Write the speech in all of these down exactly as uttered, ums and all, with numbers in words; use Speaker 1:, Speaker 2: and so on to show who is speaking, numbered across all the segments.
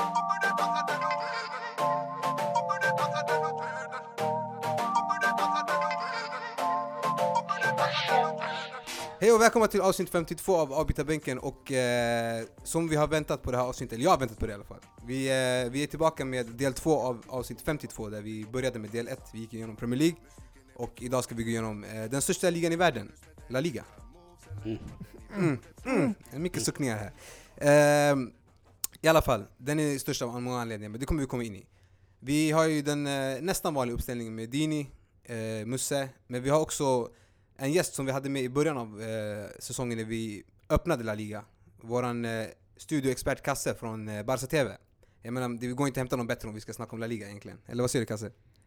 Speaker 1: Hej och välkomna till avsnitt femtiotvå av Avbytarbänken och eh, som vi har väntat på det här avsnittet, eller jag har väntat på det i alla fall. Vi, eh, vi är tillbaka med del två av avsnitt femtiotvå där vi började med del ett. Vi gick igenom Premier League och idag ska vi gå igenom eh, den största ligan i världen, La Liga. Mm. Mm. Mm. Mycket suckningar här. Eh, I alla fall, den är störst av många anledningar, men det kommer vi komma in i. Vi har ju den eh, nästan vanliga uppställningen med Dini, eh, Musse, men vi har också en gäst som vi hade med i början av eh, säsongen när vi öppnade La Liga. Våran eh, studioexpert Kasse från eh, Barca T V. Jag menar, det går inte att hämta någon bättre om vi ska snacka om La Liga egentligen. Eller vad säger du, Kasse?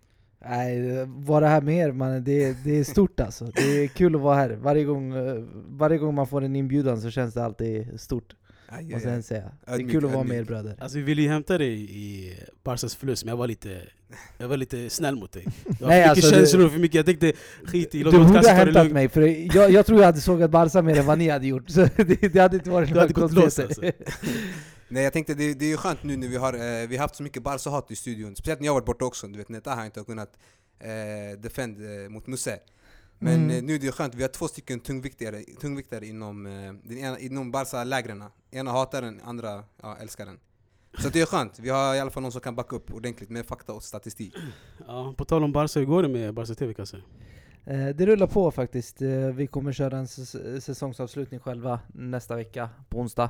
Speaker 2: Nej, vara här med er, man, det, det är stort alltså. Det är kul att vara här. Varje gång, varje gång man får en inbjudan så känns det alltid stort. Aj, aj, aj. Säga. Det är kul att vara med er, bröder.
Speaker 3: Alltså vi ville ju hämta dig i Barcas förlust, men jag var lite, jag var lite snäll mot dig. Jag
Speaker 2: Nej,
Speaker 3: mycket
Speaker 2: alltså,
Speaker 3: känslor
Speaker 2: du,
Speaker 3: för mycket. Jag tänkte, skit i.
Speaker 2: Du borde ha hämtat mig, för jag, jag tror jag hade sågat Barca mer än vad ni hade gjort. Så det, det hade inte varit
Speaker 3: något konstigt. Alltså.
Speaker 1: Nej, jag tänkte det, det är ju skönt nu när vi har, eh, vi har haft så mycket Barca-hat i studion. Speciellt när jag har varit borta också. Du vet, Neta har inte kunnat eh, defend eh, mot Musse. Men mm. eh, nu är det skönt, vi har två stycken tungviktare, tungviktare inom, eh, den ena, inom Barca-lägrena. Ena hatar den, andra ja, älskar den. Så det är skönt, vi har i alla fall någon som kan backa upp ordentligt med fakta och statistik.
Speaker 3: Ja, på tal om Barca, hur går det med Barca T V, Kasse?
Speaker 2: Eh, det rullar på faktiskt. Eh, vi kommer köra en s- säsongsavslutning själva nästa vecka på onsdag.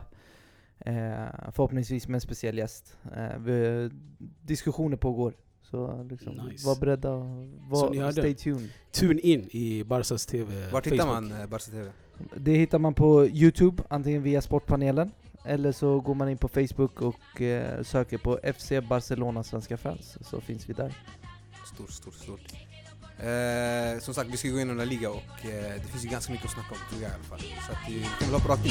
Speaker 2: Eh, förhoppningsvis med en speciell gäst. Eh, vi, diskussioner pågår. Så liksom, nice. Var beredda, var, stay tuned.
Speaker 3: Tune in i Barcas T V.
Speaker 1: Vart hittar man uh, Barca T V?
Speaker 2: Det hittar man på YouTube, antingen via Sportpanelen. Eller så går man in på Facebook och uh, söker på F C Barcelona Svenska Fans. Så finns vi där.
Speaker 1: Stort, stort, stort. Uh, som sagt, vi ska gå in i La Liga och uh, det finns ju ganska mycket att snacka om, tror jag i alla fall. Så att vi kan väl hoppa rakt in.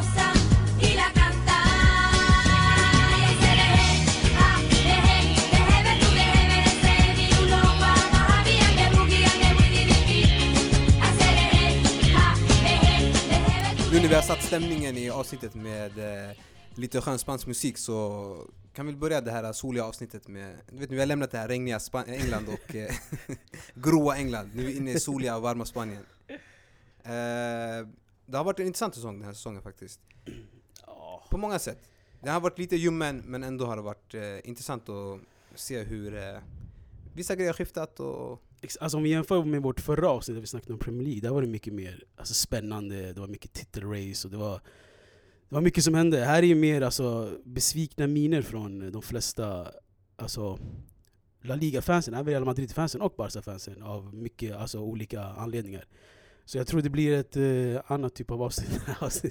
Speaker 1: Nu när vi har satt stämningen i avsnittet med eh, lite skön spansk musik, så kan vi börja det här soliga avsnittet med, du vet, vi har lämnat det här regniga Span- England och eh, gråa England. Nu är vi inne i soliga och varma Spanien. Eh, det har varit en intressant säsong den här säsongen faktiskt. På många sätt. Det har varit lite ljummen, men ändå har det varit eh, intressant att se hur eh, vissa grejer har skiftat. Och
Speaker 3: alltså om vi jämför med vårt förra avsnitt där vi snackade om Premier League, där var det mycket mer alltså, spännande, det var mycket titelrace och det var, det var mycket som hände. Här är ju mer alltså, besvikna miner från de flesta alltså, La Liga-fansen, även Real Madrid-fansen och Barca-fansen av mycket alltså, olika anledningar. Så jag tror det blir ett uh, annat typ av avsnitt.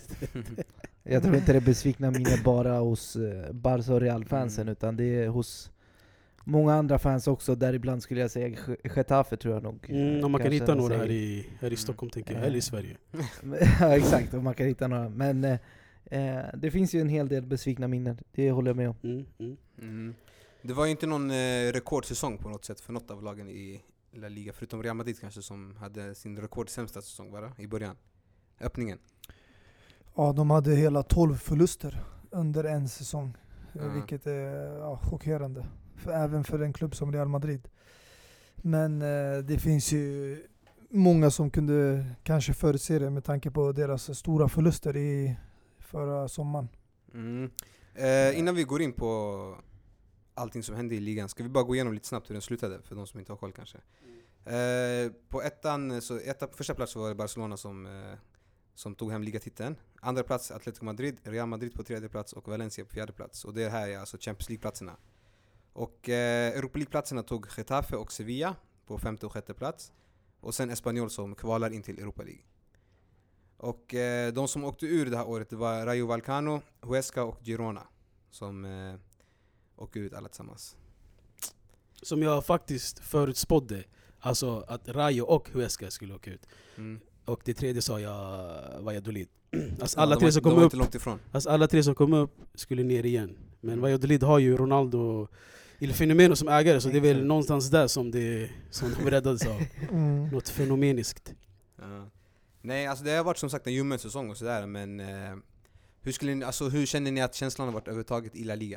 Speaker 2: Jag tror inte det är besvikna miner bara hos uh, Barca och Real-fansen, mm. utan det är hos många andra fans också, där ibland skulle jag säga Getafe, tror jag nog.
Speaker 3: Mm, om man kan hitta några här i, här i Stockholm, tänker jag, eller i Sverige.
Speaker 2: Ja, exakt, om man kan hitta några. Men eh, det finns ju en hel del besvikna minnen, det håller jag med om.
Speaker 3: Mm, mm.
Speaker 1: Mm. Det var ju inte någon eh, rekordsäsong på något sätt för något av lagen i La Liga, förutom Real Madrid kanske, som hade sin rekordsämsta säsong bara, i början. Öppningen.
Speaker 4: Ja, de hade hela tolv förluster under en säsong,
Speaker 1: Ja.
Speaker 4: vilket är ja, chockerande. För, även för en klubb som Real Madrid. Men eh, det finns ju många som kunde kanske förutse det med tanke på deras stora förluster i förra sommaren.
Speaker 1: Mm. Eh, innan vi går in på allting som hände i ligan, ska vi bara gå igenom lite snabbt hur den slutade för de som inte har koll kanske. Eh, på ettan, så ettan, på första plats var det Barcelona som, eh, som tog hem ligatiteln. Andra plats Atletico Madrid, Real Madrid på tredje plats och Valencia på fjärde plats. Och det här är alltså Champions League-platserna. Och eh, Europa League-platserna tog Getafe och Sevilla på femte och sjätte plats. Och sen Espanyol som kvalar in till Europa League. Och eh, de som åkte ur det här året, det var Rayo Vallecano, Huesca och Girona som eh, åkte ut alla tillsammans.
Speaker 3: Som jag faktiskt förutspådde, alltså att Rayo och Huesca skulle åka ut. Mm. Och det tredje sa jag Valladolid. Alltså alla, ja, tre var, som kom upp, alltså alla tre som kom upp skulle ner igen. Men mm. Valladolid har ju Ronaldo Il Fenomeno som ägare, så det är väl någonstans där som, det, som de räddades av. Mm. Något fenomeniskt.
Speaker 1: Ja. Nej, alltså det har varit som sagt en ljummen säsong och sådär, men eh, hur, skulle ni, alltså, hur känner ni att känslan har varit övertaget i La Liga?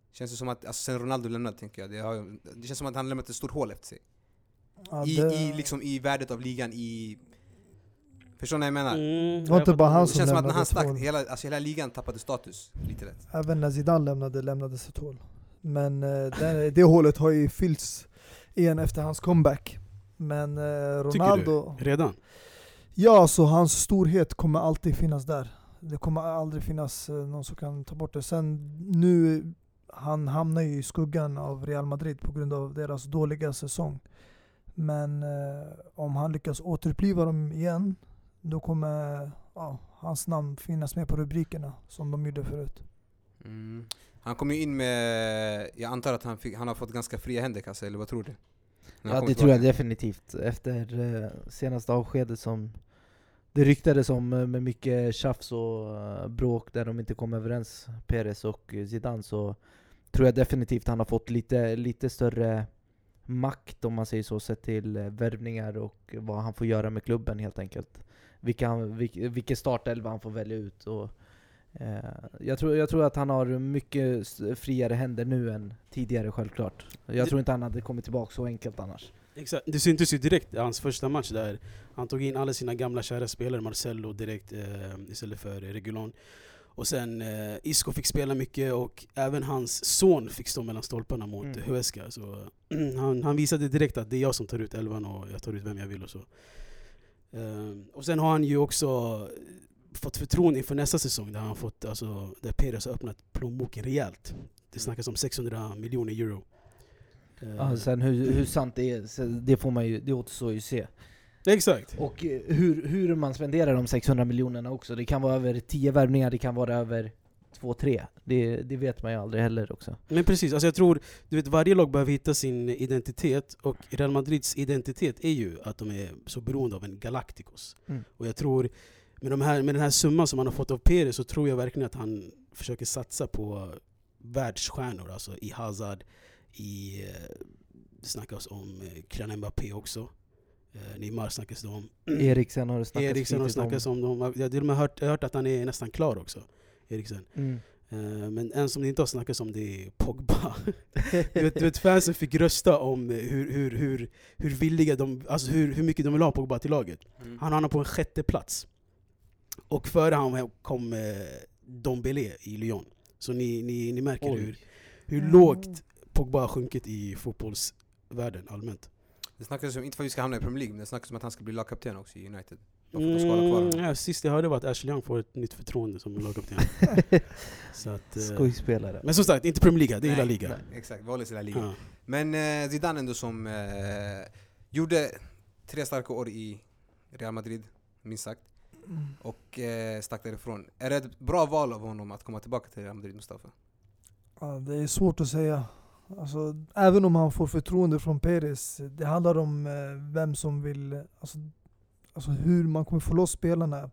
Speaker 1: Känns det som att, alltså, sen Ronaldo lämnade tänker jag, det, har, det känns som att han lämnat ett stort hål efter sig.
Speaker 4: Ja,
Speaker 1: I,
Speaker 4: det...
Speaker 1: i, liksom, i värdet av ligan, i... Förstår ni vad jag menar?
Speaker 3: Mm,
Speaker 4: Det var inte bara han
Speaker 1: Det
Speaker 4: som
Speaker 1: känns som att när
Speaker 4: lämnade
Speaker 1: han
Speaker 4: ett
Speaker 1: stack,
Speaker 4: hål.
Speaker 1: hela, alltså, hela ligan tappade status lite lätt.
Speaker 4: Även när Zidane lämnade, lämnades ett hål. Men eh, det, det hålet har ju fyllts igen efter hans comeback. Men eh, Ronaldo...
Speaker 3: Tycker du? Redan?
Speaker 4: Ja, så hans storhet kommer alltid finnas där. Det kommer aldrig finnas eh, någon som kan ta bort det. Sen nu, han hamnar ju i skuggan av Real Madrid på grund av deras dåliga säsong. Men eh, om han lyckas återuppliva dem igen, då kommer ja, hans namn finnas med på rubrikerna som de gjorde förut.
Speaker 1: Mm. Han kom ju in med, jag antar att han, fick, han har fått ganska fria händer kanske, eller vad tror du? När han
Speaker 2: Ja,
Speaker 1: kom
Speaker 2: det
Speaker 1: tillbaka.
Speaker 2: tror jag definitivt. Efter eh, senaste avskedet som det ryktades om eh, med mycket tjafs och eh, bråk där de inte kom överens, Perez och eh, Zidane, så tror jag definitivt han har fått lite, lite större makt, om man säger så, sett till eh, värvningar och vad han får göra med klubben helt enkelt. Vilka, vilk, vilken startelva han får välja ut. Och, eh, jag, tror, jag tror att han har mycket s- friare händer nu än tidigare, självklart. Jag
Speaker 3: Det-
Speaker 2: tror inte han hade kommit tillbaka så enkelt annars.
Speaker 3: Exakt. Det syntes ju direkt i hans första match där han tog in alla sina gamla kära spelare, Marcelo direkt eh, istället för Reguilon. Och sen eh, Isco fick spela mycket och även hans son fick stå mellan stolparna mot
Speaker 2: Mm.
Speaker 3: Huesca. Så han, han visade direkt att det är jag som tar ut elvan och jag tar ut vem jag vill och så. Eh, och sen har han ju också fått förtroende inför nästa säsong där han fått, alltså, där Perez har öppnat plånboken rejält. Det snackas om sexhundra miljoner euro. Eh,
Speaker 2: Ja, sen hur, hur sant det är, så det får man ju, det återstår ju se.
Speaker 3: Exakt.
Speaker 2: Och eh, hur, hur man spenderar de sexhundra miljonerna också. Det kan vara över tio värvningar, det kan vara över två, tre. Det, det vet man ju aldrig heller också.
Speaker 3: Men precis, alltså jag tror, du vet, varje lag behöver hitta sin identitet, och Real Madrids identitet är ju att de är så beroende av en Galacticos.
Speaker 2: Mm.
Speaker 3: Och jag tror, med, de här, med den här summan som han har fått av Perez, så tror jag verkligen att han försöker satsa på världsstjärnor, alltså i Hazard, i, eh, det snackas om eh, Kylian Mbappé också. Eh, Neymar snackas det om.
Speaker 2: Eriksen har det snackats
Speaker 3: Eriksen har
Speaker 2: flitigt om.
Speaker 3: snackas om dem. Jag har till och med hört, jag har hört att han är nästan klar också, Eriksen.
Speaker 2: Mm.
Speaker 3: Uh, men en som det inte har snackats om, det är Pogba. du, vet, du vet, fansen fick rösta om hur, hur, hur, hur villiga de, alltså hur, hur mycket de vill ha Pogba till laget.
Speaker 1: Mm.
Speaker 3: Han hamnade på en sjätte plats. Och före han kom uh, Dombele i Lyon. Så ni, ni, ni märker
Speaker 2: Oj.
Speaker 3: hur, hur
Speaker 4: Mm.
Speaker 3: lågt Pogba har sjunkit i fotbollsvärlden allmänt.
Speaker 1: Det snackas om, inte för att vi ska hamna i Premier League, men det snackas om att han ska bli lagkapten också i United. Bara för att de ska hålla kvar honom.
Speaker 3: Mm, ja, sist jag hörde var att Ashley Young får ett nytt förtroende som lagkapten. Så att, uh,
Speaker 2: Skojspelare.
Speaker 3: men som sagt, inte Premier League, det är hela
Speaker 1: Nej,
Speaker 3: ligan.
Speaker 1: nej, Exakt, vi håller oss i hela ligan.
Speaker 3: Ja.
Speaker 1: Men eh, Zidane ändå som eh, gjorde tre starka år i Real Madrid, minst sagt.
Speaker 4: Mm.
Speaker 1: Och eh, stack därifrån. Är det ett bra val av honom att komma tillbaka till Real Madrid, Mustafa?
Speaker 4: Ja, det är svårt att säga. Alltså, även om han får förtroende från Perez, det handlar om eh, vem som vill, alltså, alltså hur man kommer få loss spelarna.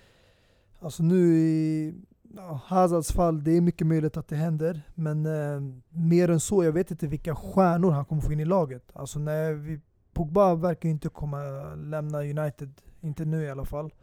Speaker 4: Alltså nu i ja, Hazards fall, det är mycket möjligt att det händer, men eh, mer än så, jag vet inte vilka stjärnor han kommer få in i laget. Alltså när vi, Pogba verkar inte komma lämna United, inte nu i alla fall.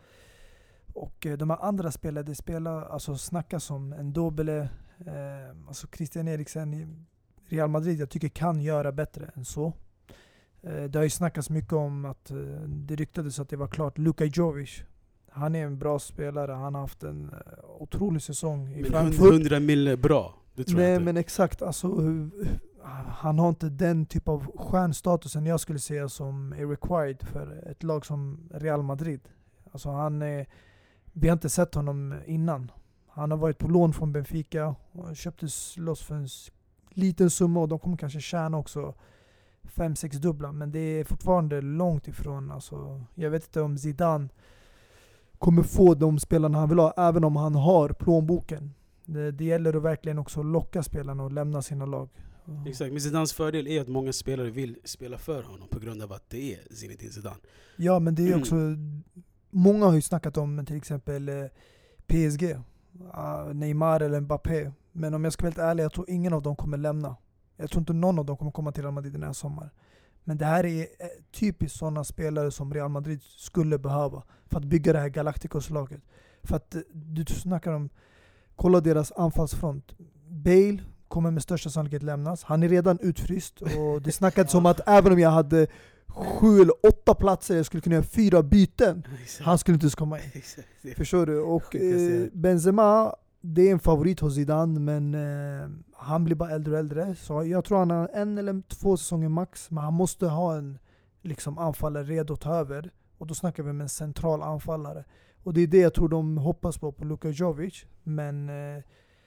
Speaker 4: Och eh, de här andra spelare, det spelar, alltså snackas om en Dobele, eh, alltså Christian Eriksen i Real Madrid, jag tycker kan göra bättre än så. Eh, det har ju snackats mycket om att eh, det ryktades att det var klart Luka Jovic. Han är en bra spelare, han har haft en eh, otrolig säsong i
Speaker 3: Men
Speaker 4: Frankfurt.
Speaker 3: hundra mil är bra, det tror jag
Speaker 4: Nej
Speaker 3: inte.
Speaker 4: men exakt, alltså, hur- han har inte den typ av stjärnstatusen jag skulle säga som är required för ett lag som Real Madrid. Alltså han är, vi har inte sett honom innan. Han har varit på lån från Benfica och köptes loss för en s- liten summa och de kommer kanske tjäna också fem sex dubbla, men det är fortfarande långt ifrån. Alltså, jag vet inte om Zidane kommer få de spelarna han vill ha, även om han har plånboken. Det, det gäller att verkligen också locka spelarna och lämna sina lag.
Speaker 3: Exakt, men Zidans fördel är att många spelare vill spela för honom på grund av att det är Zinedine Zidane.
Speaker 4: Ja, men det är
Speaker 3: Mm.
Speaker 4: också, många har ju snackat om till exempel eh, P S G, uh, Neymar eller Mbappé. Men om jag ska vara helt ärlig, jag tror ingen av dem kommer lämna. Jag tror inte någon av dem kommer komma till Real Madrid den här sommaren. Men det här är eh, typiskt sådana spelare som Real Madrid skulle behöva för att bygga det här Galacticos-laget. För att eh, du snackar om, kolla deras anfallsfront. Bale kommer med största sannolikhet lämnas. Han är redan utfryst och det snackades om att även om jag hade sju eller åtta platser, jag skulle kunna göra fyra byten. Han skulle inte ens komma in. Förstår du? Och eh, Benzema, det är en favorit hos Zidane, men eh, han blir bara äldre och äldre. Så jag tror han har en eller två säsonger max, men han måste ha en liksom, anfallare redo att ta över. Och då snackar vi med en central anfallare. Och det är det jag tror de hoppas på på Luka Jovic. Men eh,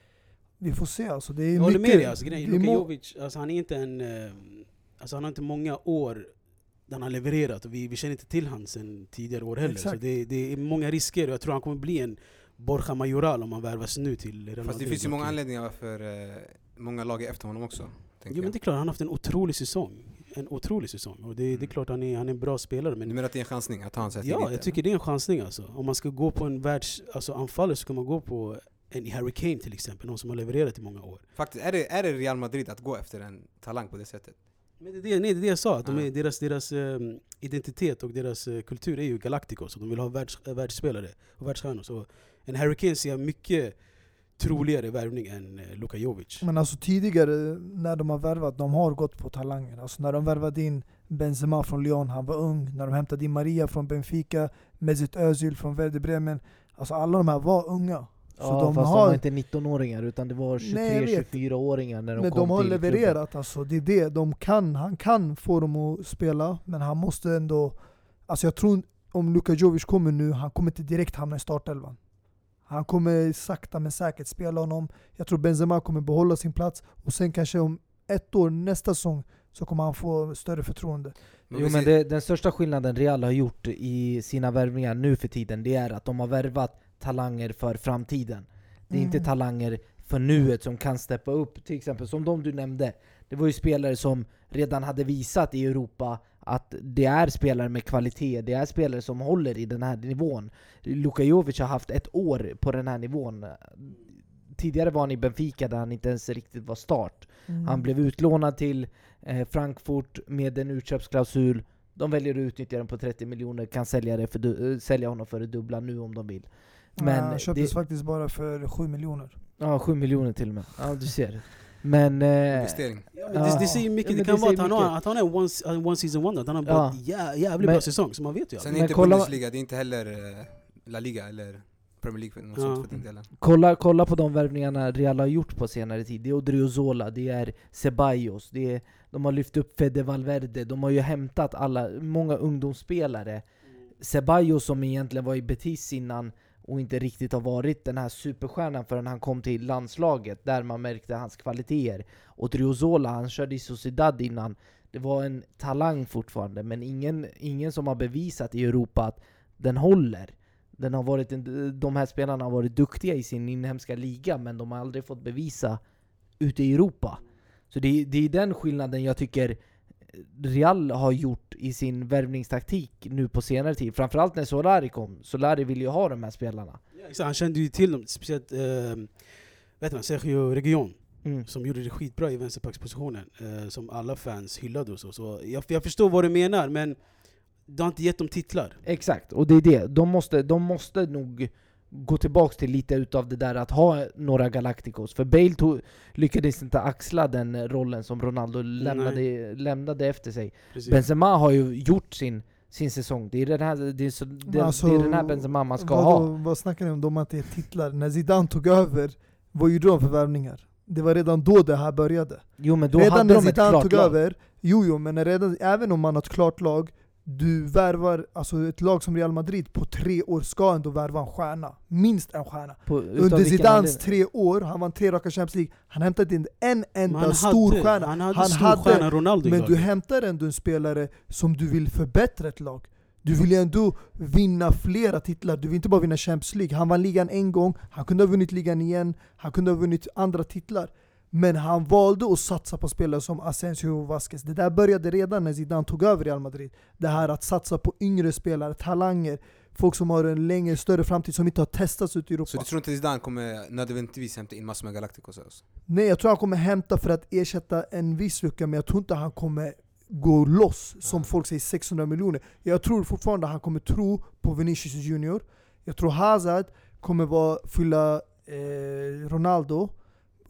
Speaker 4: vi får se. Alltså, det är
Speaker 3: jag håller
Speaker 4: mycket,
Speaker 3: med dig. Alltså, Luka
Speaker 4: må-
Speaker 3: Jovic, alltså, han är inte en... Eh, alltså, han har inte många år där han har levererat. Och vi, vi känner inte till han sen tidigare år heller.
Speaker 4: Exakt.
Speaker 3: Så det, det är många risker. Och jag tror han kommer bli en Borja Majoral om han värvas nu till Real Madrid.
Speaker 1: Fast det finns ju många anledningar varför eh, många lag är efter honom också.
Speaker 3: Jo, men det är klart, han har haft en otrolig säsong. En otrolig säsong. Och det, mm. det är klart han är, han är en bra spelare. Men
Speaker 1: du menar att det är en chansning att ta hans
Speaker 3: ja, jag tycker det är en chansning alltså. Om man ska gå på en världs... Alltså anfallare så kan man gå på en Harry Kane till exempel. Någon som har levererat i många år.
Speaker 1: Faktiskt, är det, är det Real Madrid att gå efter en talang på det sättet?
Speaker 3: Men det är det, nej, det, är det jag sa. Att de är,
Speaker 1: Ja.
Speaker 3: deras deras um, identitet och deras uh, kultur är ju Galacticos. De vill ha världs, uh, världsspelare och världsstjärnor. Så en Harry Kane ser mycket troligare värvning än uh, Luka Jovic.
Speaker 4: Men alltså tidigare när de har värvat, de har gått på talanger. Alltså när de värvade in Benzema från Lyon, han var ung. När de hämtade in Maria från Benfica, Mesut Özil från Werder Bremen. Alltså alla de här var unga. Så
Speaker 2: Ja,
Speaker 4: de
Speaker 2: fast
Speaker 4: har,
Speaker 2: de var inte nittonåringar utan det var tjugotre tjugofyra-åringar när de
Speaker 4: men
Speaker 2: kom
Speaker 4: de har
Speaker 2: till
Speaker 4: levererat
Speaker 2: klubben.
Speaker 4: alltså, det är det. De kan, han kan få dem att spela, men han måste ändå... Alltså jag tror om Luka Jovic kommer nu, han kommer inte direkt hamna i startelvan. Han kommer sakta men säkert spela honom. Jag tror Benzema kommer behålla sin plats. Och sen kanske om ett år, nästa säsong, så kommer han få större förtroende.
Speaker 2: Jo, men det, den största skillnaden Real har gjort i sina värvningar nu för tiden, det är att de har värvat talanger för framtiden. Det är
Speaker 4: Mm.
Speaker 2: inte talanger för nuet som kan steppa upp, till exempel som de du nämnde. Det var ju spelare som redan hade visat i Europa att det är spelare med kvalitet, det är spelare som håller i den här nivån. Luka Jovic har haft ett år på den här nivån. Tidigare var han i Benfica där han inte ens riktigt var start.
Speaker 4: Mm.
Speaker 2: Han blev utlånad till eh, Frankfurt med en utköpsklausul. De väljer att utnyttja den på trettio miljoner, kan sälja, det för du- äh, sälja honom för det dubbla nu om de vill. Men
Speaker 4: han köptes
Speaker 2: det,
Speaker 4: faktiskt bara för sju miljoner.
Speaker 2: ja, sju miljoner till och med. Ja, du ser. Men eh,
Speaker 1: investering.
Speaker 3: Ja, men det, det säger mycket.
Speaker 2: Ja, men
Speaker 3: det kan
Speaker 2: det
Speaker 3: vara att
Speaker 2: säger
Speaker 3: han, har,
Speaker 2: mycket.
Speaker 3: att han är en one, en one season wonder. Att han har bara
Speaker 2: Ja.
Speaker 3: en jä, jävligt
Speaker 2: Men-
Speaker 3: bra säsong, så man vet ju.
Speaker 1: Sen är
Speaker 2: Men
Speaker 1: inte
Speaker 2: kolla-
Speaker 1: Bundesliga, det är inte heller eh, La Liga eller Premier League för något
Speaker 3: Ja.
Speaker 1: sånt för den delen.
Speaker 2: kolla, kolla på de värvningarna Real har gjort på senare tid. Det är Odriozola, det är Ceballos, det är, de har lyft upp Fede Valverde, de har ju hämtat alla, många ungdomsspelare. Ceballos som egentligen var i Betis innan och inte riktigt har varit den här superstjärnan förrän han kom till landslaget där man märkte hans kvaliteter. Och Odriozola, han körde i Sociedad innan. Det var en talang fortfarande, men ingen, ingen som har bevisat i Europa att den håller. Den har varit en, de här spelarna har varit duktiga i sin inhemska liga, men de har aldrig fått bevisa ute i Europa. Så det, det är den skillnaden jag tycker Real har gjort i sin värvningstaktik nu på senare tid. Framförallt när Solari kom. Solari ville ju ha de här spelarna.
Speaker 3: Ja, exakt, han kände ju till dem, speciellt eh, vet man, Sergio Region,
Speaker 2: Mm.
Speaker 3: som gjorde det skitbra i vänsterbackspositionen, eh, som alla fans hyllade och så. så jag, jag förstår vad du menar, men det har inte gett dem titlar.
Speaker 2: Exakt, och det är det. De måste, de måste nog gå tillbaks till lite utav det där att ha några Galacticos. För Bale tog, lyckades inte axla den rollen som Ronaldo lämnade, lämnade efter sig.
Speaker 3: Precis.
Speaker 2: Benzema har ju gjort sin, sin säsong. Det är den här, det är så, det,
Speaker 4: Alltså,
Speaker 2: det är den här Benzema man ska
Speaker 4: vad,
Speaker 2: ha.
Speaker 4: Vad, vad snackar ni om? De har inte titlar. När Zidane tog över, vad gjorde de för värvningar? Det var redan då det här började.
Speaker 2: Jo, men då
Speaker 4: redan
Speaker 2: hade
Speaker 4: när
Speaker 2: de ett
Speaker 4: Zidane
Speaker 2: klart
Speaker 4: tog
Speaker 2: lag.
Speaker 4: över, jo jo, men när redan, även om man har ett klart lag, du värvar, alltså ett lag som Real Madrid på tre år ska ändå värva en stjärna. Minst en stjärna.
Speaker 2: På, utav
Speaker 4: Under
Speaker 2: vilken
Speaker 4: Zidans
Speaker 2: anledning?
Speaker 4: tre år, han vann tre raka Champions League, han hämtade in en
Speaker 3: Men
Speaker 4: enda
Speaker 3: han
Speaker 4: stor
Speaker 3: hade,
Speaker 4: stjärna.
Speaker 3: Han hade
Speaker 4: Han
Speaker 3: stor
Speaker 4: hade-
Speaker 3: stjärna Ronaldo i
Speaker 4: Men du
Speaker 3: laget.
Speaker 4: hämtar ändå en spelare som du vill förbättra ett lag. Du vill ju ändå vinna flera titlar. Du vill inte bara vinna Champions League. Han vann ligan en gång, han kunde ha vunnit ligan igen, han kunde ha vunnit andra titlar. Men han valde att satsa på spelare som Asensio och Vasquez. Det där började redan när Zidane tog över Real Madrid. Det här att satsa på yngre spelare, talanger, folk som har en längre, större framtid, som inte har testats ut i Europa.
Speaker 1: Så du tror inte Zidane kommer nödvändigtvis hämta in massor med Galacticos? Alltså?
Speaker 4: Nej, jag tror han kommer hämta för att ersätta en viss lucka, men jag tror inte han kommer gå loss, som
Speaker 1: Ja.
Speaker 4: folk säger, sexhundra miljoner. Jag tror fortfarande han kommer tro på Vinicius Junior. Jag tror Hazard kommer vara, fylla eh, Ronaldo.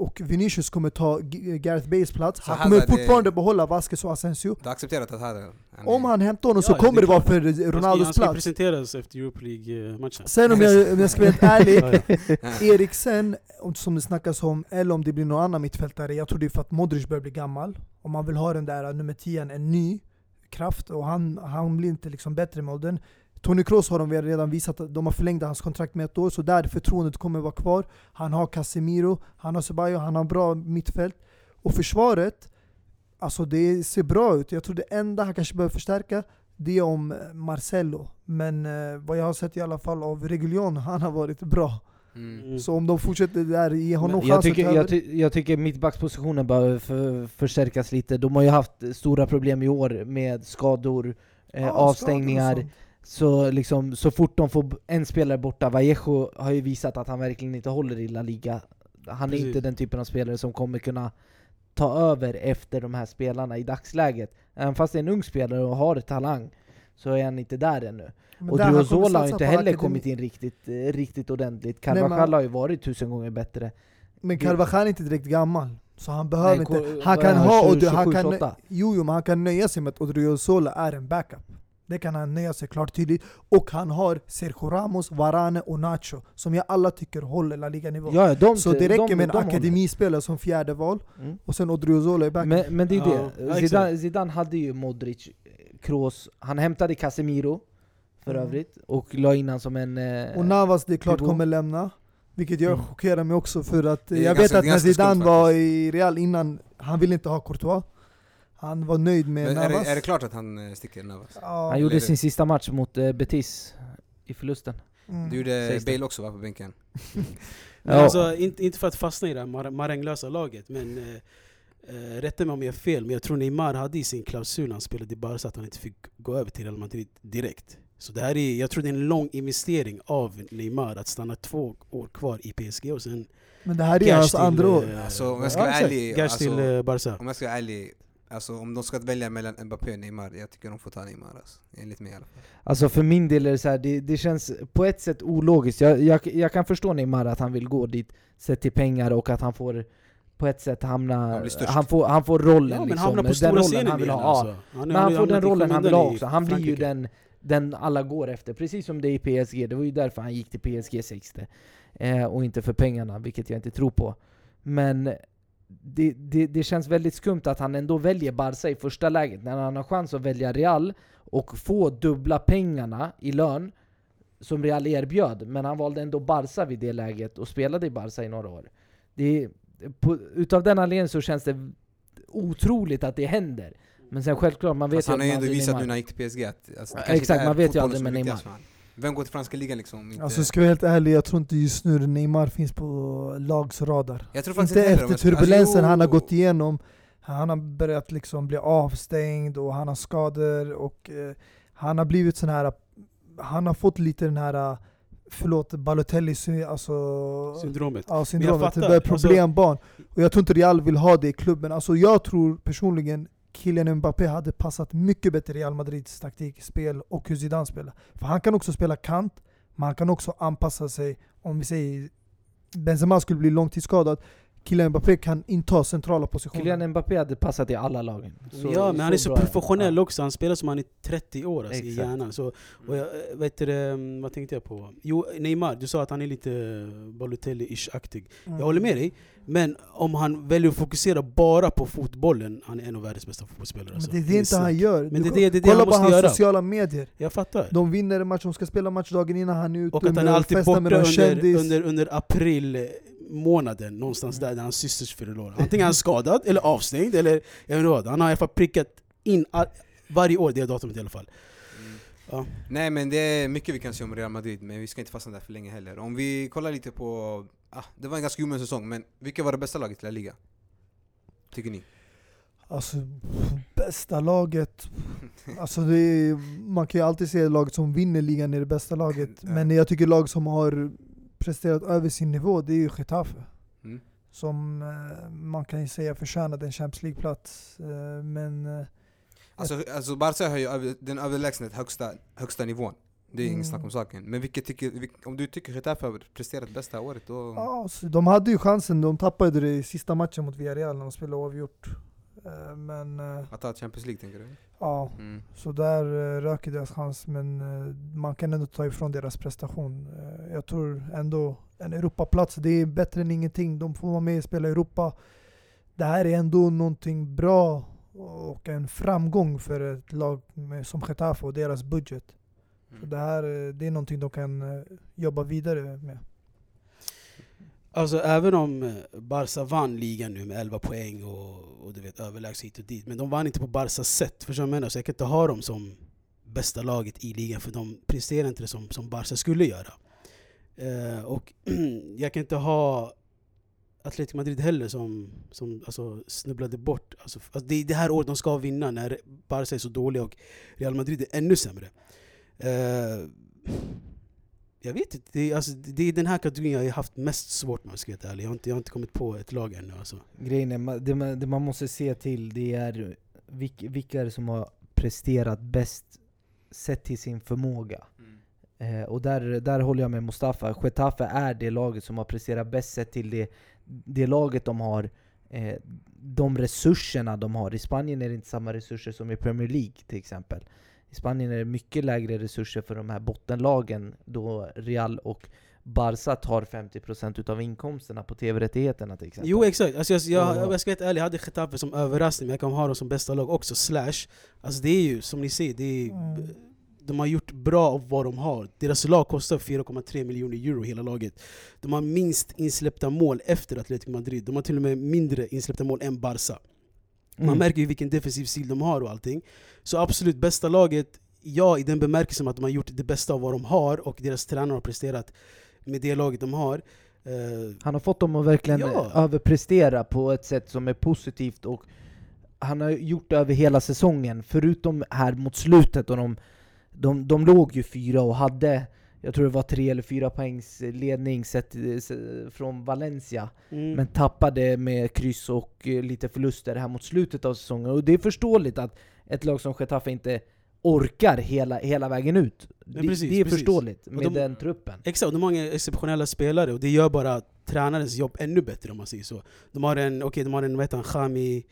Speaker 4: och Vinicius kommer ta G- Gareth Bales plats.
Speaker 1: Så
Speaker 4: Han kommer
Speaker 1: Hazard
Speaker 4: fortfarande
Speaker 1: är-
Speaker 4: behålla Vasquez och Asensio.
Speaker 1: Du har accepterat att Hazard... han är-
Speaker 4: Om han hämtar honom
Speaker 3: Ja,
Speaker 4: så
Speaker 3: ja,
Speaker 4: kommer
Speaker 3: det
Speaker 4: det
Speaker 3: är
Speaker 4: vara för
Speaker 3: Han ska,
Speaker 4: Ronaldos
Speaker 3: han ska
Speaker 4: plats.
Speaker 3: presenteras efter Europa League-matchen.
Speaker 4: Sen om jag, om jag ska vara helt ärlig,
Speaker 3: Ja, ja.
Speaker 4: Eriksen, om- som det snackas om, eller om det blir någon annan mittfältare, jag tror det är för att Modric börjar bli gammal. Om man vill ha den där uh, nummer tio, en ny kraft, och han, han blir inte liksom bättre med åldern. Toni Kroos har de väl redan visat att de har förlängt hans kontrakt med ett år, så där förtroendet kommer vara kvar. Han har Casemiro, han har Ceballos, han har bra mittfält. Och försvaret, alltså det ser bra ut. Jag tror det enda han kanske behöver förstärka, det är om Marcelo. Men eh, vad jag har sett i alla fall av Reguilón, han har varit bra.
Speaker 1: Mm.
Speaker 3: Mm.
Speaker 4: Så om de fortsätter där, ge honom
Speaker 2: Jag
Speaker 4: chansen
Speaker 2: tycker,
Speaker 4: att
Speaker 2: jag,
Speaker 4: ta över.
Speaker 2: ty, jag tycker mittbackspositionen behöver för, förstärkas lite. De har ju haft stora problem i år med skador, eh,
Speaker 4: Ja,
Speaker 2: avstängningar.
Speaker 4: skador och sånt.
Speaker 2: Så, liksom, så fort de får en spelare borta, Vallejo har ju visat att han verkligen inte håller i La Liga. Han är
Speaker 3: Precis.
Speaker 2: inte den typen av spelare som kommer kunna ta över efter de här spelarna i dagsläget. Även fast det är en ung spelare och har talang, så är han inte där ännu.
Speaker 4: Men
Speaker 2: Och
Speaker 4: där han kommer
Speaker 2: Driozola har
Speaker 4: satsa
Speaker 2: inte
Speaker 4: på
Speaker 2: heller
Speaker 4: akademi.
Speaker 2: kommit in riktigt, eh, riktigt ordentligt.
Speaker 4: Nej, men-
Speaker 2: Carvajal har ju varit tusen gånger bättre.
Speaker 4: Men Carvajal är inte direkt gammal, så han behöver
Speaker 2: Nej,
Speaker 4: inte.
Speaker 2: ko-
Speaker 4: Han
Speaker 2: vad är
Speaker 4: kan
Speaker 2: han,
Speaker 4: ha,
Speaker 2: tjugo,
Speaker 4: och han
Speaker 2: tjugosju,
Speaker 4: kan,
Speaker 2: tjugoåtta?
Speaker 4: jo, jo, men han kan nöja sig med att Odriozola är en backup. Det kan han nöja sig klart tydligt. Och han har Sergio Ramos, Varane och Nacho, som jag alla tycker håller La Liga-nivå.
Speaker 2: Ja, de,
Speaker 4: Så det räcker
Speaker 2: de,
Speaker 4: med en
Speaker 2: de håller.
Speaker 4: akademispelare som fjärde val,
Speaker 2: Mm.
Speaker 4: och sen Odriozola i backup.
Speaker 2: Men, men det är
Speaker 3: Ja,
Speaker 2: det.
Speaker 3: ja,
Speaker 2: Zidane,
Speaker 3: exakt.
Speaker 2: Zidane hade ju Modric, Kroos, han hämtade Casemiro för
Speaker 4: Mm.
Speaker 2: övrigt och la in han som en... Eh,
Speaker 4: Och Navas, det är klart,
Speaker 2: pivot.
Speaker 4: kommer lämna. Vilket jag
Speaker 2: Mm.
Speaker 4: chockerar mig också, för att
Speaker 1: Det är
Speaker 4: jag
Speaker 1: ganska-
Speaker 4: vet att när
Speaker 1: ganska skumt
Speaker 4: Zidane var
Speaker 1: faktiskt.
Speaker 4: i Real innan, han ville inte ha Courtois. Han var nöjd med
Speaker 1: Men är,
Speaker 4: Navas.
Speaker 1: det, är det klart att han eh, sticker Navas?
Speaker 4: Ja.
Speaker 2: han gjorde
Speaker 1: eller-
Speaker 2: sin sista match mot eh, Betis i förlusten.
Speaker 4: Mm.
Speaker 1: Du gjorde
Speaker 2: Sägs det.
Speaker 1: Bale också, va, på bänken?
Speaker 3: Men
Speaker 2: Ja.
Speaker 3: alltså, inte, inte för att fastna i det här mar- maränglösa laget, men eh, eh, rätta mig om jag är fel, men jag tror Neymar hade i sin klausul han spelade i Barca att han inte fick gå över till Real Madrid direkt. Så det här är, jag tror det är en lång investering av Neymar att stanna två år kvar i P S G och sen
Speaker 4: Men det här är
Speaker 3: cash
Speaker 4: hans
Speaker 3: till,
Speaker 4: andra år.
Speaker 3: eh,
Speaker 1: Alltså, om jag ska
Speaker 3: ja,
Speaker 1: vara
Speaker 3: exakt.
Speaker 1: ärlig,
Speaker 3: Cash
Speaker 1: alltså-
Speaker 3: till eh, Barca.
Speaker 1: Om jag ska vara ärlig, alltså om de ska välja mellan Mbappé och Neymar, jag tycker de får ta Neymar, alltså. Enligt mig i alla fall.
Speaker 2: Alltså för min del är det så här, det, det känns på ett sätt ologiskt. Jag, jag, jag kan förstå Neymar att han vill gå dit, sett till pengar, och att han får på ett sätt hamna...
Speaker 1: Han blir störst.
Speaker 2: Han får, han får rollen
Speaker 3: Ja, men
Speaker 2: liksom.
Speaker 3: hamna på
Speaker 2: den
Speaker 3: stora
Speaker 2: rollen
Speaker 3: scenen
Speaker 2: han vill
Speaker 3: igen,
Speaker 2: ha.
Speaker 3: alltså.
Speaker 2: Ja.
Speaker 3: Han,
Speaker 2: Men han får den rollen han vill ha också. Han blir ju
Speaker 3: Frankrike.
Speaker 2: den, den alla går efter. Precis som det är i P S G. Det var ju därför han gick till P S G sextio. Eh, och inte för pengarna, vilket jag inte tror på. Men det, det, det känns väldigt skumt att han ändå väljer Barca i första läget. När han har chans att välja Real och få dubbla pengarna i lön som Real erbjöd. Men han valde ändå Barca vid det läget och spelade i Barca i några år. Det är, på, utav den anledningen så känns det otroligt att det händer. Men sen självklart, man vet
Speaker 1: Fast han har ju ändå
Speaker 2: aldrig
Speaker 1: visat
Speaker 2: Neymar.
Speaker 1: nu när han gick till P S G att alltså, det
Speaker 2: Ja,
Speaker 1: kanske
Speaker 2: exakt,
Speaker 1: inte är
Speaker 2: man vet ju
Speaker 1: fotbollen
Speaker 2: aldrig
Speaker 1: som är
Speaker 2: med
Speaker 1: viktigast för han. Vem går till franska ligan liksom? Inte,
Speaker 4: Alltså ska jag vara helt ärlig, jag tror inte just nu Neymar finns på lags radar.
Speaker 1: jag tror faktiskt
Speaker 4: Inte
Speaker 1: heller,
Speaker 4: efter
Speaker 1: om jag ska-
Speaker 4: turbulensen
Speaker 1: alltså,
Speaker 4: han har
Speaker 1: jo.
Speaker 4: gått igenom. Han har börjat liksom bli avstängd och han har skador och eh, han har blivit sån här, han har fått lite den här, förlåt, Balotelli sy- alltså,
Speaker 3: Syndromet.
Speaker 4: ja,
Speaker 3: Men jag
Speaker 4: syndromet, det
Speaker 3: fattar,
Speaker 4: börjar
Speaker 3: alltså-
Speaker 4: problembarn. Och jag tror inte Real vill ha det i klubben. Alltså jag tror personligen Kylian Mbappé hade passat mycket bättre i Real Madrids taktik, spel och hur Zidane spelar. För han kan också spela kant, men han kan också anpassa sig. Om vi säger Benzema skulle bli långtidsskadad, Kylian Mbappé kan inta centrala positioner.
Speaker 2: Kylian Mbappé hade passat i alla lagen. Så-
Speaker 3: ja, men han är så
Speaker 2: bra är han.
Speaker 3: professionell
Speaker 2: Ja.
Speaker 3: också. Han spelar som han är trettio år alltså, i
Speaker 2: Exakt.
Speaker 3: hjärnan. Så, och jag, vet du, det, vad tänkte jag på? Jo, Neymar, du sa att han är lite Balotelli-ish-aktig.
Speaker 4: Mm.
Speaker 3: Jag håller med dig. Men om han väljer att fokusera bara på fotbollen, han är en av världens bästa fotbollsspelare.
Speaker 4: Men
Speaker 3: Alltså.
Speaker 4: det är det inte
Speaker 3: snack.
Speaker 4: han gör.
Speaker 3: Men
Speaker 4: Du
Speaker 3: det är det- det är det
Speaker 4: kolla
Speaker 3: han
Speaker 4: på
Speaker 3: måste
Speaker 4: hans
Speaker 3: göra.
Speaker 4: sociala medier.
Speaker 3: Jag fattar.
Speaker 4: De vinner en match, de ska spela match dagen innan, han är ute
Speaker 3: Och att han är alltid
Speaker 4: festar
Speaker 3: borta
Speaker 4: med någon
Speaker 3: under,
Speaker 4: kändis.
Speaker 3: under, under april månaden någonstans där, där hans systers fyller år. Antingen är han skadad eller avstängd eller jag vet inte vad. Han har i alla fall prickat in all, varje år det datumet i alla fall.
Speaker 1: Mm.
Speaker 3: Ja.
Speaker 1: Nej, men det är mycket vi kan se om Real Madrid, men vi ska inte fastna där för länge heller. Om vi kollar lite på, ah, det var en ganska ljummen säsong, men vilka var det bästa laget i La Liga? Tycker ni?
Speaker 4: Alltså, bästa laget. Alltså det är, man kan ju alltid säga att laget som vinner ligan är det bästa laget.
Speaker 1: Ja.
Speaker 4: Men jag tycker lag som har presterat över sin nivå, det är ju Getafe.
Speaker 1: Mm.
Speaker 4: Som eh, man kan ju säga förtjänade en Champions League-plats. Eh, men eh,
Speaker 1: Alltså, alltså Barca har ju över, den överlägset högsta, högsta nivån. Det är ingen
Speaker 4: Mm.
Speaker 1: snack om saken. Men vilket tycker, vilk, om du tycker Getafe har presterat bästa året då...
Speaker 4: Ja, så de hade ju chansen, de tappade det i sista matchen mot Villarreal när de spelade avgjort. Eh, Men eh,
Speaker 1: Att ta Champions League tänker du?
Speaker 4: ja,
Speaker 1: Mm.
Speaker 4: så där eh, röker deras chans, men eh, man kan ändå ta ifrån deras prestation. Eh, Jag tror ändå en Europaplats, det är bättre än ingenting. De får vara med och spela i Europa. Det här är ändå någonting bra och en framgång för ett lag med, som Getafe och deras budget. Så
Speaker 1: Mm.
Speaker 4: det här eh, det är någonting de kan eh, jobba vidare med.
Speaker 3: Alltså även om eh, Barca vann ligan nu med elva poäng och, och du vet överlägs hit och dit, men de vann inte på Barcas sätt, för jag menar, så jag kan inte ha dem som bästa laget i ligan, för de presterar inte det som, som Barca skulle göra. Eh, och jag kan inte ha Atletico Madrid heller som, som alltså, snubblade bort. Alltså, alltså det är det här året de ska vinna när Barca är så dåliga och Real Madrid är ännu sämre. Eh, jag vet inte, det är, alltså, det är den här kategorin jag har haft mest svårt med, ska jag vara ärlig. Jag har inte, jag har inte kommit på ett lag ännu. Alltså.
Speaker 2: Grejen är, ma- det, man- det man måste se till, det är vilka, vilka är det som har presterat bäst sett till sin förmåga.
Speaker 1: Mm.
Speaker 2: Eh, och där, där håller jag med Mustafa. Getafe är det laget som har presterat bäst sett till det, det laget de har, eh, de resurserna de har. I Spanien är det inte samma resurser som i Premier League till exempel. I Spanien är det mycket lägre resurser för de här bottenlagen, då Real och Barca tar femtio procent utav inkomsterna på tv-rättigheterna till exempel.
Speaker 3: Jo exakt, alltså, jag, jag,
Speaker 2: Ja.
Speaker 3: jag, jag ska vara ärlig, jag hade Getafe som överraskning, men jag kan ha dem som bästa lag också, slash. Alltså det är ju, som ni ser, det är,
Speaker 4: Mm.
Speaker 3: de har gjort bra av vad de har. Deras lag kostar fyra komma tre miljoner euro hela laget. De har minst insläppta mål efter Atletico Madrid. De har till och med mindre insläppta mål än Barca. Man
Speaker 2: Mm.
Speaker 3: märker ju vilken defensiv stil de har och allting. Så absolut, bästa laget, ja, i den bemärkelsen att de har gjort det bästa av vad de har och deras tränare har presterat med det laget de har. Eh,
Speaker 2: Han har fått dem att verkligen
Speaker 3: Ja.
Speaker 2: överprestera på ett sätt som är positivt, och han har gjort det över hela säsongen, förutom här mot slutet, och de, de, de låg ju fyra och hade, jag tror det var tre eller fyra poängs ledning sett, eh, från Valencia,
Speaker 3: mm.
Speaker 2: men tappade med kryss och eh, lite förluster här mot slutet av säsongen. Och det är förståeligt att ett lag som Getafe inte orkar hela, hela vägen ut.
Speaker 3: Men
Speaker 2: Det,
Speaker 3: precis,
Speaker 2: det är
Speaker 3: precis.
Speaker 2: förståeligt
Speaker 3: Och
Speaker 2: med
Speaker 3: de-
Speaker 2: den truppen.
Speaker 3: Exakt, de har många exceptionella spelare och det gör bara tränarens jobb ännu bättre, om man säger så. De har en, okej, okay, de har en, vad heter han, Khami,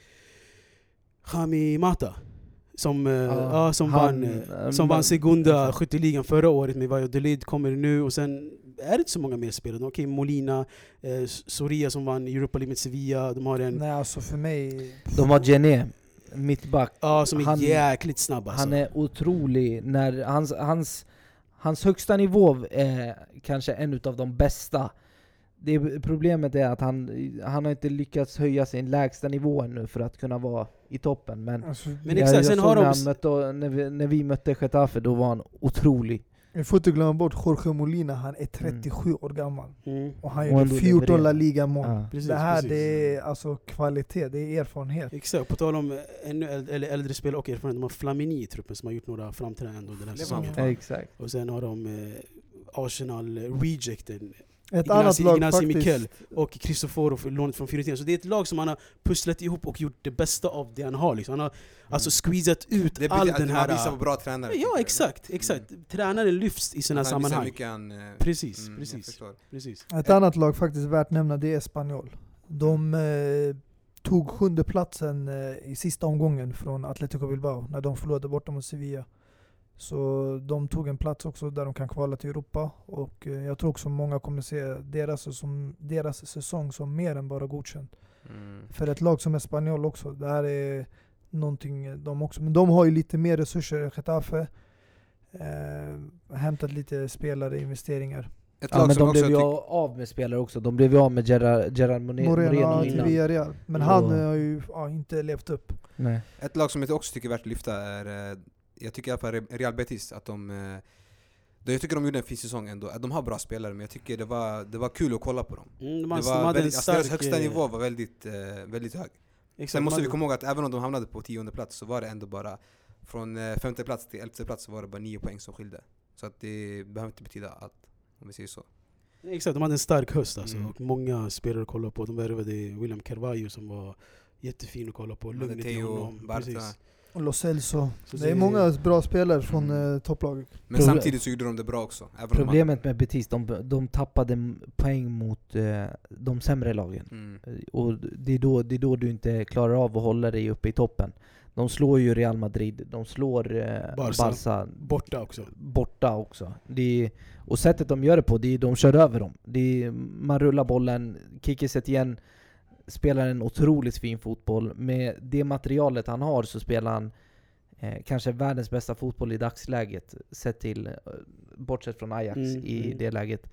Speaker 3: Khami Mata. Som, eh,
Speaker 2: Ja,
Speaker 3: ja, som,
Speaker 2: han-
Speaker 3: vann, eh,
Speaker 2: eh,
Speaker 3: som
Speaker 2: man-
Speaker 3: vann Segunda skytteligan förra året med Valladolid, kommer nu, och sen är det inte så många mer spelare. Okej, Molina, eh, Soria som vann Europa League med Sevilla, de har en,
Speaker 4: Nej, alltså för mig...
Speaker 2: De har Gené, mittback.
Speaker 3: ja, som är
Speaker 2: han-
Speaker 3: jäkligt snabb alltså.
Speaker 2: Han är otrolig. När hans, hans, hans högsta nivå är kanske en av de bästa. Det problemet är att han, han har inte lyckats höja sin lägsta nivå ännu för att kunna vara i toppen. Men,
Speaker 4: Alltså,
Speaker 3: Men
Speaker 2: jag,
Speaker 3: exakt,
Speaker 2: jag
Speaker 3: sen
Speaker 2: såg
Speaker 3: har
Speaker 2: när,
Speaker 3: de-
Speaker 2: han mötte, när, vi, när vi mötte Getafe, då var han otrolig.
Speaker 4: vi får inte glömma bort Jorge Molina, han är trettiosju år gammal.
Speaker 3: Mm.
Speaker 4: Och han
Speaker 2: Och
Speaker 4: gjorde
Speaker 2: ändå
Speaker 4: fjorton
Speaker 2: levererar.
Speaker 4: La Liga-mål.
Speaker 2: Ja.
Speaker 3: Precis,
Speaker 4: Det här
Speaker 3: precis.
Speaker 4: det är alltså kvalitet, det är erfarenhet.
Speaker 3: Exakt, på tal om ännu äldre, eller äldre spelare och erfarenhet, de har Flamini i truppen som har gjort några framträdanden under den här
Speaker 1: Det var
Speaker 3: säsongen.
Speaker 1: fan.
Speaker 2: Exakt.
Speaker 3: Och sen har de eh, Arsenal eh, rejecten
Speaker 4: Ett
Speaker 3: Ignacy-
Speaker 4: annat lag
Speaker 3: Ignacy
Speaker 4: faktiskt.
Speaker 3: Miquel och Cristoforo för lånet från Fiorentina. Så det är ett lag som han har pusslat ihop och gjort det bästa av det han har. Liksom. Han har alltså squeezat ut
Speaker 1: Det
Speaker 3: all
Speaker 1: betyder
Speaker 3: den
Speaker 1: att han
Speaker 3: här...
Speaker 1: visar på bra tränare. tycker
Speaker 3: Ja,
Speaker 1: jag.
Speaker 3: exakt, exakt. Tränaren lyfts i sådana
Speaker 1: Han visar
Speaker 3: sammanhang.
Speaker 1: mycket han, eh,
Speaker 3: Precis,
Speaker 1: mm, jag
Speaker 3: precis,
Speaker 1: förstår.
Speaker 3: precis.
Speaker 4: Ett annat lag faktiskt värt nämna, det är Espanyol. De eh, tog sjunde platsen eh, i sista omgången från Atletico Bilbao när de förlorade borta mot Sevilla. Så de tog en plats också där de kan kvala till Europa. Och eh, jag tror också många kommer se deras, som, deras säsong som mer än bara godkänd.
Speaker 1: Mm.
Speaker 4: För ett lag som Espanyol också, det här är någonting de också. Men de har ju lite mer resurser än Getafe. Eh, hämtat lite spelare, investeringar.
Speaker 1: Ett
Speaker 2: Ja,
Speaker 1: lag
Speaker 2: men
Speaker 1: som
Speaker 2: de
Speaker 1: också
Speaker 2: blev ju
Speaker 1: tyck-
Speaker 2: av med spelare också. De blev ju av med Gerard, Gerard Moreno,
Speaker 4: Moreno,
Speaker 2: Moreno
Speaker 4: ja, till
Speaker 2: innan.
Speaker 4: Villarreal. Men
Speaker 2: Ja.
Speaker 4: han eh, har ju ja, inte levt upp.
Speaker 2: Nej.
Speaker 1: Ett lag som jag också tycker är värt att lyfta är, eh, jag tycker i alla fall Real Betis, att de, eh, då jag tycker de gjorde en fin säsong ändå. De har bra spelare, men jag tycker det var, det var kul att kolla på dem.
Speaker 3: Mm, de,
Speaker 1: Det
Speaker 3: har- de
Speaker 1: var
Speaker 3: hade en
Speaker 1: väldigt, alltså deras
Speaker 3: stark...
Speaker 1: högsta
Speaker 3: eh,
Speaker 1: nivå var väldigt, eh, väldigt hög.
Speaker 3: exakt,
Speaker 1: Sen måste
Speaker 3: de
Speaker 1: vi
Speaker 3: hade-
Speaker 1: komma ihåg att även om de hamnade på tionde plats så var det ändå bara från eh, femte plats till elfte plats så var det bara nio poäng som skilde. Så att det behöver inte betyda allt, om vi säger så.
Speaker 3: Exakt, de hade en stark höst alltså.
Speaker 1: Mm.
Speaker 3: Och många spelare att kolla på. De värvade William Carvalho som var jättefin att kolla på.
Speaker 1: De hade
Speaker 3: Lugnet i
Speaker 1: Theo,
Speaker 3: honom.
Speaker 1: Bartra.
Speaker 3: Precis.
Speaker 4: Och Lo Celso.
Speaker 3: Så
Speaker 4: Det är många bra spelare från mm. eh, topplaget.
Speaker 1: Men Proble- samtidigt så gjorde de det bra också.
Speaker 2: Problemet med Betis, de, de tappade poäng mot eh, de sämre lagen. Mm. Och det är, då, det är då du inte klarar av att hålla dig uppe i toppen. De slår ju Real Madrid, de slår eh, Barca. Barca
Speaker 3: borta också.
Speaker 2: Borta också. Det är, och sättet de gör det på, det är de kör över dem. Det är, man rullar bollen, Kike Setien spelar en otroligt fin fotboll. Med det materialet han har så spelar han eh, kanske världens bästa fotboll i dagsläget, sett till, eh, bortsett från Ajax mm, i mm. det läget.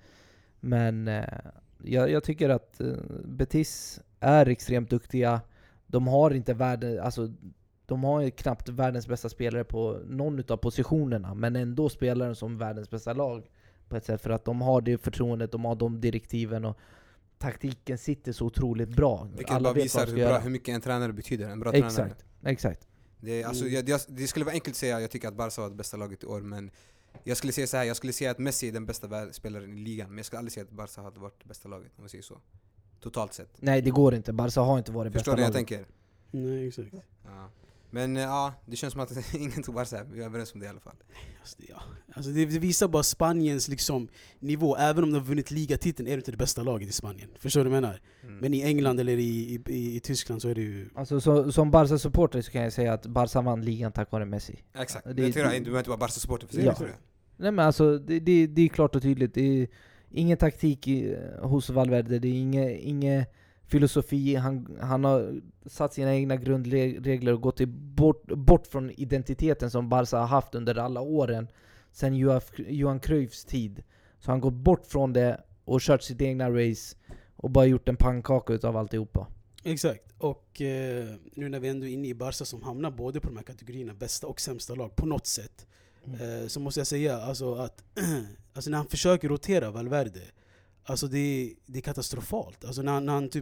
Speaker 2: Men eh, jag, jag tycker att eh, Betis är extremt duktiga. De har inte värde, alltså de har ju knappt världens bästa spelare på någon av positionerna, men ändå spelar de som världens bästa lag på ett sätt, för att de har det förtroendet, de har de direktiven och taktiken sitter så otroligt bra.
Speaker 1: Vilket alla bara visar hur, bra, hur mycket en tränare betyder, en bra
Speaker 2: exakt,
Speaker 1: tränare.
Speaker 2: Exakt.
Speaker 1: Det, alltså, mm. jag, jag, det skulle vara enkelt att säga, jag tycker att Barca var det bästa laget i år, men jag skulle säga så här, jag skulle säga att Messi är den bästa spelaren i ligan, men jag skulle aldrig säga att Barca hade varit det bästa laget, om man säger så. Totalt sett.
Speaker 2: Nej, det går inte. Barca har inte varit
Speaker 1: Förstår
Speaker 2: bästa
Speaker 1: laget.
Speaker 2: laget.
Speaker 1: Förstår du
Speaker 3: jag tänker? Nej, exakt.
Speaker 1: Ja. Men ja, det känns som att ingen tog Barca. Vi är överens om det i alla fall.
Speaker 3: Alltså, det, ja. alltså, det visar bara Spaniens liksom, nivå. Även om de har vunnit ligatiteln är det inte det bästa laget i Spanien. Förstår du vad jag menar? Mm. Men i England eller i, i, i Tyskland så är det ju...
Speaker 2: Alltså, så, som Barca-supporter så kan jag säga att Barca vann ligan tack vare Messi.
Speaker 1: Exakt. Det, det, det, du behöver inte vara Barca-supporter för
Speaker 2: ja. det. Nej, men alltså, det, det, det är klart och tydligt. Det är ingen taktik i, hos Valverde. Det är ingen... ingen filosofi, han, han har satt sina egna grundregler och gått till bort, bort från identiteten som Barca har haft under alla åren sen Johan Cruyffs tid. Så han gått bort från det och kört sitt egna race och bara gjort en pannkaka utav alltihopa.
Speaker 3: Exakt, och eh, nu när vi ändå är inne i Barca som hamnar både på de här kategorierna bästa och sämsta lag på något sätt, mm. eh, så måste jag säga alltså att alltså när han försöker rotera Valverde, alltså det, det är katastrofalt. Alltså när, när han typ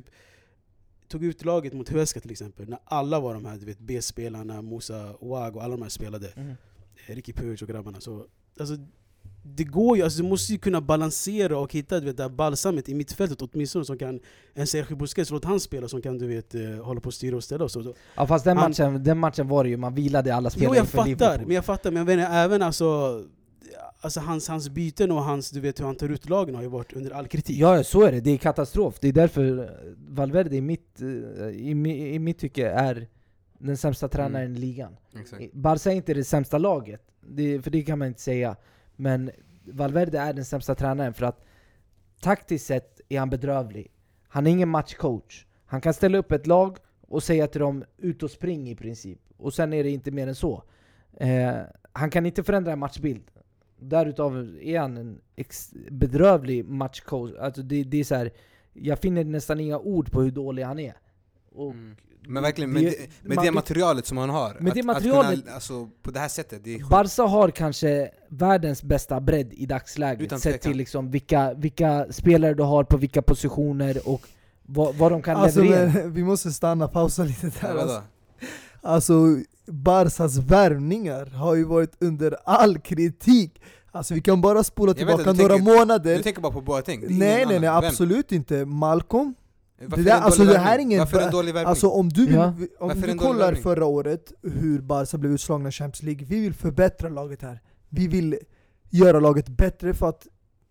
Speaker 3: tog ut laget mot Huesca till exempel, när alla var de här du vet, B-spelarna, Musa, Ouag och alla de här spelade, mm. Ricky Puig och grabbarna, så alltså det går ju, alltså du måste ju kunna balansera och hitta du vet, det här balsamet i mittfältet åtminstone som kan, en Sergio Busquets, låt han spela som kan du vet uh, hålla på att styra och ställa och så.
Speaker 2: Ja, fast den,
Speaker 3: han,
Speaker 2: matchen, den matchen var det ju, man vilade alla spelare.
Speaker 3: Jo, jag fattar, men jag fattar, men jag vet inte, även alltså Alltså hans, hans byten och hans, du vet hur han tar ut lagen har ju varit under all kritik.
Speaker 2: Ja, så är det. Det är katastrof. Det är därför Valverde i mitt, i, i mitt tycke är den sämsta tränaren mm. i ligan.
Speaker 1: Exakt.
Speaker 2: Barca är inte det sämsta laget, det, för det kan man inte säga. Men Valverde är den sämsta tränaren för att taktiskt sett är han bedrövlig. Han är ingen matchcoach. Han kan ställa upp ett lag och säga till dem ut och spring i princip. Och sen är det inte mer än så. Eh, han kan inte förändra en matchbild. Därutav är han en ex- bedrövlig matchcoach. Alltså det, det är så här, jag finner nästan inga ord på hur dålig han är. Och
Speaker 1: mm. Men verkligen, med, det, med det materialet som han har,
Speaker 2: med
Speaker 1: att,
Speaker 2: det materialet,
Speaker 1: att kunna, alltså, på det här sättet, det är sjukt.
Speaker 2: Barca har kanske världens bästa bredd i dagsläget, sett till liksom vilka, vilka spelare du har på vilka positioner och vad, vad de kan
Speaker 4: alltså,
Speaker 2: leverera.
Speaker 4: Men, vi måste stanna, pausa lite där.
Speaker 1: Ja,
Speaker 4: alltså. alltså Barcas värvningar har ju varit under all kritik. Alltså vi kan bara spola tillbaka några tänker, månader.
Speaker 1: Du tänker bara på Boateng?
Speaker 4: Nej, nej, nej, absolut Vem? inte. Malcolm. Det, där, alltså det här är ingen...
Speaker 1: Varför en dålig värvning?
Speaker 4: Alltså om du, vill,
Speaker 2: ja.
Speaker 4: om du kollar förra året hur Barca blev utslagna i Champions League. Vi vill förbättra laget här. Vi vill göra laget bättre för att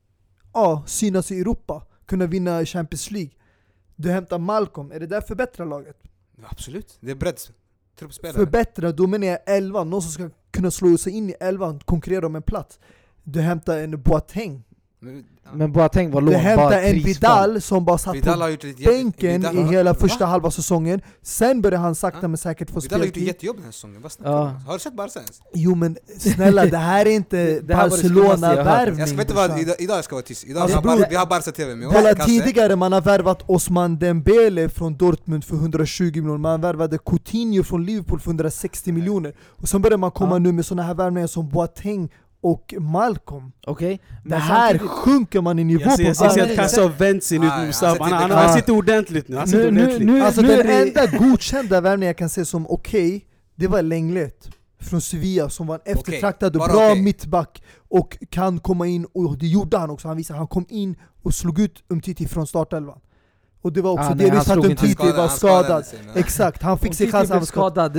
Speaker 4: ja, synas i Europa. Kunna vinna Champions League. Du hämtar Malcolm. Är det där förbättra laget?
Speaker 1: Ja, absolut. Det är bredd.
Speaker 4: Förbättra, då menar jag elvan. Någon som ska kunna slå sig in i elvan, konkurrera om en plats. Du hämtar en Boateng.
Speaker 2: Men, ja. men Boateng var låg.
Speaker 4: Du hämtar en Vidal som bara satt
Speaker 1: Vidal
Speaker 4: på bänken Vidal, i hela va? första halva säsongen. Sen började han sakta ja. men säkert få speltid.
Speaker 1: Vidal har gjort ett jättejobb den här säsongen. Ja. Har du sett Barca ens?
Speaker 4: Jo men snälla, det här är inte Barcelona-värvning.
Speaker 1: Jag ska inte vara, idag, idag ska jag vara tyst. Idag alltså, vi, har, vi har Barca-T V med
Speaker 4: oss. Tidigare man har värvat Osman Dembele från Dortmund för hundratjugo miljoner. Man värvade Coutinho från Liverpool för hundrasextio miljoner. Och sen börjar man komma ja. nu med såna här värvningar som Boateng och Malcolm.
Speaker 2: Okay.
Speaker 4: Det här samtidigt... sjunker man i nivå
Speaker 3: jag
Speaker 4: på.
Speaker 3: Jag ser att Kassa har vänt sig nu ah, Mustafa. Han, han, han sitter ordentligt nu. Han sitter nu, ordentligt.
Speaker 4: Nu, nu, alltså nu den det... enda godkända värvningen jag kan se som okej, okay, det var Lenglet från Sevilla som var en eftertraktad okay. och bra okay. mittback och kan komma in, och det gjorde han också. Han visade han kom in och slog ut Umtiti från startelvan. Och det var också ah, delvis att Umtiti var skadad. Sig, Exakt, han fick sig chans att
Speaker 2: skadad.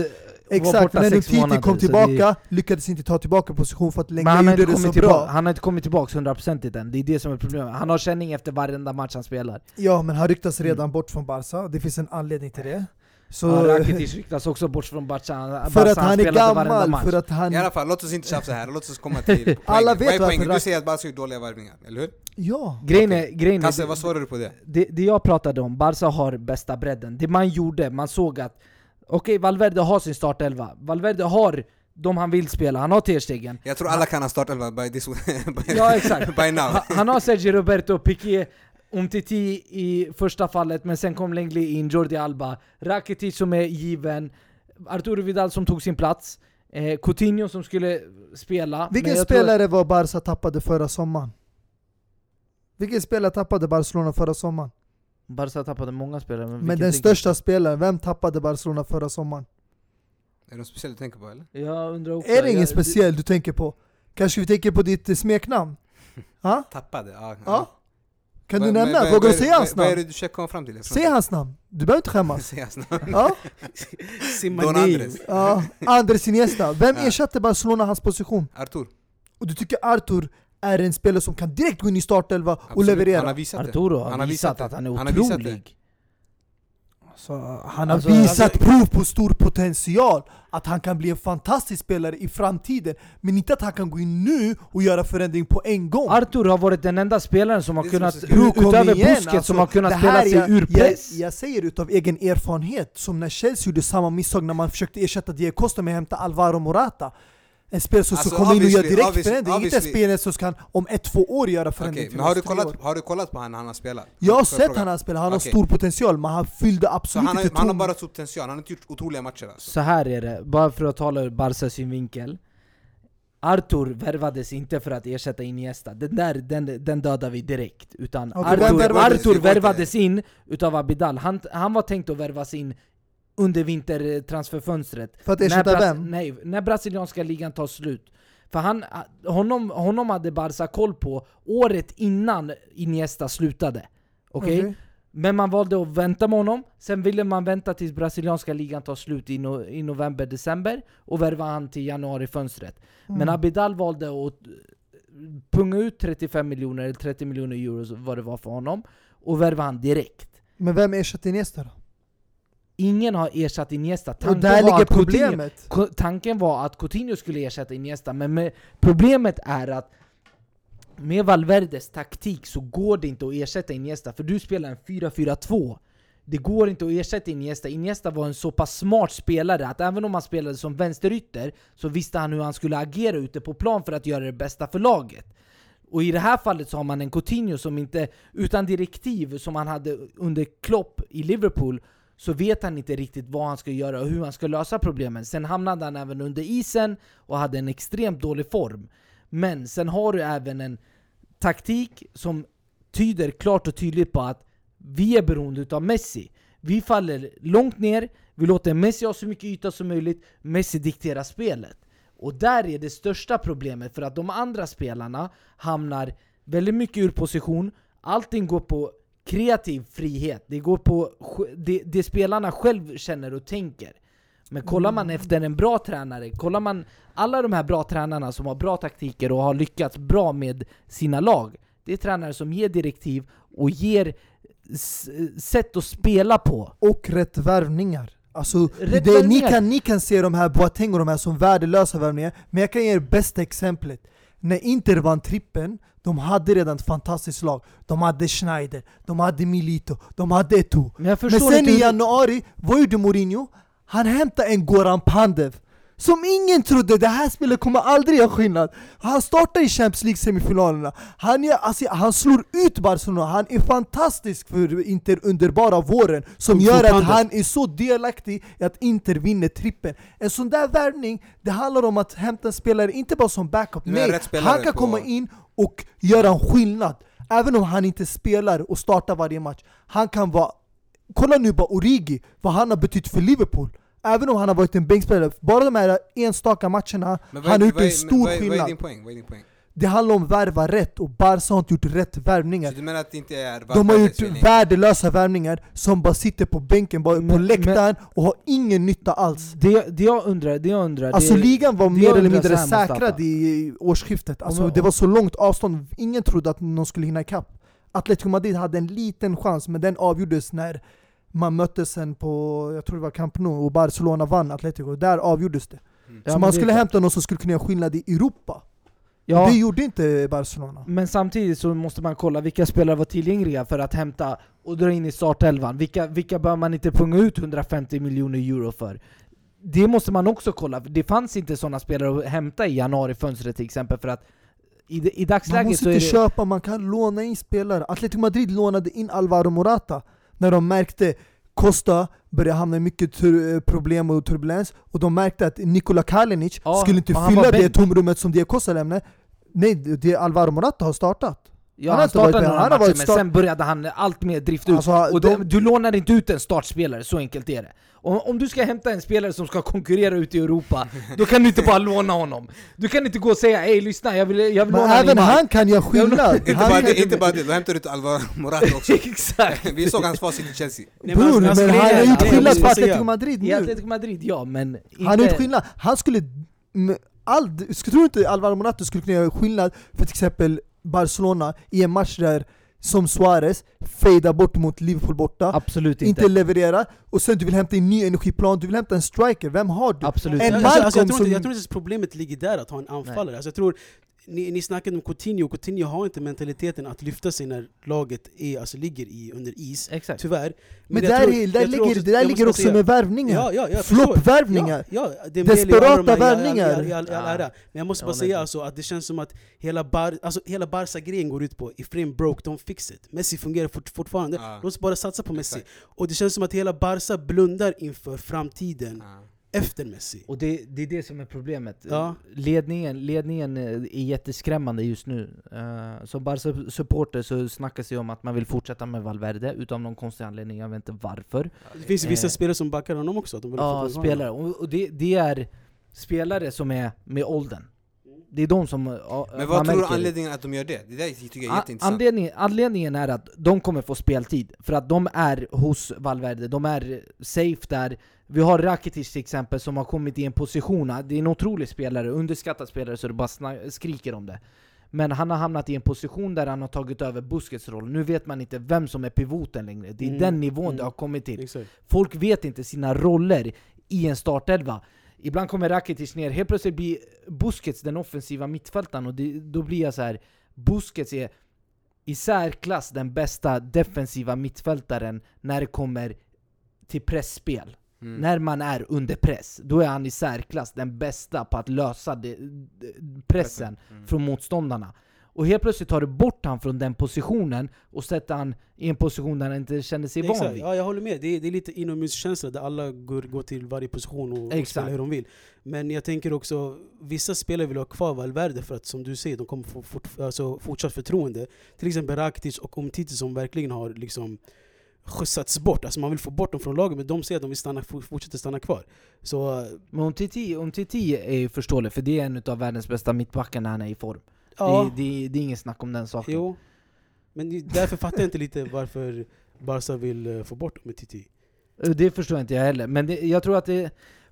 Speaker 4: Exakt, när Umtiti kom tillbaka
Speaker 2: det...
Speaker 4: lyckades inte ta tillbaka position för att länge
Speaker 2: han
Speaker 4: gjorde det så
Speaker 2: tillbaka,
Speaker 4: bra.
Speaker 2: Han har inte kommit tillbaka hundra procent i den. Det är det som är problemet. Han har känning efter varenda match han spelar.
Speaker 4: Ja, men han ryktas redan
Speaker 2: mm.
Speaker 4: bort från Barca. Det finns en anledning till det.
Speaker 2: Så ja, Rakitic ryktas också bort från Barca.
Speaker 4: För Barca, att han, han är gammal. För att han...
Speaker 1: I alla fall, låt oss inte tjafsa här. Låt oss komma till
Speaker 4: alla vet
Speaker 1: vad poängen. Du säger att Barca är dåliga värvningar, eller hur?
Speaker 4: Ja.
Speaker 2: Grejen är, grejen är,
Speaker 1: Kasse, vad svarar du på det?
Speaker 2: det? Det jag pratade om, Barca har bästa bredden. Det man gjorde, man såg att okej, okay, Valverde har sin startelva. Valverde har de han vill spela. Han har Ter Stegen.
Speaker 1: Jag tror alla kan ha startelva by this by,
Speaker 2: ja, exakt.
Speaker 1: by now.
Speaker 2: Han, han har Sergio Roberto, Piqué, Umtiti i första fallet, men sen kom Lenglet in, Jordi Alba, Rakitic som är given, Arturo Vidal som tog sin plats, eh, Coutinho som skulle spela.
Speaker 4: Vilken spelare tror... var Barca tappade förra sommaren? Vilken spelare tappade Barcelona förra sommaren?
Speaker 2: Barca tappade många spelare. Men,
Speaker 4: men den största spelaren, vem tappade Barcelona förra sommaren?
Speaker 1: Är det något speciellt du tänker på, eller?
Speaker 2: Jag undrar också.
Speaker 4: Är det ingen
Speaker 2: jag,
Speaker 4: speciell du tänker på? Kanske vi tänker på ditt smeknamn?
Speaker 1: Ha? Tappade, ja.
Speaker 4: ja. Kan du nämna? Vågar du säga hans namn?
Speaker 1: Vad är det du försöker komma fram till?
Speaker 4: Säg hans namn. Du behöver inte skämmas.
Speaker 1: Säg hans namn.
Speaker 4: Ja.
Speaker 1: Don Andres.
Speaker 4: Ja. Andres Iniesta. Vem ja. ersatte Barcelona hans position?
Speaker 1: Artur.
Speaker 4: Och du tycker Artur är en spelare som kan direkt gå in i startelva och Absolut. leverera?
Speaker 1: Han har visat det.
Speaker 2: Arturo har, han har visat, visat att han är
Speaker 1: han
Speaker 2: otrolig.
Speaker 4: Så han har
Speaker 2: alltså,
Speaker 4: visat
Speaker 2: alltså,
Speaker 4: prov på stor potential. Att han kan bli en fantastisk spelare i framtiden. Men inte att han kan gå in nu och göra förändring på en gång.
Speaker 2: Artur har varit den enda spelaren som har kunnat, utöver Busquets, alltså, som har kunnat spela sig
Speaker 4: jag,
Speaker 2: ur press.
Speaker 4: Jag, jag säger utav egen erfarenhet, som när Chelsea gjorde samma misstag när man försökte ersätta Diego Costa med att hämta Alvaro Morata. En spelare som alltså, kommer in och gör direkt förändring. Inte en spelare som kan om ett, två år göra förändring.
Speaker 1: Okay, men har du, kollat, har du kollat på han han har spelat?
Speaker 4: Jag har sett han har spelat, han har okay. stor potential, men han fyllde absolut
Speaker 1: han har,
Speaker 4: inte
Speaker 1: han har bara stor potential, han har inte gjort otroliga matcher alltså.
Speaker 2: Så här är det, bara för att tala ur Barca synvinkel. Artur värvades inte för att ersätta Iniesta. Den där, den, den dödade vi direkt. Utan okay, Artur, värvades, Artur värvades in utav Abidal. Han, han var tänkt att värvas in under vintertransferfönstret.
Speaker 4: För att ersätta
Speaker 2: när
Speaker 4: vem?
Speaker 2: Nej, när brasilianska ligan tar slut. För han, honom, honom hade Barca koll på året innan Iniesta slutade. Okej? Okay? Okay. Men man valde att vänta med honom. Sen ville man vänta tills brasilianska ligan tar slut i, no, i november, december. Och värva han till januari-fönstret. Mm. Men Abidal valde att punga ut trettiofem miljoner eller trettio miljoner euro vad det var för honom. Och värva han direkt.
Speaker 4: Men vem ersatte Iniesta då?
Speaker 2: Ingen har ersatt Iniesta. Tanken
Speaker 4: och där
Speaker 2: var
Speaker 4: ligger
Speaker 2: att
Speaker 4: problemet.
Speaker 2: Coutinho, tanken var att Coutinho skulle ersätta Iniesta. Men med, problemet är att med Valverdes taktik så går det inte att ersätta Iniesta. För du spelar en fyra fyra två. Det går inte att ersätta Iniesta. Iniesta var en så pass smart spelare att även om han spelade som vänsterytter så visste han hur han skulle agera ute på plan för att göra det bästa för laget. Och i det här fallet så har man en Coutinho som inte, utan direktiv som han hade under Klopp i Liverpool, så vet han inte riktigt vad han ska göra och hur han ska lösa problemen. Sen hamnade han även under isen och hade en extremt dålig form. Men sen har du även en taktik som tyder klart och tydligt på att vi är beroende av Messi. Vi faller långt ner, vi låter Messi ha så mycket yta som möjligt, Messi dikterar spelet. Och där är det största problemet, för att de andra spelarna hamnar väldigt mycket ur position. Allting går på kreativ frihet. Det går på det, det spelarna själv känner och tänker. Men kollar man efter en bra tränare, kollar man alla de här bra tränarna som har bra taktiker och har lyckats bra med sina lag, det är tränare som ger direktiv och ger s- sätt att spela på.
Speaker 4: Och rätt värvningar. Alltså, det, ni, kan, ni kan se de här Boateng och de här som värdelösa värvningar, men jag kan ge er bästa exemplet. När Inter vann trippen, de hade redan ett fantastiskt lag. De hade Schneider, de hade Milito, de hade Eto'o. Men, men sen i januari, vad gjorde Mourinho? Han hämtade en Goran Pandev som ingen trodde, det här spelet kommer aldrig göra skillnad. Han startar i Champions League semifinalerna. Han, är, alltså, han slår ut Barcelona. Han är fantastisk för Inter under bara våren, som gör att han är så delaktig i att Inter vinner trippen. En sån där värvning, det handlar om att hämta en spelare inte bara som backup. Nej, han kan på... komma in och göra en skillnad. Även om han inte spelar och startar varje match. Han kan vara... Kolla nu bara Origi, vad han har betytt för Liverpool. Även om han har varit en bänkspelare, bara de här enstaka matcherna, han har gjort en stor
Speaker 1: vad är,
Speaker 4: skillnad.
Speaker 1: Vad är din poäng? Vad är din poäng?
Speaker 4: Det handlar om värva rätt och Barca har inte gjort rätt värvningar.
Speaker 1: Så du menar att det inte är
Speaker 4: de har gjort värdelösa värvningar som bara sitter på bänken, bara
Speaker 2: men,
Speaker 4: på läktaren
Speaker 2: men,
Speaker 4: och har ingen nytta alls.
Speaker 2: Det, det jag undrar, det jag undrar
Speaker 4: Alltså
Speaker 2: det,
Speaker 4: ligan var mer eller mindre säkrad
Speaker 2: i,
Speaker 4: i årsskiftet. Alltså
Speaker 2: om,
Speaker 4: det var så långt avstånd, ingen trodde att någon skulle hinna ikapp. Atletico Madrid hade en liten chans, men den avgjordes när man möttes sen på, jag tror det var Camp Nou, och Barcelona vann Atletico. Där avgjordes det. Mm. Så ja, man skulle hämta någon som skulle kunna göra skillnad i Europa. Ja, det gjorde inte Barcelona.
Speaker 2: Men samtidigt så måste man kolla vilka spelare var tillgängliga för att hämta och dra in i startelvan. Vilka, vilka bör man inte punga ut hundrafemtio miljoner euro för? Det måste man också kolla. Det fanns inte sådana spelare att hämta i januari-fönstret till exempel, för att i, i dagsläget
Speaker 4: man måste
Speaker 2: så är
Speaker 4: inte
Speaker 2: det...
Speaker 4: köpa, man kan låna in spelare. Atletico Madrid lånade in Alvaro Morata när de märkte Costa började hamna i mycket tur- problem och turbulens, och de märkte att Nikola Kalinic ja, skulle inte fylla det tomrummet som Diego Costa lämnade. Nej, det Alvaro Morata har startat.
Speaker 2: Ja, han, han startade några matcher, men start... sen började han allt mer drift ut. Alltså, och de... det, du lånar inte ut en startspelare, så enkelt är det. Om, om du ska hämta en spelare som ska konkurrera ute i Europa, då kan du inte bara låna honom. Du kan inte gå och säga, hej lyssna, jag vill, jag vill
Speaker 4: men
Speaker 2: låna
Speaker 4: även han kan göra skillnad.
Speaker 1: Inte bara det, inte bara det, då hämtar du ut Alvaro Morata också.
Speaker 2: Exakt.
Speaker 1: Vi såg hans facit i Chelsea.
Speaker 4: Nej, men, Bror, alltså, men han har gjort skillnad på Atletico Madrid nu.
Speaker 2: I Atletico Madrid, ja, men inte...
Speaker 4: Han har gjort skillnad. Han skulle... All, jag tror inte Alvaro Morata skulle kunna göra skillnad för till exempel Barcelona i en match där som Suarez fejdar bort mot Liverpool borta.
Speaker 2: Absolut inte.
Speaker 4: Inte leverera. Och sen du vill hämta en ny energiplan, du vill hämta en striker. Vem har du?
Speaker 2: Absolut.
Speaker 3: En alltså, alltså, jag, tror inte, jag tror inte att problemet ligger där att ha en anfallare. Alltså, jag tror Ni, ni snackade om Coutinho. Coutinho har inte mentaliteten att lyfta sig när laget är, alltså, ligger i, under is.
Speaker 2: Exakt.
Speaker 3: Tyvärr.
Speaker 4: Men, men där, tror, är, där ligger, också, det där ligger också säga, med värvningar.
Speaker 3: Ja, ja, ja,
Speaker 4: floppvärvningar.
Speaker 3: Ja, ja,
Speaker 4: desperata värvningar.
Speaker 3: Men jag måste bara ja, säga alltså, att det känns som att hela, bar, alltså, hela Barca-grejen går ut på if frame broke, don't fix it. Messi fungerar fort, fortfarande. Ja. Låt oss bara satsa på Messi. Exakt. Och det känns som att hela Barca blundar inför framtiden. Ja. Efter Messi.
Speaker 2: Och det, det är det som är problemet.
Speaker 3: Ja.
Speaker 2: Ledningen, ledningen är jätteskrämmande just nu. Uh, som Barca-supporter så snackas det om att man vill fortsätta med Valverde utan någon konstig anledning. Jag vet inte varför.
Speaker 3: Det finns uh, vissa spelare som backar honom också. Att de
Speaker 2: ja, spelare. Och, och det, det är spelare som är med åldern. Det är de som... Uh,
Speaker 1: Men vad tror du anledningen att de gör det? Det där tycker jag är jätteintressant.
Speaker 2: Anledningen, anledningen är att de kommer få speltid. För att de är hos Valverde. De är safe där. Vi har Rakitic till exempel som har kommit i en position. Det är en otrolig spelare, underskattad spelare så det bara sna- skriker om det. Men han har hamnat i en position där han har tagit över Busquets roll. Nu vet man inte vem som är pivoten längre. Det är mm. den nivån mm. det har kommit till.
Speaker 3: Exakt.
Speaker 2: Folk vet inte sina roller i en startelva. Ibland kommer Rakitic ner. Helt plötsligt blir Busquets den offensiva mittfältaren. Och det, då blir jag så här: Busquets är i särklass den bästa defensiva mittfältaren när det kommer till pressspel. Mm. När man är under press, då är han i särklass den bästa på att lösa det, pressen mm. från motståndarna. Och helt plötsligt tar du bort han från den positionen och sätter han i en position där han inte känner sig van vid.
Speaker 3: Ja, jag håller med. Det är, det är lite inomhuskänsla där alla går, går till varje position och, och spelar hur de vill. Men jag tänker också, vissa spelare vill ha kvar Valverde för att, som du säger, de kommer få fort, alltså, fortsatt förtroende. Till exempel Rakitic och Umtiti som verkligen har liksom skjutsats bort. Alltså man vill få bort dem från laget, men de säger att de vill stanna, fortsätta stanna kvar. Så,
Speaker 2: men Umtiti, Umtiti är ju förståelig, för det är en av världens bästa mittbackar när han är i form.
Speaker 3: Ja.
Speaker 2: Det, det, det är ingen snack om den saken.
Speaker 3: Jo, men därför fattar jag inte lite varför Barca vill uh, få bort Umtiti.
Speaker 2: Det förstår inte jag heller. Men det, jag tror att det,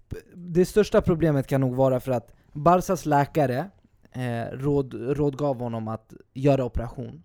Speaker 2: det största problemet kan nog vara för att Barcas läkare eh, råd, rådgav honom att göra operation.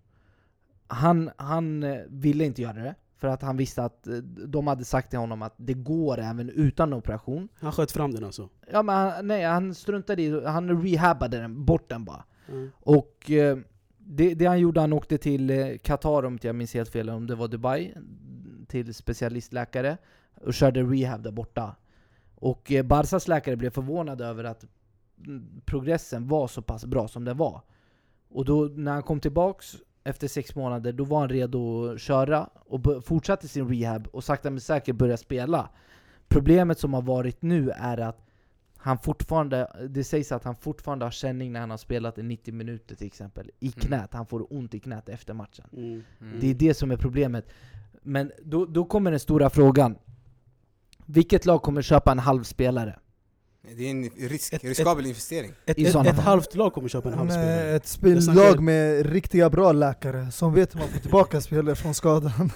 Speaker 2: Han, han ville inte göra det. För att han visste att de hade sagt till honom att det går även utan operation.
Speaker 3: Han sköt fram den alltså?
Speaker 2: Ja, men han, nej, han struntade i, han rehabbade den, bort den bara.
Speaker 3: Mm.
Speaker 2: Och eh, det, det han gjorde, han åkte till eh, Qatar, om jag minns helt fel, om det var Dubai, till specialistläkare och körde rehab där borta. Och eh, Barcas läkare blev förvånade över att progressen var så pass bra som det var. Och då när han kom tillbaks efter sex månader, då var han redo att köra och b- fortsatte sin rehab och sakta men säkert börja spela. Problemet som har varit nu är att han fortfarande, det sägs att han fortfarande har känning när han har spelat i nittio minuter till exempel i knät. Han får ont i knät efter matchen.
Speaker 3: Mm. Mm.
Speaker 2: Det är det som är problemet. Men då, då kommer den stora frågan. Vilket lag kommer köpa en halv spelare?
Speaker 1: Det är en risk, ett, riskabel ett, investering.
Speaker 3: Ett, ett, ett, ett halvt lag kommer köpa en halv spelare.
Speaker 4: Ett spellag med riktiga bra läkare som vet hur man får tillbaka spelare från skadan.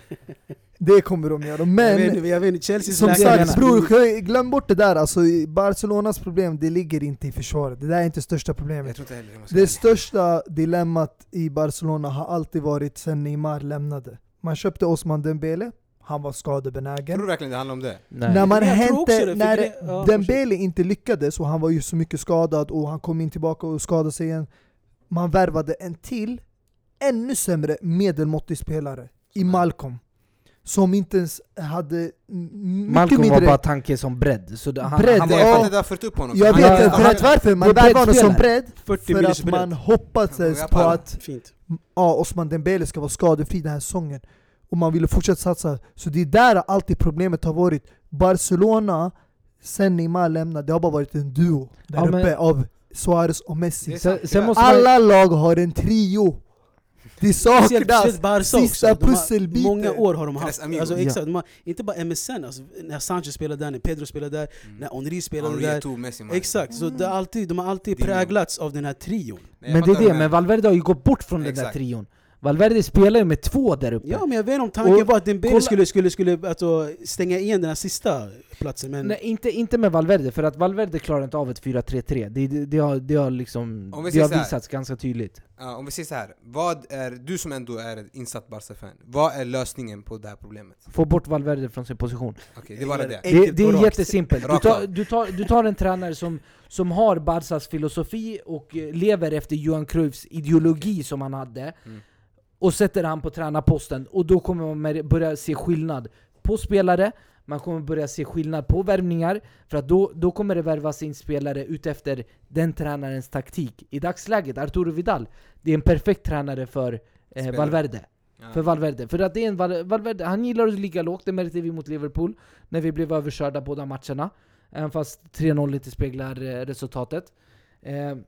Speaker 4: Det kommer de göra. Men
Speaker 3: jag vet, jag vet, Chelseas
Speaker 4: som sagt, bror, glöm bort det där. Alltså, Barcelonas problem, det ligger inte i försvaret. Det där är inte största problemet.
Speaker 1: Jag tror inte heller,
Speaker 4: det det största dilemmat i Barcelona har alltid varit sen Neymar lämnade. Man köpte Osman Dembele. Han var skadebenägen.
Speaker 1: Tror du verkligen det handlar om det?
Speaker 4: Nej. När man hände,
Speaker 3: det,
Speaker 4: när
Speaker 3: det, ja,
Speaker 4: Dembele inte lyckades och han var ju så mycket skadad och han kom in tillbaka och skadade sig igen. Man värvade en till ännu sämre medelmåttig spelare i Malcolm. Som inte ens hade
Speaker 2: Malcolm mindre var bara tanke som bredd. Så det, han,
Speaker 4: bredd,
Speaker 1: han var
Speaker 4: ja.
Speaker 1: ju fört upp honom.
Speaker 4: Jag
Speaker 1: han,
Speaker 4: vet inte
Speaker 1: han,
Speaker 4: varför man värvade honom som bredd.
Speaker 3: För
Speaker 4: att man hoppades
Speaker 1: ja,
Speaker 4: på att
Speaker 3: Fint.
Speaker 4: Ja, Osman Dembele ska vara skadefri den här säsongen. Och man ville fortsätta satsa. Så det är där alltid problemet har varit. Barcelona, sen Neymar lämnade, det har bara varit en duo där ja, uppe av Suarez och Messi.
Speaker 2: Sen, sen måste
Speaker 4: alla man... lag har en trio. Det saknas sista pusselbiten.
Speaker 3: Många år har de haft. Alltså, exakt, ja. de har, inte bara M S N, alltså, när Sanchez spelade där, när Pedro spelade där, mm. när Henry spelade Henry där. Tog Messi, exakt, så det alltid, de har alltid Dino. präglats av den här trion.
Speaker 2: Nej, men det är det, men Valverde har ju gått bort från exakt. den där trion. Valverde spelar ju med två där uppe.
Speaker 3: Ja, men jag vet om tanken och var att Dembele skulle, skulle, skulle alltså, stänga igen den här sista platsen. Men...
Speaker 2: Nej, inte, inte med Valverde, för att Valverde klarar inte av ett fyra tre tre. Det, det, det har, det har, liksom, det har visats ganska tydligt.
Speaker 1: Ja, om vi säger så här, vad är, du som ändå är ett insatt Barca-fan, vad är lösningen på det här problemet?
Speaker 2: Få bort Valverde från sin position.
Speaker 1: Okej, det var det.
Speaker 2: Det, det är jättesimpelt. Du tar, du, tar, du tar en tränare som, som har Barcas filosofi och lever efter Johan Cruyffs ideologi som han hade. Mm. Och sätter han på tränarposten. Och då kommer man börja se skillnad på spelare. Man kommer börja se skillnad på värvningar. För att då, då kommer det värvas in spelare ut efter den tränarens taktik. I dagsläget, Arturo Vidal, det är en perfekt tränare för eh, Valverde. Ja. För Valverde. För att det är en Val- Valverde, han gillar att ligga lågt. Det märkte vi mot Liverpool när vi blev överkörda båda matcherna. Även fast tre noll inte speglar eh, resultatet. Eh, mm.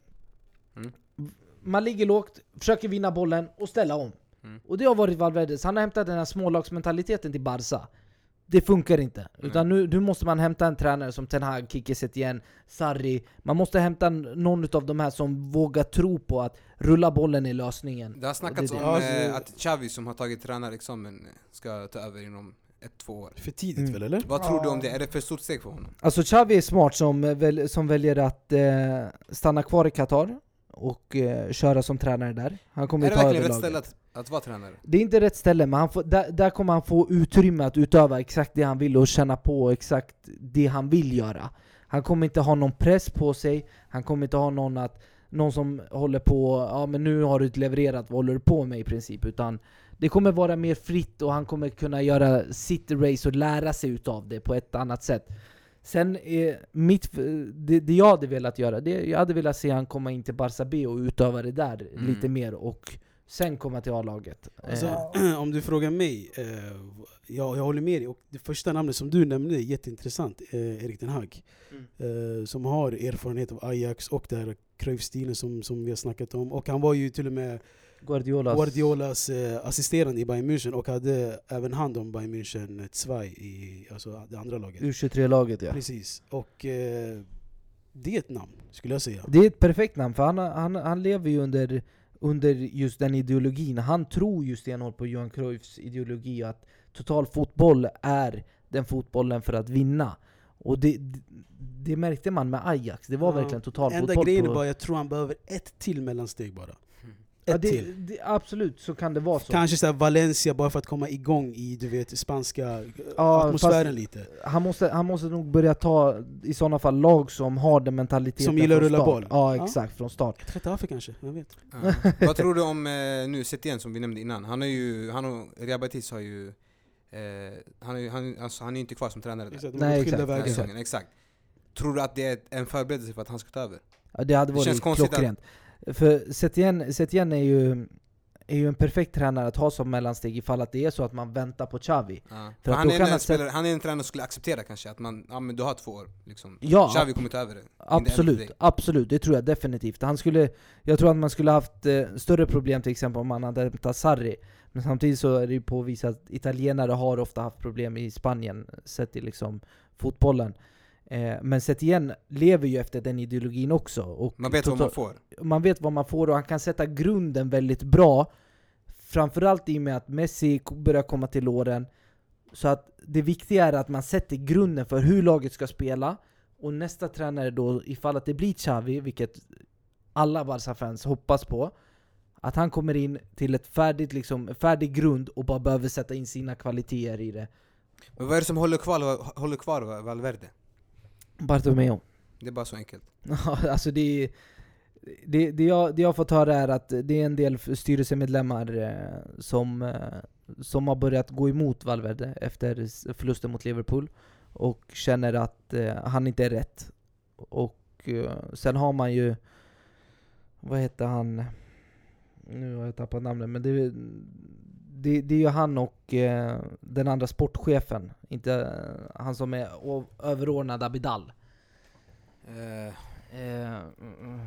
Speaker 2: Man ligger lågt, försöker vinna bollen och ställa om. Mm. Och det har varit Valverdes. Han har hämtat den här smålagsmentaliteten till Barca. Det funkar inte. Mm. Utan nu, nu måste man hämta en tränare som Ten Hag, Kike Setien, Sarri. Man måste hämta någon av de här som vågar tro på att rulla bollen i lösningen.
Speaker 1: Det har snackats det om det. Äh, att Xavi som har tagit tränarexamen ska ta över inom ett, två år.
Speaker 3: För tidigt mm. väl, eller?
Speaker 1: Vad tror du om det? Är det för stort steg för honom?
Speaker 2: Alltså Xavi är smart som, väl, som väljer att eh, stanna kvar i Qatar och eh, köra som tränare där. Han kommer
Speaker 1: är det
Speaker 2: ta
Speaker 1: verkligen
Speaker 2: rätt
Speaker 1: ställe att, att vara tränare?
Speaker 2: Det är inte rätt ställe, men han får, där, där kommer han få utrymme att utöva exakt det han vill och känna på exakt det han vill göra. Han kommer inte ha någon press på sig. Han kommer inte ha någon, att, någon som håller på, ja men nu har du levererat, vad håller du på med i princip? Utan det kommer vara mer fritt och han kommer kunna göra sitt race och lära sig utav det på ett annat sätt. Sen är mitt, det, det jag hade velat göra, det, jag hade velat se han komma in till Barca B och utöva det där mm. lite mer och sen komma till A-laget.
Speaker 3: Alltså, eh. Om du frågar mig, eh, jag, jag håller med dig. Och det första namnet som du nämnde är jätteintressant, eh, Erik Ten Hag. Mm. Eh, som har erfarenhet av Ajax och där Cruyff-stilen som, som vi har snackat om. Och han var ju till och med
Speaker 2: Guardiolas,
Speaker 3: Guardiolas eh, assisterande i Bayern München och hade även hand om Bayern München två i alltså det andra laget.
Speaker 2: U tjugotre-laget, ja.
Speaker 3: Precis. Och eh, det är ett namn, skulle jag säga.
Speaker 2: Det är ett perfekt namn, för han, han, han lever ju under, under just den ideologin. Han tror ju stenhårt på Johan Cruyffs ideologi att total fotboll är den fotbollen för att vinna. Och det, det, det märkte man med Ajax. Det var ja, verkligen total
Speaker 3: enda
Speaker 2: fotboll.
Speaker 3: Enda grejen
Speaker 2: på...
Speaker 3: är bara, jag tror han behöver ett till mellansteg bara.
Speaker 2: Ja, det, det, absolut, så kan det vara så.
Speaker 3: Kanske så här Valencia bara för att komma igång i du vet spanska ja, atmosfären lite.
Speaker 2: Han måste, han måste nog börja ta i sådana fall lag som har den mentaliteten
Speaker 3: som gillar att rulla boll.
Speaker 2: Ja, exakt, ja. Från start.
Speaker 3: Getafe kanske, jag vet.
Speaker 1: Ja. Vad tror du om eh, nu Setien som vi nämnde innan? Han är ju han och Real Betis har ju eh, han är han alltså, han är inte kvar som tränare där.
Speaker 3: Exakt,
Speaker 2: Nej, exakt,
Speaker 1: exakt. exakt. Tror du att det är en förberedelse för att han ska ta över?
Speaker 2: Ja, det hade varit klockrent. För Setien, Setien är ju är ju en perfekt tränare att ha som mellansteg ifall att det är så att man väntar på Xavi.
Speaker 1: Ja. För för han, är en han, spelare, han är en tränare som skulle acceptera kanske att man, ja men du har två år liksom.
Speaker 2: Ja,
Speaker 1: Xavi kommer ta över det.
Speaker 2: Absolut, absolut, det tror jag definitivt. Han skulle, jag tror att man skulle haft eh, större problem till exempel om man hade hämtat Sarri. Men samtidigt så är det ju påvisat att italienare har ofta haft problem i Spanien sett i liksom fotbollen. Eh, men Setien lever ju efter den ideologin också. Och
Speaker 1: man vet vad man får.
Speaker 2: Man vet vad man får och han kan sätta grunden väldigt bra. Framförallt i och med att Messi börjar komma till åren. Så att det viktiga är att man sätter grunden för hur laget ska spela. Och nästa tränare då, ifall att det blir Xavi, vilket alla Barca-fans hoppas på, att han kommer in till ett färdigt, liksom, färdig grund och bara behöver sätta in sina kvaliteter i det.
Speaker 1: Men vad är det som håller kvar, håller kvar Valverde?
Speaker 2: Bartomeu.
Speaker 1: Det är bara så enkelt.
Speaker 2: Alltså det, det, det, jag, det jag har fått höra är att det är en del styrelsemedlemmar eh, som, eh, som har börjat gå emot Valverde efter förlusten mot Liverpool och känner att eh, han inte är rätt. Och eh, sen har man ju, vad heter han, nu har jag tappat namnet, men det, det, det är ju han och eh, den andra sportchefen, inte eh, han som är överordnad Abidal.
Speaker 1: Uh,
Speaker 2: eh, mm.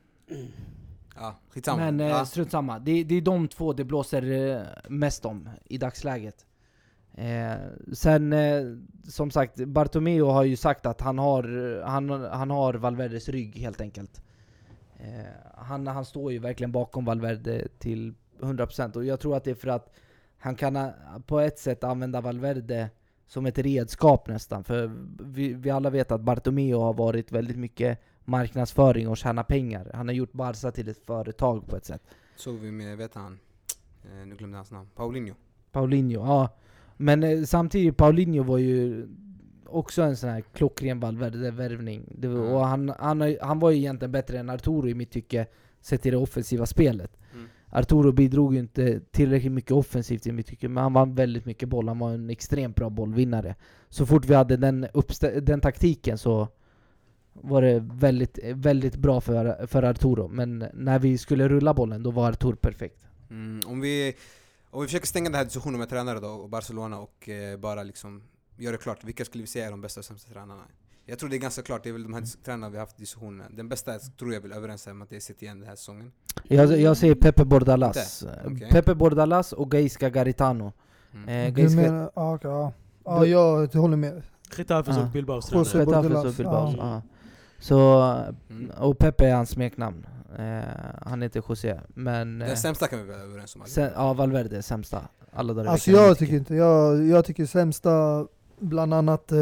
Speaker 1: Ja, skitsamma.
Speaker 2: Men eh,
Speaker 1: ja.
Speaker 2: strunt samma. Det, det är de två det blåser eh, mest om i dagsläget. Eh, sen eh, som sagt, Bartomeu har ju sagt att han har han, han har Valverdes rygg helt enkelt. Eh, han, han står ju verkligen bakom Valverde till hundra procent och jag tror att det är för att han kan uh, på ett sätt använda Valverde som ett redskap nästan. För vi, vi alla vet att Bartomeu har varit väldigt mycket marknadsföring och tjäna pengar. Han har gjort Barca till ett företag på ett sätt.
Speaker 1: Såg vi med, vet han, eh, nu glömde hans namn, Paulinho.
Speaker 2: Paulinho, ja. Men eh, samtidigt, Paulinho var ju också en sån här klockren Valverde-värvning. Det var,
Speaker 1: Mm.
Speaker 2: och han, han, han var ju egentligen bättre än Arturo i mitt tycke, sett till det offensiva spelet.
Speaker 1: Mm.
Speaker 2: Arturo bidrog ju inte tillräckligt mycket offensivt i mitt tycke, men han vann väldigt mycket boll. Han var en extremt bra bollvinnare. Så fort vi hade den, uppstä- den taktiken så var det väldigt, väldigt bra för, för Arturo. Men när vi skulle rulla bollen, då var Arturo perfekt.
Speaker 1: Mm. Om, vi, om vi försöker stänga den här diskussionen med tränare då, och Barcelona och eh, bara liksom göra det klart, vilka skulle vi säga är de bästa och sämsta tränarna? Jag tror det är ganska klart, det är väl de här tränarna vi har haft diskussioner. Den bästa tror jag vill överens om att det är Setien den här säsongen.
Speaker 2: Jag, jag säger Pepe Bordalas.
Speaker 1: Okay.
Speaker 2: Pepe Bordalas och Gaisca Garitano.
Speaker 1: Mm.
Speaker 2: Eh,
Speaker 4: Du
Speaker 2: Gaisca,
Speaker 4: menar, ja, okej, ja. Ja, jag håller med.
Speaker 3: Getafe
Speaker 2: Ah.
Speaker 3: och Bilbaos
Speaker 4: José
Speaker 3: tränare.
Speaker 2: Getafe
Speaker 4: Bordalas,
Speaker 2: och Bilbao.
Speaker 4: ja.
Speaker 2: Ja. Så,
Speaker 1: Mm.
Speaker 2: och Pepe är hans smeknamn. Eh, han heter José. Men
Speaker 1: Den
Speaker 2: eh,
Speaker 1: sämsta kan vi väl överens om.
Speaker 2: sen, ja, Valverde är sämsta. Alla dagar i
Speaker 4: Alltså
Speaker 2: veckan.
Speaker 4: jag tycker inte, jag, jag tycker sämsta bland annat eh,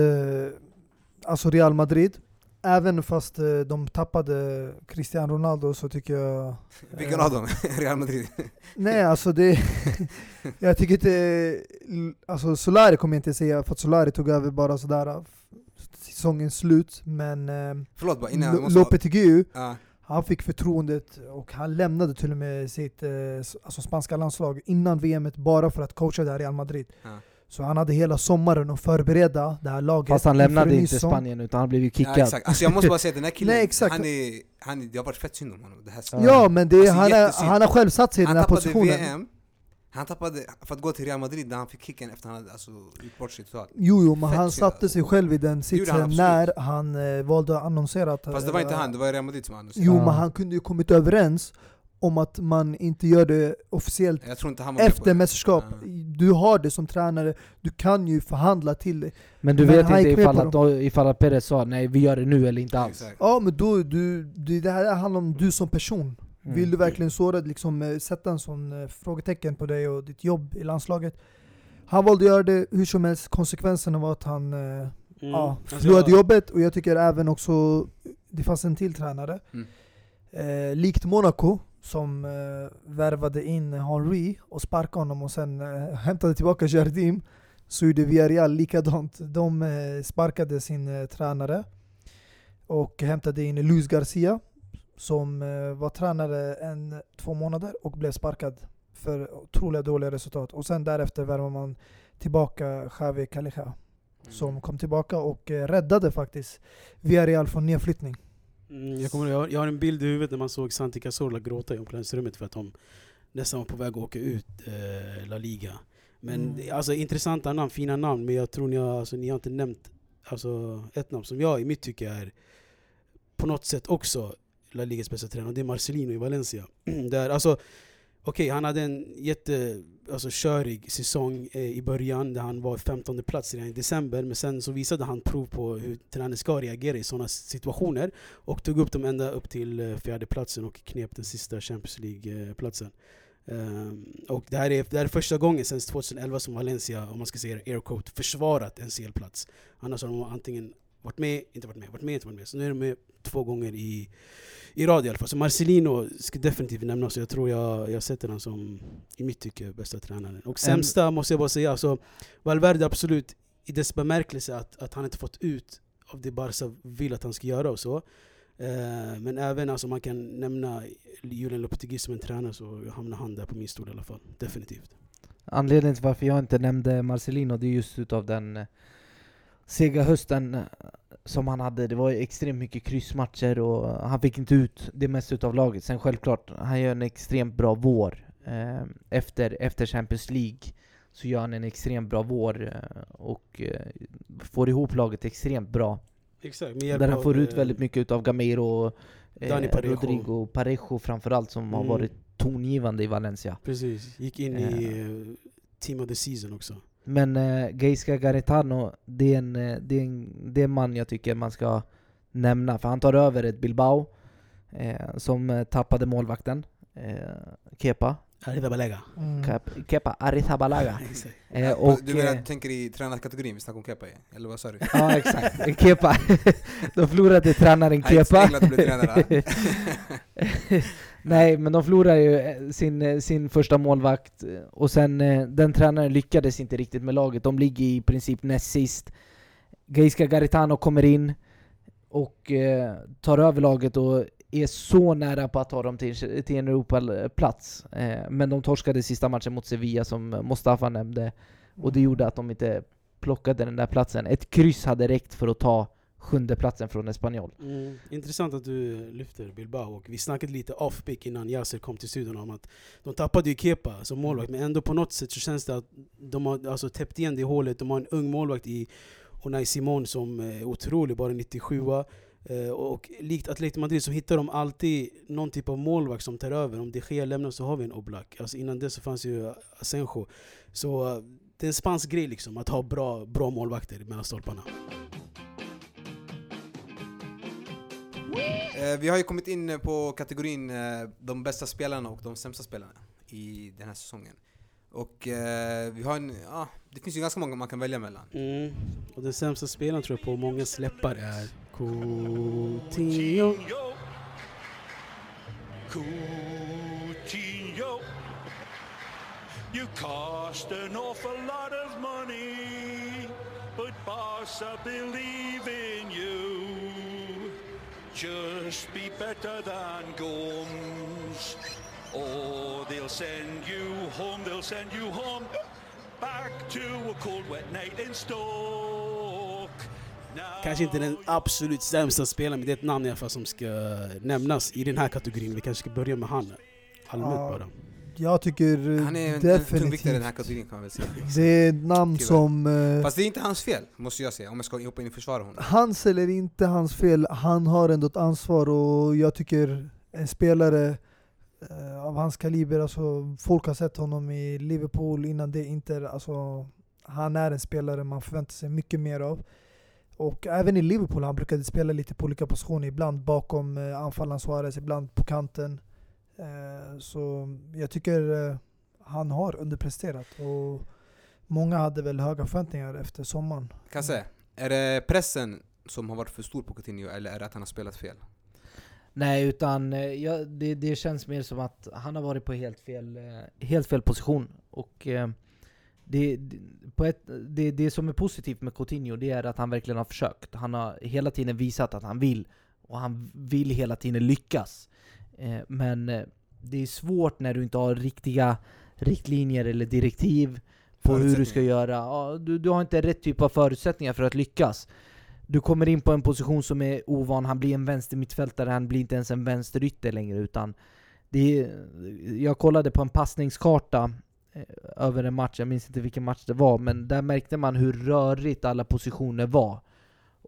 Speaker 4: alltså Real Madrid. Även fast eh, de tappade Cristiano Ronaldo så tycker jag...
Speaker 1: Vilken
Speaker 4: eh,
Speaker 1: av dem? Real Madrid?
Speaker 4: Nej alltså det... jag tycker inte... Alltså Solari kommer jag inte säga för att Solari tog över bara sådär säsongens slut. Men eh,
Speaker 1: Förlåt bara, innan jag
Speaker 4: Lo-
Speaker 1: måste...
Speaker 4: Lopetegui,
Speaker 1: Ja.
Speaker 4: han fick förtroendet och han lämnade till och med sitt eh, alltså spanska landslag innan V M bara för att coacha det här Real Madrid.
Speaker 1: Ja.
Speaker 4: Så han hade hela sommaren att förbereda det här laget.
Speaker 2: Fast han
Speaker 4: inför
Speaker 2: lämnade
Speaker 4: en ny
Speaker 2: inte
Speaker 4: säsong.
Speaker 2: Spanien utan han blev ju kickad.
Speaker 1: Ja, exakt. Alltså jag måste bara säga att den här killen,
Speaker 4: Nej, exakt.
Speaker 1: han är, han är, det har varit fett synd om honom. Det här
Speaker 4: Ja, men det,
Speaker 1: Alltså,
Speaker 4: han, är,
Speaker 1: jättesynd.
Speaker 4: han har själv satt sig i
Speaker 1: han
Speaker 4: den här
Speaker 1: tappade
Speaker 4: positionen.
Speaker 1: V M, han tappade för att gå till Real Madrid där han fick kicken efter att han hade alltså, gjort bort sig totalt.
Speaker 4: Jo, jo, men
Speaker 1: Fett
Speaker 4: han
Speaker 1: synd,
Speaker 4: satte
Speaker 1: alltså.
Speaker 4: sig själv i den
Speaker 1: gjorde han
Speaker 4: sitsen när han eh, valde att annonsera att...
Speaker 1: Fast det var inte han, det var Real Madrid som annonserade.
Speaker 4: Jo,
Speaker 2: Ja.
Speaker 4: men han kunde ju kommit överens om att man inte gör det officiellt
Speaker 1: Jag tror inte han var med på
Speaker 4: efter
Speaker 1: det.
Speaker 4: mästerskap.
Speaker 1: Ja.
Speaker 4: Du har det som tränare, du kan ju förhandla till det.
Speaker 2: Men du
Speaker 4: Men
Speaker 2: vet
Speaker 4: han
Speaker 2: inte
Speaker 4: gick med
Speaker 2: ifall
Speaker 4: på
Speaker 2: att, då, ifall att Perez sa nej vi gör det nu eller inte alls.
Speaker 1: Exakt.
Speaker 4: Ja, men då, du, du, det här handlar om du som person.
Speaker 2: Mm.
Speaker 4: Vill du verkligen så det, liksom, eh, sätta en sån eh, frågetecken på dig och ditt jobb i landslaget? Han valde att göra det hur som helst. Konsekvenserna var att han eh,
Speaker 3: Mm.
Speaker 4: ja,
Speaker 3: Alltså,
Speaker 4: förlorade
Speaker 3: jag-
Speaker 4: jobbet. Och jag tycker även också, det fanns en till tränare.
Speaker 1: Mm.
Speaker 4: Eh, likt Monaco som eh, värvade in Henry och sparkade honom och sen eh, hämtade tillbaka Jardim. Så gjorde Villarreal likadant. De eh, sparkade sin eh, tränare och hämtade in Luis Garcia som eh, var tränare en, två månader och blev sparkad för otroligt dåliga resultat. Och sen därefter värvade man tillbaka Javi Calleja som kom tillbaka och eh, räddade faktiskt Villarreal från nedflyttning.
Speaker 3: Mm, jag, kommer, jag, har, jag har en bild i huvudet när man såg Santi Cazorla gråta i omklädningsrummet för att de nästan var på väg att åka ut eh, La Liga. Men
Speaker 4: Mm.
Speaker 3: det- alltså intressanta namn, fina namn, men jag tror ni har, alltså, ni har inte nämnt alltså, ett namn som jag i mitt tycke är på något sätt också La Ligas bästa tränare, och det är Marcelino i Valencia. Där, alltså, okej, han hade en jätte alltså, körig säsong eh, i början där han var femtonde plats redan i december, men sen så visade han prov på hur tränaren ska reagera i sådana situationer och tog upp dem ända upp till eh, fjärde platsen och knep den sista Champions League-platsen. Um, och det här, är, det här är första gången sedan tjugoelva som Valencia, om man ska säga air quote, försvarat en C L-plats. Annars har de antingen varit med, inte varit med, varit med, inte varit med. Så nu är de med två gånger i, i rad i alla fall. Så Marcelino ska definitivt nämnas, så jag tror jag, jag sätter honom som, i mitt tycke, bästa tränaren. Och sämsta mm. måste jag bara säga, alltså, Valverde absolut i dess bemärkelse att, att han inte fått ut av det Barca vill att han ska göra och så. Uh, men även alltså, man kan nämna Julen Lopetegui som en tränare, så hamnar han där på min stol i alla fall. Definitivt.
Speaker 2: Anledningen till varför jag inte nämnde Marcelino, det är just utav den uh, sega hösten uh, som han hade. Det var extremt mycket kryssmatcher och uh, han fick inte ut det mesta utav laget. Sen självklart, han gör en extremt bra vår. Uh, efter, efter Champions League så gör han en extremt bra vår uh, och uh, får ihop laget extremt bra.
Speaker 3: Exakt,
Speaker 2: där han får ut väldigt mycket av Gameiro,
Speaker 3: eh,
Speaker 2: Parejo. Rodrigo Parejo framförallt, som mm. har varit tongivande i Valencia.
Speaker 3: Precis, gick in eh. i uh, Team of the Season också.
Speaker 2: Men uh, Gaisca Garitano, det är, en, uh, det, är en, det är en man jag tycker man ska nämna, för han tar över ett Bilbao uh, som uh, tappade målvakten uh, Kepa
Speaker 3: Arrizabalaga.
Speaker 2: Mm. Kepa Arrizabalaga.
Speaker 1: eh, och du menar, eh, tänker i tränarkategorin vi snackar om Kepa, eller vad sa du?
Speaker 2: Ja, exakt. Kepa. De förlorade tränaren Kepa. Nej, men de förlorade ju sin, sin första målvakt och sen den tränaren lyckades inte riktigt med laget. De ligger i princip näst sist. Gaisca Garitano kommer in och eh, tar över laget och är så nära på att ta dem till, till en Europaplats. Eh, men de torskade sista matchen mot Sevilla, som Mustafa nämnde. Och det gjorde att de inte plockade den där platsen. Ett kryss hade räckt för att ta sjunde platsen från Espanyol.
Speaker 3: Mm. Intressant att du lyfter Bilbao. Och vi snackade lite off-pick innan Yasser kom till studion om att de tappade ju Kepa som målvakt. Men ändå på något sätt så känns det att de har alltså täppt igen det hålet. De har en ung målvakt i Unai Simon som är otrolig, bara nittiosju. Uh, och likt Atletico Madrid så hittar de alltid någon typ av målvakt som tar över. Om det De lämnar så har vi en Oblak. Alltså innan det så fanns ju Asenjo. Så uh, det är en spansk grej liksom, att ha bra, bra målvakter mellan stolparna.
Speaker 1: Uh, vi har ju kommit in på kategorin uh, de bästa spelarna och de sämsta spelarna i den här säsongen. Och uh, vi har en, uh, det finns ju ganska många man kan välja mellan.
Speaker 3: Mm. Och den sämsta spelaren tror jag på många släppar är Coutinho.
Speaker 5: Coutinho. You cost an awful lot of money, but Barca believe in you. Just be better than Gomes, or they'll send you home, they'll send you home, back to a cold wet night in Stoke.
Speaker 3: Kanske inte den absolut sämsta spelaren, men det är ett namn i alla fall som ska nämnas i den här kategorin. Vi kanske ska börja med han allmänt ja, bara.
Speaker 4: Jag tycker
Speaker 1: han är en,
Speaker 4: definitivt
Speaker 1: en tung viktare i den här kategorin, kan man väl säga.
Speaker 4: Det är ett namn Tyvärr. som... Eh,
Speaker 1: Fast det är inte hans fel, måste jag säga, om jag ska hoppa in och försvara honom.
Speaker 4: Hans eller inte hans fel, han har ändå ett ansvar, och jag tycker en spelare eh, av hans kaliber, alltså folk har sett honom i Liverpool innan det, inte, alltså han är en spelare man förväntar sig mycket mer av. Och även i Liverpool, han brukade spela lite på olika positioner, ibland bakom eh, anfallaren Suarez, ibland på kanten. Eh, så jag tycker eh, han har underpresterat, och många hade väl höga förväntningar efter sommaren.
Speaker 1: Kan jag säga, är det pressen som har varit för stor på Coutinho, eller är det att han har spelat fel?
Speaker 2: Nej, utan eh, ja, det, det känns mer som att han har varit på helt fel, eh, helt fel position. Och eh, Det, det, på ett, det, det som är positivt med Coutinho, det är att han verkligen har försökt. Han har hela tiden visat att han vill, och han vill hela tiden lyckas. Eh, men eh, det är svårt när du inte har riktiga riktlinjer eller direktiv på hur du ska göra. Ja, du, du har inte rätt typ av förutsättningar för att lyckas. Du kommer in på en position som är ovan. Han blir en vänster mittfältare, han blir inte ens en vänsterytter längre, utan det är, jag kollade på en passningskarta över en match, jag minns inte vilken match det var, men där märkte man hur rörigt alla positioner var. Och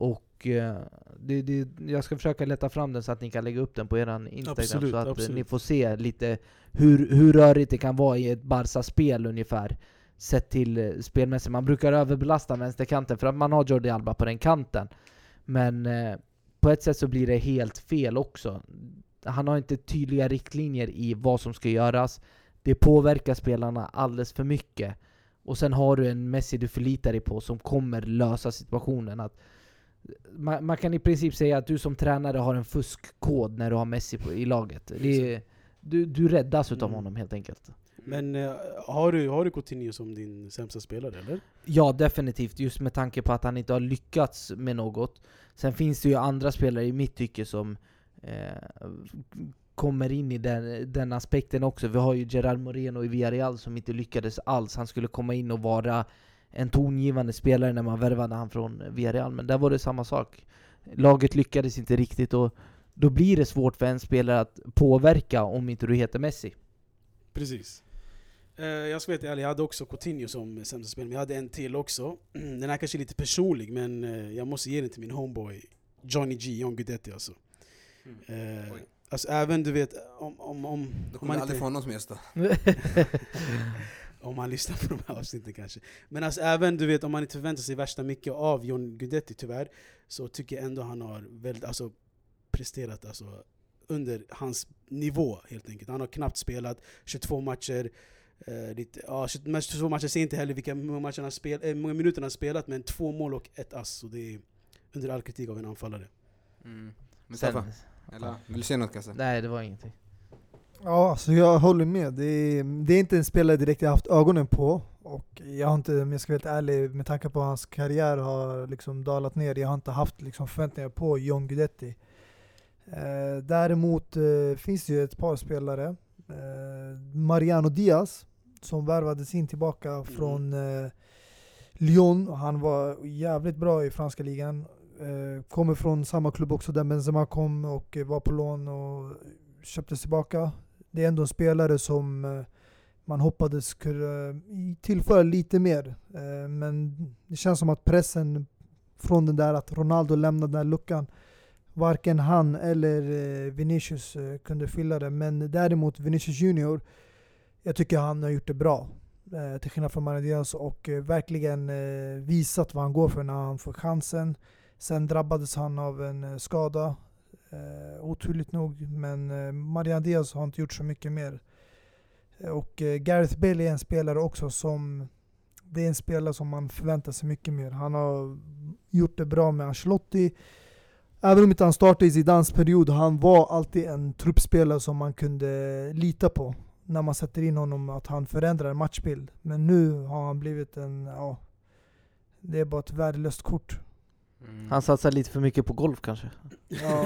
Speaker 2: Och uh, det, det, jag ska försöka leta fram den så att ni kan lägga upp den på eran Instagram. Absolut, så att absolut. Ni får se lite hur, hur rörigt det kan vara i ett Barca-spel ungefär. Sett till uh, spelmässigt. Man brukar överbelasta vänsterkanten för att man har Jordi Alba på den kanten. Men uh, på ett sätt så blir det helt fel också. Han har inte tydliga riktlinjer i vad som ska göras. Det påverkar spelarna alldeles för mycket. Och sen har du en Messi du förlitar dig på som kommer lösa situationen. Att man, man kan i princip säga att du som tränare har en fuskkod när du har Messi på, i laget. Det är, du, du räddas utav mm. honom helt enkelt.
Speaker 3: Men uh, har du, har du Coutinho som din sämsta spelare, eller?
Speaker 2: Ja, definitivt. Just med tanke på att han inte har lyckats med något. Sen finns det ju andra spelare i mitt tycke som eh, kommer in i den, den aspekten också. Vi har ju Gerard Moreno i Villarreal som inte lyckades alls. Han skulle komma in och vara en tongivande spelare när man värvade han från Villarreal. Men där var det samma sak. Laget lyckades inte riktigt och då blir det svårt för en spelare att påverka om inte du heter Messi.
Speaker 3: Precis. Uh, jag ska veta ärligt, jag hade också Coutinho som sämsta spelare, men jag hade en till också. Den är kanske lite personlig, men uh, jag måste ge den till min homeboy Johnny G, John Guidetti alltså. Mm. Uh, alltså även du vet om om om
Speaker 1: du kommer aldrig få någon som gästa.
Speaker 3: Om man lyssnar på de här avsnitten kanske. Men alltså även du vet om man inte förväntar sig värsta mycket av John Guidetti tyvärr, så tycker jag ändå han har väldigt alltså presterat alltså under hans nivå helt enkelt. Han har knappt spelat tjugotvå matcher. Uh, lite, ja, tjugotvå matcher ser inte heller vilka matcher han spel, äh, många minuter han har spelat, men två mål och ett ass, så det är under all kritik av en anfallare.
Speaker 1: Mm. Men Sen, eller vill du säga något kanske?
Speaker 2: Nej, det var ingenting.
Speaker 4: Ja, alltså jag håller med. Det är, det är inte en spelare direkt jag haft ögonen på, och jag har inte, om jag ska vara helt ärlig, med tanke på hans karriär har liksom dalat ner. Jag har inte haft liksom förväntningar på John Guidetti. Eh, däremot eh, finns det ju ett par spelare. Eh, Mariano Diaz som värvades in tillbaka mm. från eh, Lyon. Han var jävligt bra i franska ligan. Eh, kommer från samma klubb också där Benzema kom och eh, var på lån och köptes tillbaka. Det är ändå en spelare som eh, man hoppades skulle eh, tillföra lite mer. Eh, men det känns som att pressen från den där att Ronaldo lämnade den där luckan, varken han eller eh, Vinicius eh, kunde fylla det. Men däremot Vinicius Junior, jag tycker han har gjort det bra. Eh, till skillnad från Mariano Diaz, och eh, verkligen eh, visat vad han går för när han får chansen. Sen drabbades han av en eh, skada. Eh, oturligt nog. Men eh, Mariano Diaz har inte gjort så mycket mer. Eh, och eh, Gareth Bale är en spelare också som... Det är en spelare som man förväntar sig mycket mer. Han har gjort det bra med Ancelotti. Även om inte han startade i Zidans period, han var alltid en truppspelare som man kunde lita på när man sätter in honom, att han förändrar en matchbild. Men nu har han blivit en, ja, det är bara ett värdelöst kort.
Speaker 2: Mm. Han satsar lite för mycket på golf kanske.
Speaker 4: Ja.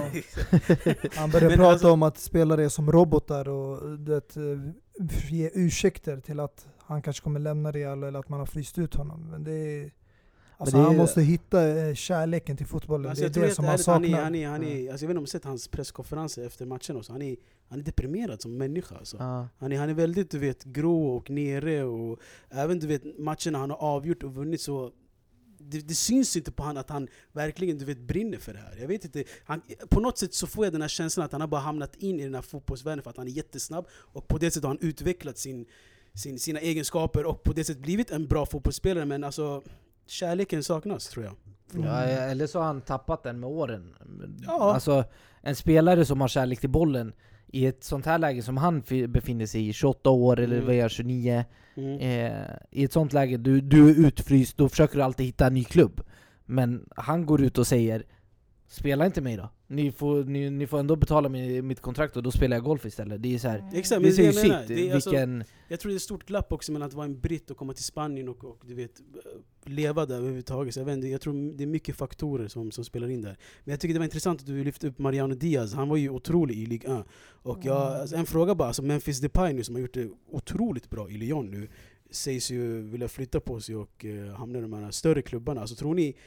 Speaker 4: Han började prata alltså om att spelare är som robotar och det ge ursäkter till att han kanske kommer lämna Real eller att man har fryst ut honom. Men det är Alltså det han är, måste hitta kärleken till fotbollen.
Speaker 3: Alltså
Speaker 4: det är det som han saknar. Han är,
Speaker 3: han är, han är, alltså jag vet inte om du sett hans presskonferenser efter matchen också. Han är, han är deprimerad som människa. Alltså. Ah. Han, är, han är väldigt du vet, grå och nere. Och även du vet, matcherna han har avgjort och vunnit, så det, det syns inte på han att han verkligen du vet, brinner för det här. Jag vet inte. Han, på något sätt så får jag den här känslan att han har bara hamnat in i den här fotbollsvärlden för att han är jättesnabb. Och på det sättet har han utvecklat sin, sin, sina egenskaper och på det sättet blivit en bra fotbollsspelare. Men alltså... kärleken saknas, tror jag.
Speaker 2: Ja, eller så har han tappat den med åren. Ja. Alltså, en spelare som har kärlek till bollen i ett sånt här läge som han befinner sig i, tjugoåtta år eller mm. vad är tjugonio, mm. eh, i ett sånt läge, du, du är utfryst, då försöker du alltid hitta en ny klubb. Men han går ut och säger, spela inte mig då. Ni får, ni, ni får ändå betala mig, mitt kontrakt och då spelar jag golf istället. Det är så här. Mm.
Speaker 3: Exakt,
Speaker 2: det
Speaker 3: men
Speaker 2: är
Speaker 3: det
Speaker 2: shit.
Speaker 3: Det är
Speaker 2: vilken...
Speaker 3: alltså, jag tror det är ett stort glapp också mellan att vara en britt och komma till Spanien och, och du vet, leva där överhuvudtaget. Så jag, vet inte, jag tror det är mycket faktorer som, som spelar in där. Men jag tycker det var intressant att du lyfte upp Mariano Diaz. Han var ju otrolig i Ligue ett. Och jag, alltså, en fråga bara, alltså Memphis Depay nu som har gjort det otroligt bra i Lyon nu, sägs ju vilja flytta på sig och uh, hamna i de här större klubbarna. Alltså tror ni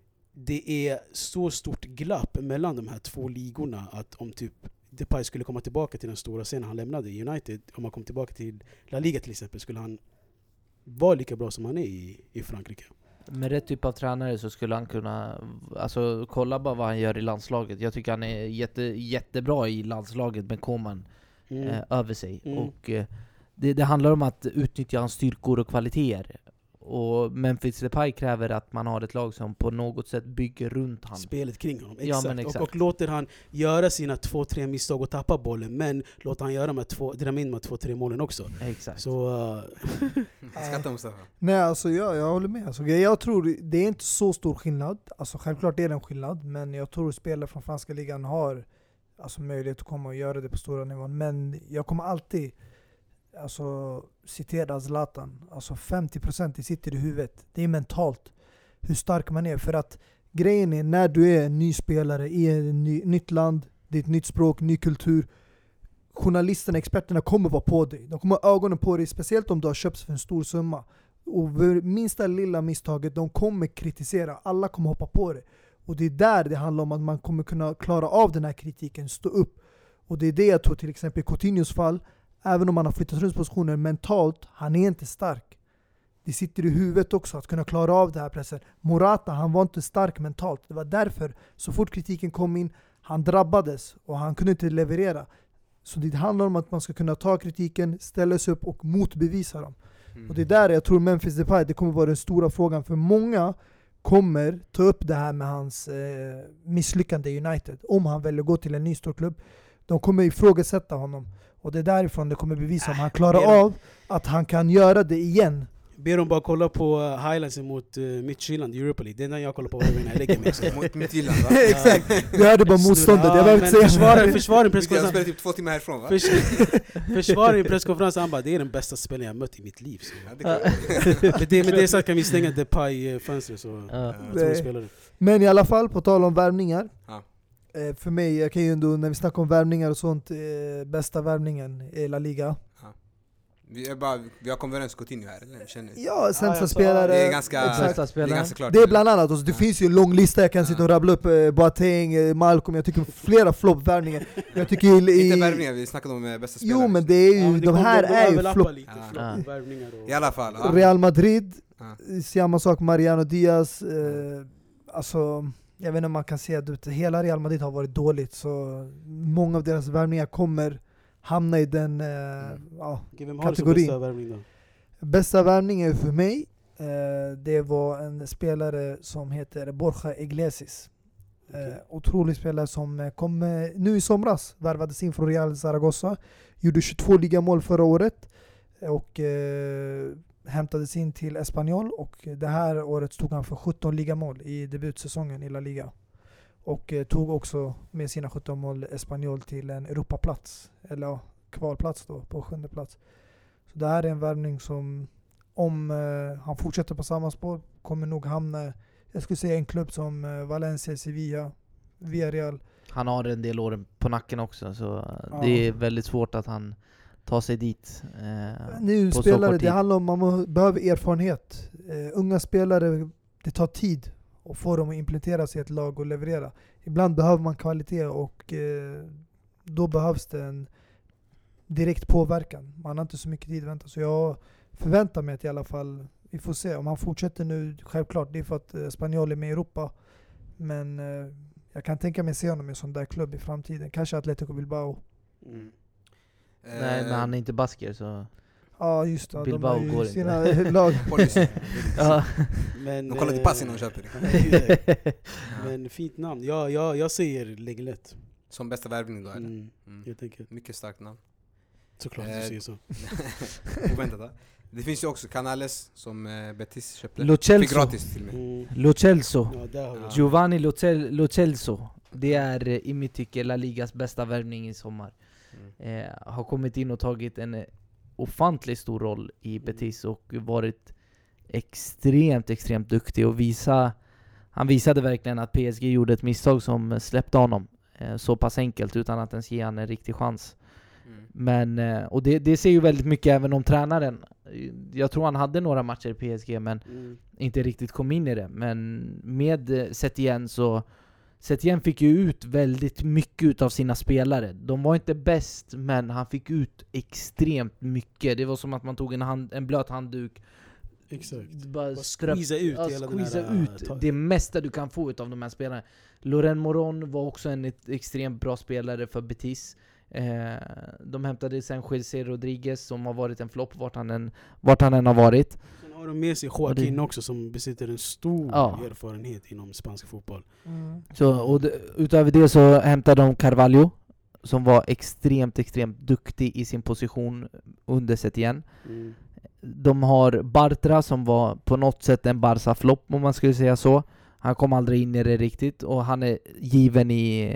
Speaker 3: det är så stort glapp mellan de här två ligorna att om typ Depay skulle komma tillbaka till den stora scenen han lämnade i United, om han kom tillbaka till La Liga till exempel, skulle han vara lika bra som han är i, i Frankrike?
Speaker 2: Med rätt typ av tränare så skulle han kunna, alltså kolla bara vad han gör i landslaget. Jag tycker han är jätte, jättebra i landslaget med Koman mm. eh, över sig. Mm. Och eh, det, det handlar om att utnyttja hans styrkor och kvaliteter. Och Memphis Depay kräver att man har ett lag som på något sätt bygger runt han.
Speaker 3: Spelet kring honom, exakt.
Speaker 2: Ja, men exakt.
Speaker 3: Och, och låter han göra sina två, tre misstag och tappa bollen, men låter han göra med två, dra in med två, tre målen också.
Speaker 2: Exakt.
Speaker 3: Så... Uh...
Speaker 1: Skatta om Mustafa.
Speaker 4: Nej, alltså jag, jag håller med. Alltså, jag tror det är inte så stor skillnad. Alltså självklart är det en skillnad, men jag tror spelare från franska ligan har alltså, möjlighet att komma och göra det på stora nivån. Men jag kommer alltid alltså citera Zlatan. Alltså femtio procent det sitter i huvudet. Det är mentalt hur stark man är. För att grejen är, när du är en ny spelare i ett ny, nytt land, det är ett nytt språk, ny kultur. Journalisterna, experterna kommer vara på dig. De kommer ha ögonen på dig, speciellt om du har köpt för en stor summa. Och minsta lilla misstaget, de kommer kritisera. Alla kommer hoppa på det. Och det är där det handlar om att man kommer kunna klara av den här kritiken, stå upp. Och det är det jag tror till exempel i Coutinhos fall. Även om han har flyttat runt positioner mentalt, han är inte stark. Det sitter i huvudet också att kunna klara av det här pressen. Morata, han var inte stark mentalt. Det var därför, så fort kritiken kom in, han drabbades och han kunde inte leverera. Så det handlar om att man ska kunna ta kritiken, ställa sig upp och motbevisa dem. Mm. Och det är där jag tror Memphis Depay, det kommer vara den stora frågan. För många kommer ta upp det här med hans eh, misslyckande i United. Om han väljer att gå till en ny stor klubb. De kommer ifrågasätta honom. Och det är därifrån det kommer bevisa om han klarar av att han kan göra det igen.
Speaker 3: Ber dem bara kolla på highlights mot uh, Midtjylland i Europa League. Det är när jag kollar på varje gång jag lägger mig.
Speaker 1: Mot Midtjylland, va?
Speaker 4: Exakt. Du hörde bara motståndet. Jag behöver inte säga.
Speaker 3: Försvaren, försvaren
Speaker 1: presskonferens. Jag spelade typ två timmar härifrån, va?
Speaker 3: Förs försvaren i presskonferensen, han bara, det är den bästa spelaren jag mött i mitt liv. Så.
Speaker 1: Ja, det
Speaker 3: men det, med det sagt kan vi stänga Depay-fönstret. Så
Speaker 2: ja.
Speaker 3: jag tror
Speaker 4: men i alla fall, på tal om värvningar.
Speaker 1: Ja.
Speaker 4: Eh, för mig, jag kan ju ändå, när vi snackar om värvningar och sånt, eh, bästa värvningen i La Liga.
Speaker 1: Ja. Vi, är bara, vi har kommit överens Coutinho här, eller? Känner
Speaker 4: Ja, sämsta
Speaker 3: ah,
Speaker 4: spelare.
Speaker 1: Det är ganska,
Speaker 4: exakt.
Speaker 1: det är ganska klart.
Speaker 4: Det är bland annat, alltså, det ja. finns ju en lång lista, jag kan ja. sitta och rabbla upp eh, Boateng, eh, Malcolm, jag tycker flera floppvärvningar. Jag tycker i,
Speaker 1: Inte värvningar, vi snackade om eh, bästa spelare.
Speaker 4: Jo, men det är ju,
Speaker 3: ja,
Speaker 4: de här är ju flopp.
Speaker 3: Ja.
Speaker 1: Och... I alla fall. Ja.
Speaker 4: Real Madrid,
Speaker 1: ja.
Speaker 4: samma sak Mariano Diaz, eh, alltså... Jag vet inte om man kan säga att hela Real Madrid har varit dåligt, så många av deras värvningar kommer hamna i den eh, ja, kategorin.
Speaker 3: Bästa värvning då?
Speaker 4: Bästa värvningen för mig, eh, det var en spelare som heter Borja Iglesias. Okay. Eh, otrolig spelare som kom eh, nu i somras, värvades in från Real Zaragoza, gjorde tjugotvå ligamål förra året och eh, hämtades in till Espanyol, och det här året stod han för sjutton ligamål i debutsäsongen i La Liga. Och eh, tog också med sina sjutton mål Espanyol till en Europaplats, eller ja, kvalplats då, på sjunde plats. Så det här är en värvning som, om eh, han fortsätter på samma spår, kommer nog hamna, jag skulle säga en klubb som eh, Valencia, Sevilla, Villarreal.
Speaker 2: Han har en del år på nacken också, så
Speaker 4: ja.
Speaker 2: det är väldigt svårt att han tar sig dit eh,
Speaker 4: nu spelare, det handlar om att man behöver erfarenhet. Uh, unga spelare, det tar tid att få dem att implementera sig i ett lag och leverera. Ibland behöver man kvalitet, och uh, då behövs det en direkt påverkan. Man har inte så mycket tid att vänta. Så jag förväntar mig att i alla fall, vi får se. Om han fortsätter nu, självklart, det är för att uh, Spanjol är med i Europa. Men uh, jag kan tänka mig att se honom i en sån där klubb i framtiden. Kanske Atletico Bilbao.
Speaker 3: Mm.
Speaker 2: Nej, men han är inte basker, så...
Speaker 4: Ja, just det.
Speaker 2: Bilbao
Speaker 4: de har
Speaker 2: går
Speaker 4: ju sina
Speaker 2: inte.
Speaker 4: lag.
Speaker 2: Ja.
Speaker 3: Men,
Speaker 1: de kollar inte pass innan de köper
Speaker 3: det. Men fint namn. Ja, ja, jag säger Lenglet.
Speaker 1: Som bästa värvning då, eller?
Speaker 3: Mm. Mm. Jag tänker.
Speaker 1: Mycket starkt namn.
Speaker 3: Såklart eh, du säger så.
Speaker 1: Oväntat, va? Det finns ju också Canales som eh, Betis köpte.
Speaker 2: Lo Celso.
Speaker 1: Fick gratis till mig.
Speaker 2: Mm. Lo Celso.
Speaker 3: Ja, ja.
Speaker 2: Giovanni Lo, Cel Lo Celso. Det är eh, i mitt tycke La Ligas bästa värvning i sommar. Mm. Eh, har kommit in och tagit en eh, ofantligt stor roll i Betis och varit extremt, extremt duktig och visa, han visade verkligen att P S G gjorde ett misstag som släppte honom eh, så pass enkelt utan att ens ge han en riktig chans. Mm. Men, eh, och det, det ser ju väldigt mycket även om tränaren. Jag tror han hade några matcher i P S G men mm. inte riktigt kom in i det. Men med eh, Setien så Setien fick ju ut väldigt mycket av sina spelare. De var inte bäst, men han fick ut extremt mycket. Det var som att man tog en, hand, en blöt handduk,
Speaker 3: Exakt.
Speaker 2: Bara
Speaker 3: squeeza ut
Speaker 2: ja,
Speaker 3: hela
Speaker 2: squeeza
Speaker 3: den här,
Speaker 2: ut
Speaker 3: ta-
Speaker 2: det mesta du kan få ut av de här spelarna. Loren Moron var också en ett, extremt bra spelare för Betis. Eh, de hämtade sen José Rodriguez som har varit en flopp vart han än, vart han än har varit.
Speaker 3: Sen har de med sig Joaquin också som besitter en stor
Speaker 2: ja.
Speaker 3: erfarenhet inom spansk fotboll.
Speaker 4: Mm.
Speaker 2: Så, och det, utöver det så hämtade de Carvalho som var extremt, extremt duktig i sin position under Setien.
Speaker 3: Mm.
Speaker 2: De har Bartra som var på något sätt en Barca-flopp om man skulle säga så. Han kom aldrig in i det riktigt och han är given i,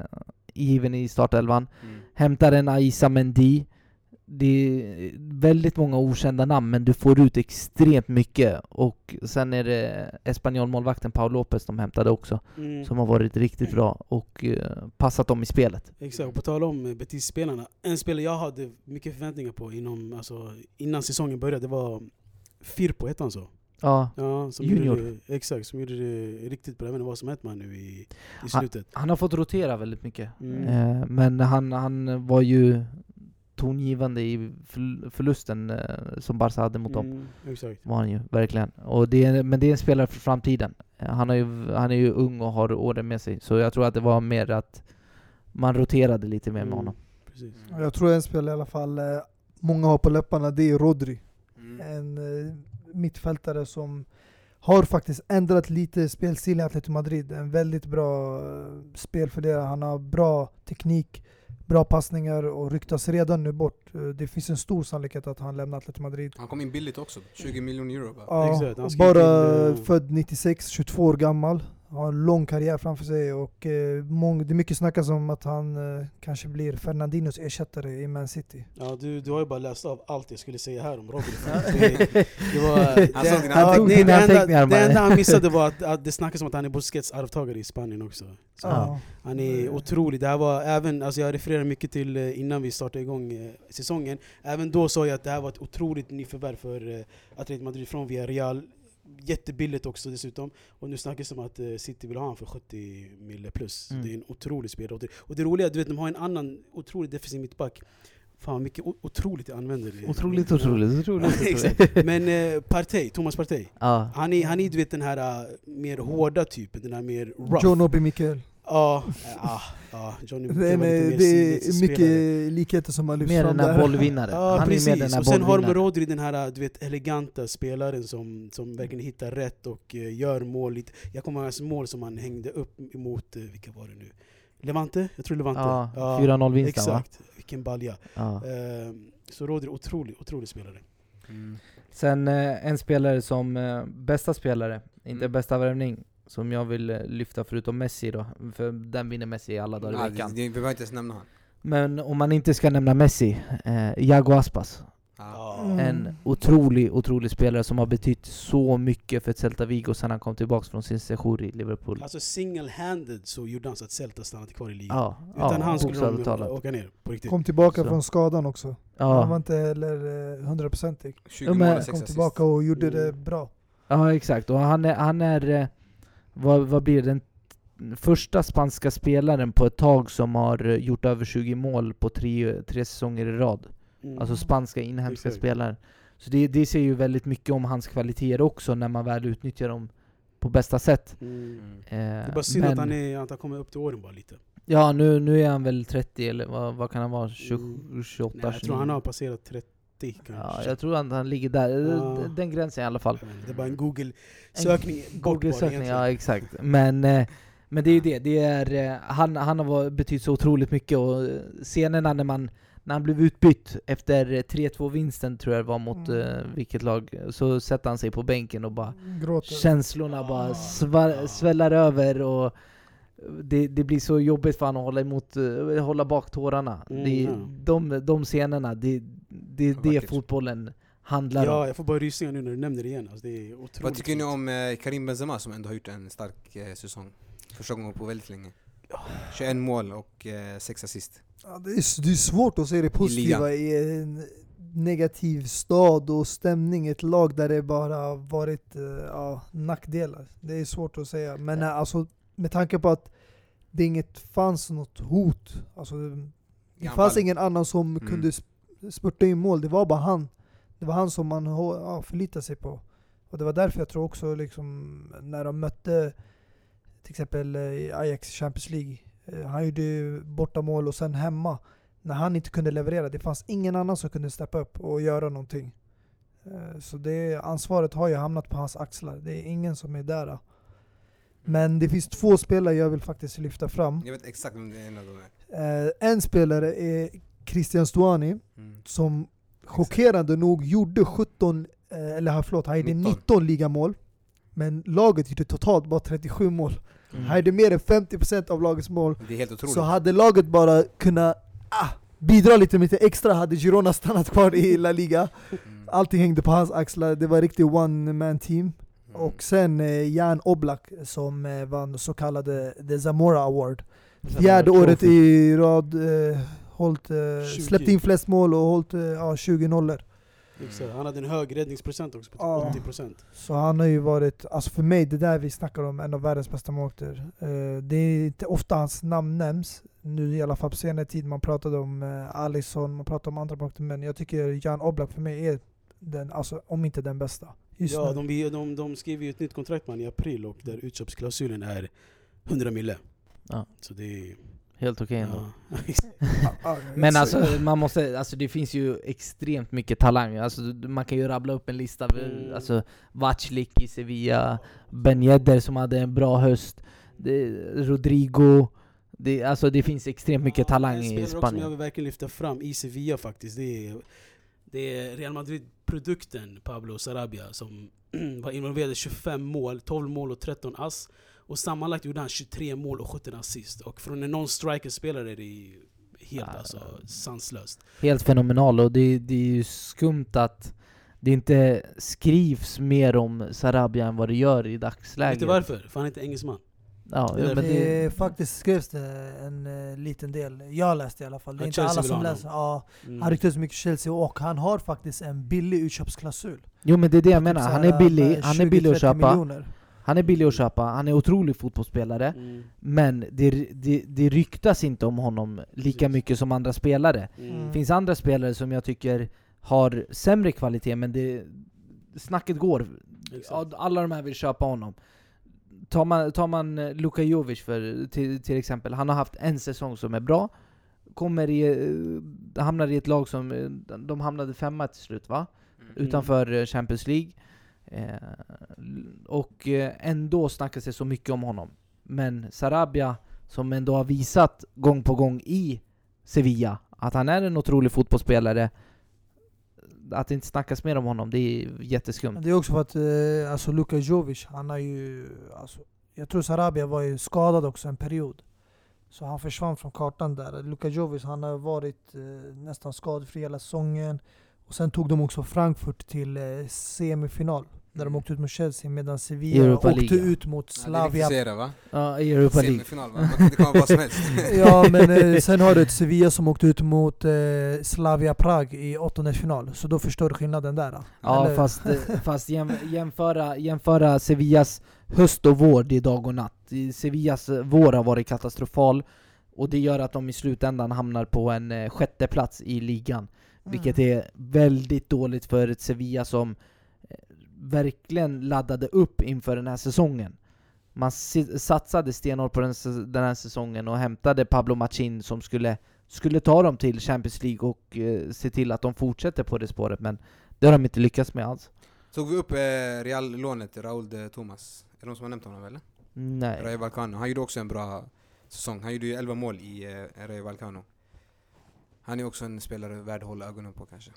Speaker 2: given i startelvan. Mm. Hämtar en Aissa Mendy. Det är väldigt många okända namn men du får ut extremt mycket. Och sen är det Espanyol-målvakten Paul Lopez de hämtade också. Mm. Som har varit riktigt bra och uh, passat dem i spelet.
Speaker 3: Exakt, och på tal om Betis-spelarna. En spelare jag hade mycket förväntningar på inom, alltså, innan säsongen började, det var Firpo, hette han så?
Speaker 2: Ja,
Speaker 3: ja som
Speaker 2: junior.
Speaker 3: Gjorde det, exakt, som gjorde det riktigt bra. Jag vet inte vad som hette man nu i, i slutet.
Speaker 2: Han, han har fått rotera väldigt mycket.
Speaker 3: Mm.
Speaker 2: Eh, men han, han var ju tongivande i förlusten eh, som Barca hade mot dem.
Speaker 3: Mm, exakt.
Speaker 2: Var han ju, verkligen. Och det är, men det är en spelare för framtiden. Han, har ju, han är ju ung och har åren med sig. Så jag tror att det var mer att man roterade lite mer med
Speaker 3: mm,
Speaker 2: honom.
Speaker 3: Precis.
Speaker 4: Jag tror en spelare i alla fall, många har på läpparna, det är Rodri.
Speaker 1: Mm.
Speaker 4: En eh, mittfältare som har faktiskt ändrat lite spelstil i Atletico Madrid. En väldigt bra eh, spel för det. Han har bra teknik, bra passningar och ryktas redan nu bort. Det finns en stor sannolikhet att han lämnar Atletico Madrid.
Speaker 1: Han kom in billigt också, tjugo miljoner euro. Bara.
Speaker 4: Ja,
Speaker 3: Exakt,
Speaker 4: bara
Speaker 3: till,
Speaker 4: född nittiosex, tjugotvå år gammal. Har en lång karriär framför sig och eh, mång, det är mycket snackas om att han eh, kanske blir Fernandinos ersättare i Man City.
Speaker 3: Ja, du, du har ju bara läst av allt jag skulle säga här om Rodri. det, det var det,
Speaker 1: han
Speaker 2: han tog
Speaker 3: det, det, enda,
Speaker 2: det
Speaker 3: enda han missade var att, att det snackas om att han är Busquets arvtagare i Spanien också. Så
Speaker 4: Ja.
Speaker 3: Han är otrolig. Det här var även, alltså jag refererar mycket till innan vi startade igång eh, säsongen. Även då sa jag att det här var ett otroligt nyförvärv för eh, Atletico Madrid från Villarreal. Jättebilligt också dessutom. Och nu snackas det om att uh, City vill ha han för sjuttio mille plus. Mm. Det är en otrolig spelare. Och det roliga är att du vet, de har en annan otrolig defensiv mittback. Fan mycket o- otroligt jag använder det.
Speaker 2: Otroligt, otroligt, otroligt. otroligt.
Speaker 3: Men uh, Partey, Thomas Partey.
Speaker 2: Ah.
Speaker 3: Han är, han är du vet den här uh, mer hårda typen. Den här mer rough.
Speaker 4: John Obi Mikel.
Speaker 3: Ja, ja, ja. Johnny
Speaker 4: Det är, det är mycket likheter som har lyft
Speaker 2: mer
Speaker 4: fram
Speaker 2: den här
Speaker 4: där.
Speaker 2: bollvinnare.
Speaker 3: Ja,
Speaker 2: han
Speaker 3: precis.
Speaker 2: är med den här
Speaker 3: och sen har de
Speaker 2: bollvinnare.
Speaker 3: Rodri, den här du vet, eleganta spelaren som, som verkligen hittar rätt och uh, gör mål. Lite. Jag kommer ihåg hans mål som han hängde upp emot, uh, vilka var det nu? Levante? Jag tror Levante.
Speaker 2: Ja,
Speaker 3: ja,
Speaker 2: fyra noll vinsten,
Speaker 3: exakt. Va? Vilken balja.
Speaker 2: Ja.
Speaker 3: Uh, så Rodri, otrolig, otrolig spelare.
Speaker 1: Mm.
Speaker 2: Sen eh, en spelare som eh, bästa spelare, inte
Speaker 1: Mm.
Speaker 2: bästa värvning, som jag vill eh, lyfta förutom Messi då. För den vinner Messi alla dagar i
Speaker 1: Nej,
Speaker 2: veckan.
Speaker 1: det, det, vi behöver inte ens nämna han.
Speaker 2: Men om man inte ska nämna Messi, eh, Iago Aspas.
Speaker 1: Ah.
Speaker 4: Mm.
Speaker 2: En otrolig, otrolig spelare som har betytt så mycket för Celta Vigo sen han kom tillbaka från sin sejour i Liverpool.
Speaker 3: Alltså single-handed så gjorde han så att Celta stannade kvar i ligan.
Speaker 2: Ja,
Speaker 3: Utan
Speaker 2: ja,
Speaker 3: han skulle
Speaker 2: bokstavligt
Speaker 3: de
Speaker 2: talat.
Speaker 3: åka ner på riktigt.
Speaker 4: Kom tillbaka
Speaker 2: Så.
Speaker 4: från skadan också.
Speaker 2: Ja.
Speaker 4: Han var inte heller hundraprocentig.
Speaker 1: tjugo
Speaker 2: Ja, men-
Speaker 1: mål och
Speaker 4: Han
Speaker 1: sex
Speaker 4: kom
Speaker 1: assist.
Speaker 4: tillbaka och gjorde det
Speaker 3: Mm.
Speaker 4: bra.
Speaker 2: Ja, exakt. Och han är, han är eh, vad, vad blir det? Den första spanska spelaren på ett tag som har eh, gjort över tjugo mål på tre, tre säsonger i rad.
Speaker 3: Mm.
Speaker 2: Alltså spanska inhemska
Speaker 3: Exakt.
Speaker 2: spelare. Så det, det ser ju väldigt mycket om hans kvaliteter också när man väl utnyttjar dem på bästa sätt.
Speaker 3: Mm.
Speaker 2: Eh,
Speaker 3: Det är bara synd
Speaker 2: men,
Speaker 3: att han, är, att han kommer upp till åren bara lite.
Speaker 2: Ja, nu, nu är han väl trettio eller vad, vad kan han vara? tjugo,
Speaker 3: Mm.
Speaker 2: tjugoåtta,
Speaker 3: Nej, jag tror han har passerat trettio kanske.
Speaker 2: Ja, jag tror att han ligger där.
Speaker 3: Ja.
Speaker 2: Den- Den gränsen i alla fall.
Speaker 3: Det är bara en Google-sökning bort bara
Speaker 2: Google-sökning,
Speaker 3: egentligen.
Speaker 2: ja exakt. Men, eh, men det är ju det. det är, eh, han, han har varit- betytt så otroligt mycket. Och eh, scenerna när, man, när han blev utbytt efter eh, tre två vinsten tror jag det var mot
Speaker 4: Mm.
Speaker 2: eh, vilket lag. Så sätter han sig på bänken och bara
Speaker 4: Gråter.
Speaker 2: känslorna bara svar, sväller över. Och det, det blir så jobbigt för honom att hålla, emot, eh, hålla bak tårarna.
Speaker 3: Mm,
Speaker 2: det,
Speaker 3: ja.
Speaker 2: de, de scenerna, det, det är det
Speaker 1: Vackert.
Speaker 2: fotbollen handlar om.
Speaker 3: Ja, jag får bara rysningar nu när du nämner det igen. Alltså, det är otroligt.
Speaker 1: Vad tycker ni
Speaker 3: fint.
Speaker 1: om eh, Karim Benzema som ändå har gjort en stark eh, säsong? Första gången på väldigt länge. tjugoett mål och eh, sex assist.
Speaker 4: Ja, det, är, det är svårt att se det positiva i en negativ stad och stämning. Ett lag där det bara har varit eh, ja, nackdelar. Det är svårt att säga. Men eh, alltså, med tanke på att det inget fanns något hot. Alltså, det
Speaker 1: I
Speaker 4: fanns
Speaker 1: anfallet.
Speaker 4: ingen annan som
Speaker 1: Mm.
Speaker 4: kunde sp- spurta in mål. Det var bara han. Det var han som man ja, förlitade sig på. Och det var därför jag tror också liksom, när de mötte till exempel i Ajax Champions League, han gjorde ju bortamål och sen hemma, när han inte kunde leverera, det fanns ingen annan som kunde steppa upp och göra någonting. Så det ansvaret har ju hamnat på hans axlar. Det är ingen som är där. Men det finns två spelare jag vill faktiskt lyfta fram.
Speaker 1: Jag vet exakt vem det är en av dem är.
Speaker 4: En spelare är Christian Stuani, mm. som chockerande nog gjorde sjutton, eller förlåt, han gjorde nitton ligamål. Men laget gjorde totalt bara trettiosju mål. Mm. Han gjorde mer än femtio procent av lagets mål.
Speaker 1: Det är helt otroligt.
Speaker 4: Så hade laget bara kunnat ah, bidra lite med lite extra, hade Girona stannat kvar i La Liga. Mm. Allting hängde på hans axlar. Det var riktigt one-man team. Mm. Och sen eh, Jan Oblak som eh, vann så kallade The Zamora Award. Fjärde året i rad eh, hållt, eh, släppt in flest mål och hållit eh, ja, tjugo nollor.
Speaker 3: Mm. Han hade en hög räddningsprocent också på ja. åttio procent.
Speaker 4: Så han har ju varit, alltså för mig, det där vi snackar om, en av världens bästa målvakter. Eh, det är inte ofta hans namn nämns. Nu i alla fall på senare tid, man pratade om eh, Alisson, man pratade om andra målvakter, men jag tycker Jan Oblak för mig är den, alltså om inte den bästa. Just
Speaker 3: ja, de, de, de skriver ju ett nytt kontrakt man i april och där utköpsklausulen är hundra mille.
Speaker 2: Ja.
Speaker 3: Så det är
Speaker 2: helt okej ändå.
Speaker 3: Ja.
Speaker 2: Men alltså, man måste, alltså det finns ju extremt mycket talang. Alltså, man kan ju rabbla upp en lista. Mm. Alltså, Vaclik i Sevilla, Ben Yedder som hade en bra höst, det, Rodrigo. Det, alltså, det finns extremt mycket ja, talang i Spanien.
Speaker 3: Som jag vill verkligen lyfta fram i Sevilla faktiskt. Det är, det är Real Madrid-produkten Pablo Sarabia som var involverad i tjugofem mål, tolv mål och tretton ass. Och sammanlagt gjorde han tjugotre mål och sjutton assist. Och från en non-striker-spelare är det helt ja, alltså, sanslöst.
Speaker 2: Helt fenomenal. Och det, det är ju skumt att det inte skrivs mer om Sarabia än vad det gör i dagsläget.
Speaker 3: Vet du varför? För han är inte engelsman.
Speaker 2: Ja,
Speaker 4: det,
Speaker 2: men det
Speaker 4: det faktiskt skrevs det en uh, liten del. Jag läste i alla fall. Det är inte Chelsea alla som läser. Ja, mm. Han ryktades mycket Chelsea och han har faktiskt en billig utköpsklausul.
Speaker 2: Jo, men det är det jag menar. Han är billig, han är billig att köpa.
Speaker 4: Miljoner.
Speaker 2: Han är billig att köpa, han är otrolig fotbollsspelare, mm. men det, det, det ryktas inte om honom lika Precis. mycket som andra spelare. Mm. Det finns andra spelare som jag tycker har sämre kvalitet, men det, snacket går. Exakt. Alla de här vill köpa honom. Tar man, tar man Luka Jovic för, till, till exempel, han har haft en säsong som är bra, kommer i, hamnar i ett lag som, de hamnade femma till slut va? Mm. Utanför Champions League. Eh, och ändå snackar sig så mycket om honom. Men Sarabia, som ändå har visat gång på gång i Sevilla att han är en otrolig fotbollsspelare, att det inte snackas mer om honom, det är jätteskumt.
Speaker 4: Det är också för att eh, alltså Luka Jovic, han har ju alltså, jag tror Sarabia var ju skadad också en period, så han försvann från kartan där. Luka Jovic, han har varit eh, nästan skadefri hela säsongen. Och sen tog de också Frankfurt till eh, semifinal. Där de åkte ut mot Chelsea, medan Sevilla åkte ut mot Slavia.
Speaker 1: Ja, det är va?
Speaker 2: Ja, i Europa League.
Speaker 1: Semifinal va? Det kan vara vad som helst.
Speaker 4: Ja, men eh, sen har du ett Sevilla som åkte ut mot eh, Slavia Prag i åttondelsfinal. Så då förstår du skillnaden där. Då.
Speaker 2: Ja, Eller? fast, fast jäm, jämföra, jämföra Sevillas höst och vår, det är dag och natt. Sevillas vår har varit katastrofal. Och det gör att de i slutändan hamnar på en eh, sjätte plats i ligan. Mm. Vilket är väldigt dåligt för ett Sevilla som eh, verkligen laddade upp inför den här säsongen. Man si- satsade stenhårt på den, den här säsongen och hämtade Pablo Machin som skulle, skulle ta dem till Champions League och eh, se till att de fortsätter på det spåret. Men det har de inte lyckats med alls.
Speaker 1: Såg vi upp eh, Real-lånet till Raúl de Thomas? Är det någon som har nämnt honom eller?
Speaker 2: Nej.
Speaker 1: Rayo Vallecano. Han gjorde också en bra säsong. Han gjorde ju elva mål i eh, Rayo Vallecano. Han är också en spelare värd att hålla ögonen på kanske.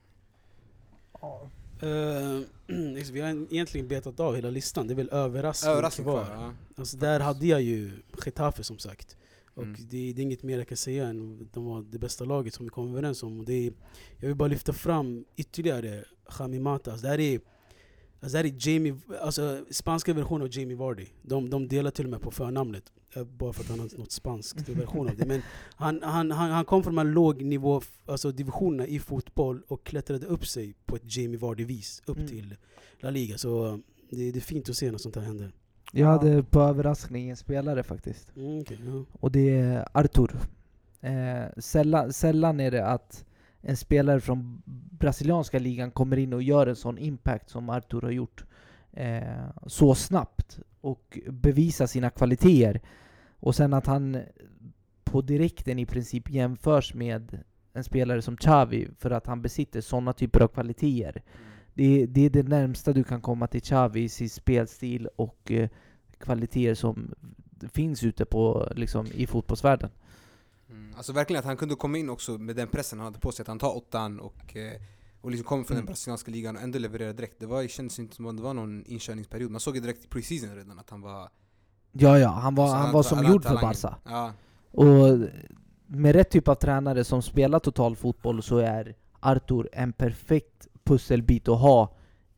Speaker 3: Ja. Uh, vi har egentligen betat av hela listan. Det är väl överraskning,
Speaker 1: överraskning kvar. kvar ja.
Speaker 3: Alltså där hade jag ju Getafe som sagt. Och
Speaker 1: Mm.
Speaker 3: det, det är inget mer jag kan säga än de var det bästa laget som vi kom överens om. Och det är, jag vill bara lyfta fram ytterligare Jaime Mata. Alltså det här är, alltså det här är Jamie, alltså spanska version av Jamie Vardy. De, de delar till och med på förnamnet. Bara för att han har något spanskt version av det. Men han, han, han, han kom från en låg nivå, alltså divisionerna i fotboll, och klättrade upp sig på ett Jamie Vardy-vis upp mm. till La Liga. Så det, det är fint att se när sånt här händer.
Speaker 2: Jag hade på överraskning en spelare faktiskt.
Speaker 3: Mm, okay, ja.
Speaker 2: Och det är Arthur. Eh, sällan, sällan är det att en spelare från brasilianska ligan kommer in och gör en sån impact som Arthur har gjort. eh, så snabbt och bevisa sina kvaliteter. Och sen att han på direkten i princip jämförs med en spelare som Xavi för att han besitter sådana typer av kvaliteter. Det, det är det närmsta du kan komma till Xavi i sin spelstil och eh, kvaliteter som finns ute på, liksom, i fotbollsvärlden.
Speaker 1: Mm. Alltså verkligen att han kunde komma in också med den pressen han hade på sig, att han tar åttan och, eh, och liksom kom från mm. den brasilianska ligan och ändå levererade direkt. Det var, kändes inte som att det var någon inkörningsperiod. Man såg ju direkt i preseason redan att han var...
Speaker 2: Ja, ja, han var,
Speaker 1: han,
Speaker 2: han var som gjord för Barca.
Speaker 1: Ja.
Speaker 2: Och med rätt typ av tränare som spelar total fotboll så är Arthur en perfekt pusselbit att ha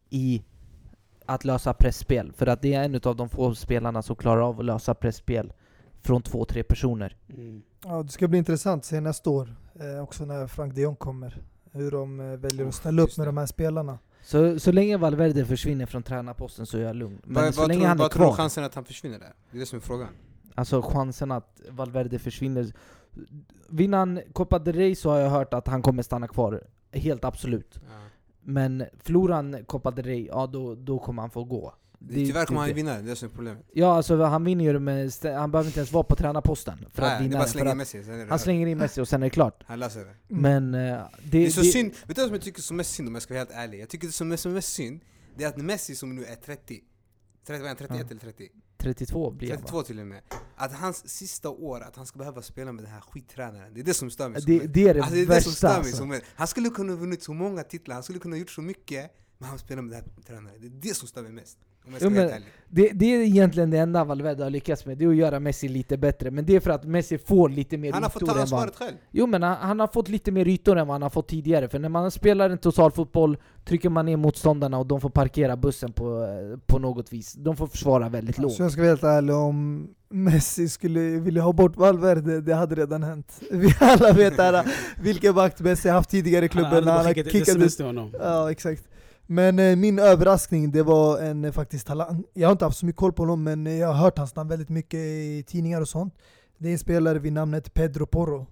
Speaker 2: i att lösa pressspel. För att det är en av de få spelarna som klarar av att lösa pressspel från två, tre personer.
Speaker 3: Mm.
Speaker 4: Ja, det ska bli intressant att se nästa år, eh, också när Frank de Jong kommer. Hur de eh, väljer att ställa upp med de här spelarna.
Speaker 2: Så, så länge Valverde försvinner från tränarposten så är jag lugn. Men
Speaker 1: vad,
Speaker 2: så
Speaker 1: vad
Speaker 2: länge
Speaker 1: tror,
Speaker 2: han är
Speaker 1: vad
Speaker 2: kvar...
Speaker 1: tror du chansen att han försvinner där? Det är det som är frågan.
Speaker 2: Alltså chansen att Valverde försvinner... Vinner han Copa del Rey så har jag hört att han kommer stanna kvar. Helt absolut.
Speaker 1: Ja.
Speaker 2: Men förlorar han Copa del Rey, ja då, då kommer han få gå.
Speaker 1: Det, tyvärr kommer han ju vinna, det är det som är problemet.
Speaker 2: Ja, alltså han vinner ju med st- han behöver inte ens vara på tränarposten för
Speaker 1: Nej,
Speaker 2: att vinna.
Speaker 1: det bara slänger
Speaker 2: att
Speaker 1: Messi, sen är det
Speaker 2: han slänger in Messi och sen är det klart.
Speaker 1: Han löser det.
Speaker 4: Mm.
Speaker 2: Men uh, det,
Speaker 1: Det är så
Speaker 2: det,
Speaker 1: synd, vet du vad som jag tycker som mest synd om jag ska vara helt ärlig? Jag tycker det som är som mest synd, det är att Messi som nu är trettio, trettio trettioett
Speaker 2: Ja.
Speaker 1: eller trettio?
Speaker 2: trettiotvå blir han,
Speaker 1: trettiotvå till och med. Att hans sista år, att han ska behöva spela med den här skittränaren. Det är det som stör mig.
Speaker 2: det,
Speaker 1: som
Speaker 2: det är det
Speaker 1: alltså, det är
Speaker 2: värsta.
Speaker 1: det som stör mig
Speaker 2: Alltså.
Speaker 1: som är. Han skulle kunna ha vunnit så många titlar, han skulle kunna ha gjort så mycket, men han spelar med den här tränaren. Det är det som stör mig mest. Om jag ska
Speaker 2: Jo,
Speaker 1: vara
Speaker 2: men
Speaker 1: helt ärlig.
Speaker 2: det, det är egentligen det enda Valverde har lyckats med. Det är att göra Messi lite bättre. Men det är för att Messi får lite mer
Speaker 1: Han har
Speaker 2: ytor
Speaker 1: fått ta
Speaker 2: än vad...
Speaker 1: ansvaret själv.
Speaker 2: Jo, men han, han har fått lite mer ytor än vad han har fått tidigare. För när man spelar en total fotboll trycker man ner motståndarna och de får parkera bussen på, på något vis. De får försvara väldigt lågt.
Speaker 4: Så jag ska vara helt ärlig, om Messi skulle vilja ha bort Valverde, det hade redan hänt. Vi alla vet här vilken vakt Messi haft tidigare i klubben.
Speaker 3: Han
Speaker 4: Han
Speaker 3: hade
Speaker 4: har
Speaker 3: skickat
Speaker 4: kickat
Speaker 3: sms till honom.
Speaker 4: Ja, exakt. Men eh, min överraskning, det var en eh, faktiskt talang. Jag har inte haft så mycket koll på honom, men eh, jag har hört hans namn väldigt mycket i tidningar och sånt. Det är en spelare vid namnet Pedro Porro.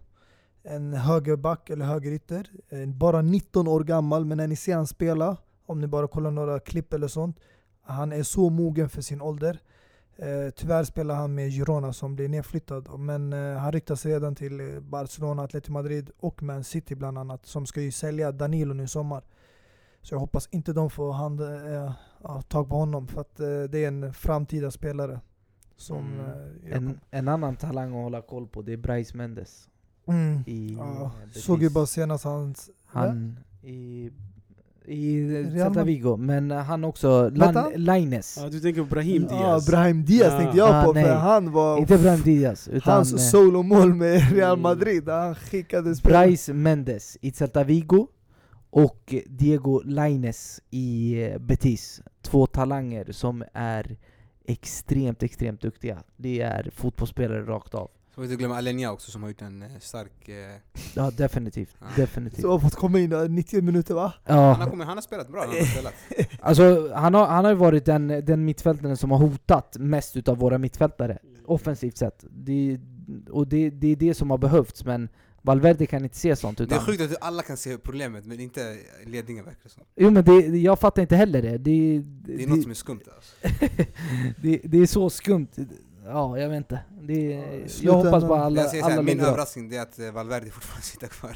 Speaker 4: En högerback eller högerytter. Eh, bara nitton år gammal, men när ni ser han spela, om ni bara kollar några klipp eller sånt, han är så mogen för sin ålder. Eh, tyvärr spelar han med Girona som blir nedflyttad. Men eh, han ryktar sig redan till eh, Barcelona, Atletico Madrid och Man City bland annat, som ska ju sälja Danilo nu i sommar. Så jag hoppas inte de får hand, äh, ja, tag på honom, för att äh, det är en framtida spelare som
Speaker 1: Mm.
Speaker 4: äh,
Speaker 2: En, en annan talang att hålla koll på, det är Brais Mendes.
Speaker 4: mm.
Speaker 2: I,
Speaker 4: ja,
Speaker 2: Betis.
Speaker 4: såg ju bara senast hans...
Speaker 2: Han i, i
Speaker 4: Real
Speaker 2: Celta Vigo, men han också
Speaker 4: Vänta.
Speaker 2: Lan, Lainez.
Speaker 3: Ja, du tänker på Brahim
Speaker 4: Ja,
Speaker 3: Diaz.
Speaker 4: Brahim Diaz
Speaker 3: Ja.
Speaker 4: tänkte jag
Speaker 2: Ah,
Speaker 4: på,
Speaker 2: nej.
Speaker 4: för han var...
Speaker 2: Inte Brahim Diaz, utan
Speaker 4: hans
Speaker 2: eh,
Speaker 4: solomål med Real
Speaker 3: Mm.
Speaker 4: Madrid, han skickade spel.
Speaker 2: Brais Mendes i Celta Vigo och Diego Lainez i eh, Betis. Två talanger som är extremt, extremt duktiga. Det är fotbollsspelare rakt av.
Speaker 1: Så får vi inte glömma Alenia också som har gjort en eh, stark... Eh,
Speaker 2: Ja, definitivt.
Speaker 1: Ja.
Speaker 2: definitivt.
Speaker 4: Så har fått komma in där nittio minuter, va?
Speaker 1: han, har
Speaker 2: Ja,
Speaker 1: kommit, han har spelat bra, han har spelat.
Speaker 2: alltså han har, han har ju varit den, den mittfältaren som har hotat mest utav våra mittfältare. Offensivt sett. Det, och det, det är det som har behövts, men Valverde kan inte se sånt.
Speaker 1: Det är
Speaker 2: Utan,
Speaker 1: sjukt att alla kan se problemet, men inte ledningen verkar det som.
Speaker 2: jo, men det, jag fattar inte heller det. Det, det,
Speaker 1: Det är något som är skumt alltså.
Speaker 2: det, det är så skumt. Ja, jag vet inte. Det,
Speaker 4: i
Speaker 2: jag
Speaker 4: slutändan-
Speaker 2: hoppas bara alla,
Speaker 1: Jag säger så här,
Speaker 2: alla
Speaker 1: min
Speaker 2: lägger av.
Speaker 1: överraskning det är att eh, Valverde fortfarande sitter kvar.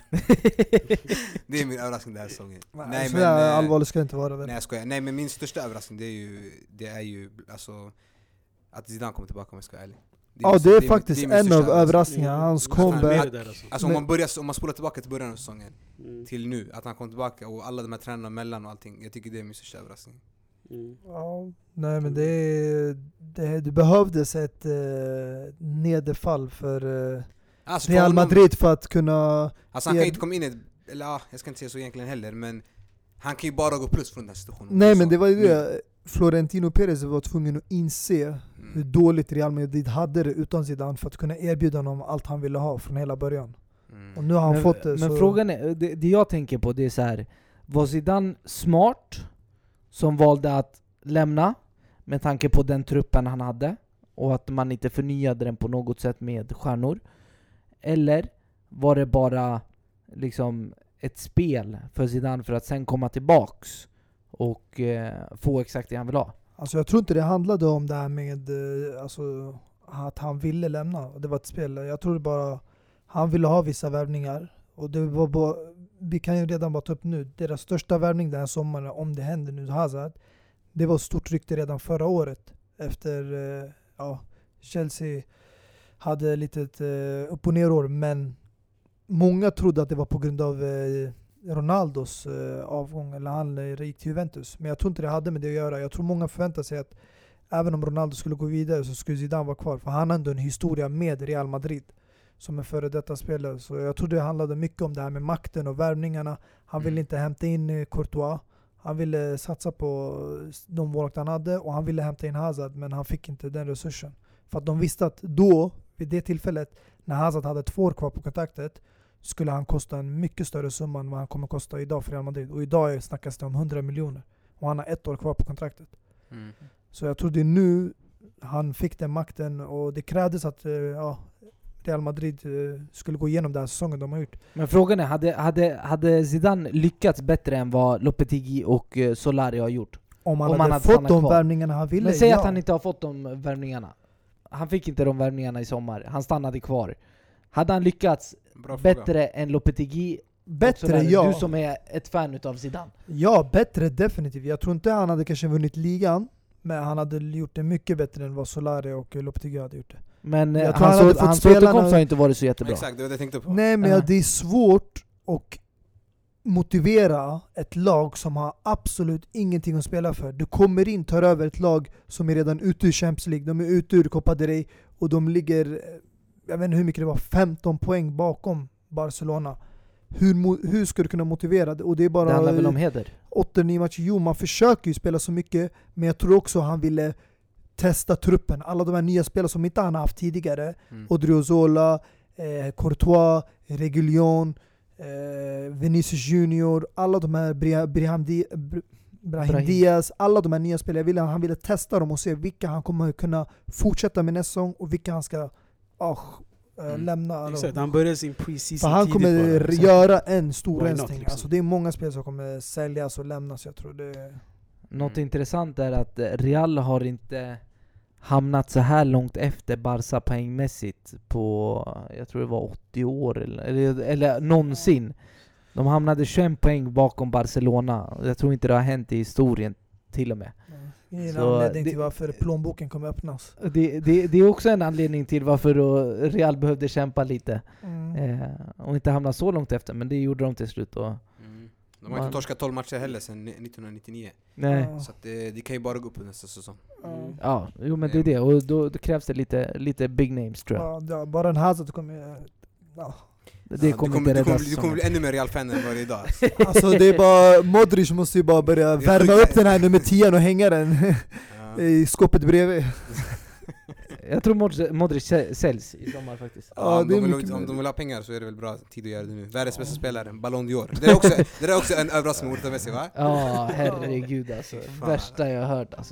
Speaker 1: Det är min överraskning den här säsongen.
Speaker 4: Nej, så där
Speaker 1: eh,
Speaker 4: allvarligt ska det inte vara väl?
Speaker 1: nej jag skojar. Nej men min största överraskning det är ju, det är ju alltså, att Zidane kommer tillbaka om jag ska vara ärlig.
Speaker 4: Ja,
Speaker 1: min-
Speaker 4: det är
Speaker 1: min-
Speaker 4: faktiskt
Speaker 1: min
Speaker 4: en
Speaker 1: största
Speaker 4: av
Speaker 1: överraskning.
Speaker 4: överraskningarna, hans
Speaker 3: Mm. Han är
Speaker 4: comeback.
Speaker 3: med där, alltså.
Speaker 1: Alltså om
Speaker 4: Men-
Speaker 1: man, börjar, om man spolar tillbaka till början av säsongen
Speaker 3: Mm.
Speaker 1: till nu, att han kom tillbaka och alla de här tränarna mellan och allting. Jag tycker det är min största överraskning.
Speaker 3: Mm.
Speaker 4: Ja, nej men det, det, det behövdes ett eh, nederfall för eh,
Speaker 1: Alltså, för
Speaker 4: Real
Speaker 1: honom-
Speaker 4: Madrid för att kunna...
Speaker 1: Alltså han kan
Speaker 4: er-
Speaker 1: inte komma in i ett, eller ja, jag ska inte säga så egentligen heller, men han kan ju bara gå plus från den här situationen.
Speaker 4: Nej
Speaker 1: Så,
Speaker 4: men det var ju
Speaker 1: nu.
Speaker 4: det, Florentino Perez var tvungen att inse hur
Speaker 1: Mm.
Speaker 4: dåligt Real Madrid hade det utan Zidane för att kunna erbjuda honom allt han ville ha från hela början.
Speaker 1: Mm.
Speaker 4: Och nu har han
Speaker 2: men,
Speaker 4: fått det.
Speaker 2: Men
Speaker 4: så...
Speaker 2: frågan är, det, det jag tänker på det är så här: var Zidane smart som valde att lämna med tanke på den truppen han hade och att man inte förnyade den på något sätt med stjärnor? Eller var det bara liksom ett spel för Zidane för att sen komma tillbaks och eh, få exakt det han vill ha?
Speaker 4: Alltså jag tror inte det handlade om det här med alltså, att han ville lämna. Det var ett spel. Jag tror det bara han ville ha vissa värvningar. Och det var bara, vi kan ju redan bara ta upp nu. Deras största värvning den här sommaren, om det händer nu, Hazard. Det var stort rykte redan förra året. Efter ja, Chelsea hade lite ett upp- och nerår. Men många trodde att det var på grund av Ronaldos avgång. Eller han gick till Juventus. Men jag tror inte det hade med det att göra. Jag tror många förväntar sig att även om Ronaldo skulle gå vidare så skulle Zidane vara kvar. För han har ändå en historia med Real Madrid som en före detta spelare. Så jag tror det handlade mycket om det här med makten och värvningarna. Han ville inte hämta in Courtois. Han ville satsa på de målvakter han hade och han ville hämta in Hazard, men han fick inte den resursen. För att de visste att då, vid det tillfället, när Hazard hade två år kvar på kontraktet, skulle han kosta en mycket större summa än vad han kommer kosta idag för Real Madrid. Och idag snackas det om hundra miljoner. Och han har ett år kvar på kontraktet. Mm. Så jag tror det är nu han fick den makten och det krävdes att ja, Real Madrid skulle gå igenom den här säsongen de har gjort.
Speaker 2: Men frågan är, hade, hade, hade Zidane lyckats bättre än vad Lopetegui och Solari har gjort?
Speaker 4: Om han, om hade, han hade fått de kvar. Värvningarna han ville.
Speaker 2: Men säg
Speaker 4: ja.
Speaker 2: att han inte har fått de värvningarna. Han fick inte de värvningarna i sommar. Han stannade kvar. Hade han lyckats bättre än Lopetegui?
Speaker 4: Bättre, ja.
Speaker 2: Du som är ett fan utav Zidane.
Speaker 4: Ja, bättre definitivt. Jag tror inte han hade kanske vunnit ligan, men han hade gjort det mycket bättre än vad Solari och Lopetegui hade gjort det.
Speaker 2: Men hans, han hans återkomst har inte varit så jättebra.
Speaker 1: Exakt, det var det jag tänkte på.
Speaker 4: Nej, men ja, det är svårt att motivera ett lag som har absolut ingenting att spela för. Du kommer in, tar över ett lag som är redan ute ur Champions League. De är ute ur Copa del Rey och de ligger, jag vet inte hur mycket det var, femton poäng bakom Barcelona. Hur, hur ska du kunna motivera det? Och det är bara
Speaker 2: det handlar väl om heder.
Speaker 4: åtta nio matcher. Jo, man försöker ju spela så mycket, men jag tror också han ville testa truppen. Alla de här nya spelare som inte han har haft tidigare. Mm. Odriozola, eh, Courtois, Reguilón, eh, Vinicius Junior, alla de här Brahim, Brahim, Brahim Diaz, alla de här nya spelare. Jag ville, han ville testa dem och se vilka han kommer kunna fortsätta med nästa säsong och vilka han ska oh, Mm. lämna.
Speaker 3: Exakt, han börjar sin preseason.
Speaker 4: För han kommer bara, göra en stor rensning. Liksom. Alltså, det är många spel som kommer säljas och lämnas. Jag tror det.
Speaker 2: Något mm. intressant är att Real har inte hamnat så här långt efter Barca poängmässigt på, jag tror det var åttio år eller, eller, eller någonsin. De hamnade tjugoett poäng bakom Barcelona. Jag tror inte det har hänt i historien till och med.
Speaker 4: Ingen så anledning det, till varför plånboken kommer öppnas.
Speaker 2: Det, det, det är också en anledning till varför Real behövde kämpa lite. Mm. Eh, och inte hamna så långt efter, men det gjorde de till slut. Och
Speaker 1: mm. De har man, inte torskat tolv matcher heller sedan nittonhundranittionio.
Speaker 2: Nej.
Speaker 1: Så att det, det kan ju bara gå upp nästa säsong.
Speaker 2: Mm. Ja, jo, men det är det. Och då, då krävs det lite, lite big names, tror jag.
Speaker 4: Ja, ja, bara en Hazard kommer... Ja.
Speaker 2: Det
Speaker 1: ja,
Speaker 2: kommer
Speaker 1: du, kommer,
Speaker 2: inte
Speaker 1: du, kommer, du kommer bli ännu mer Real-fan än vad det är idag.
Speaker 4: Alltså det är bara, Modric måste ju bara börja värma upp den här nummer tio och hänga den ja. i skåpet bredvid.
Speaker 2: Jag tror Modric, Modric säljs i sommar faktiskt.
Speaker 1: Ja, ja, om, de vill, om de vill ha pengar så är det väl bra tid att göra det nu. Världens bästa spelare, Ballon d'Or. Det är också, det är också en överraskning mot Messi, va?
Speaker 2: Ja, herregud alltså. Värsta jag har hört alltså.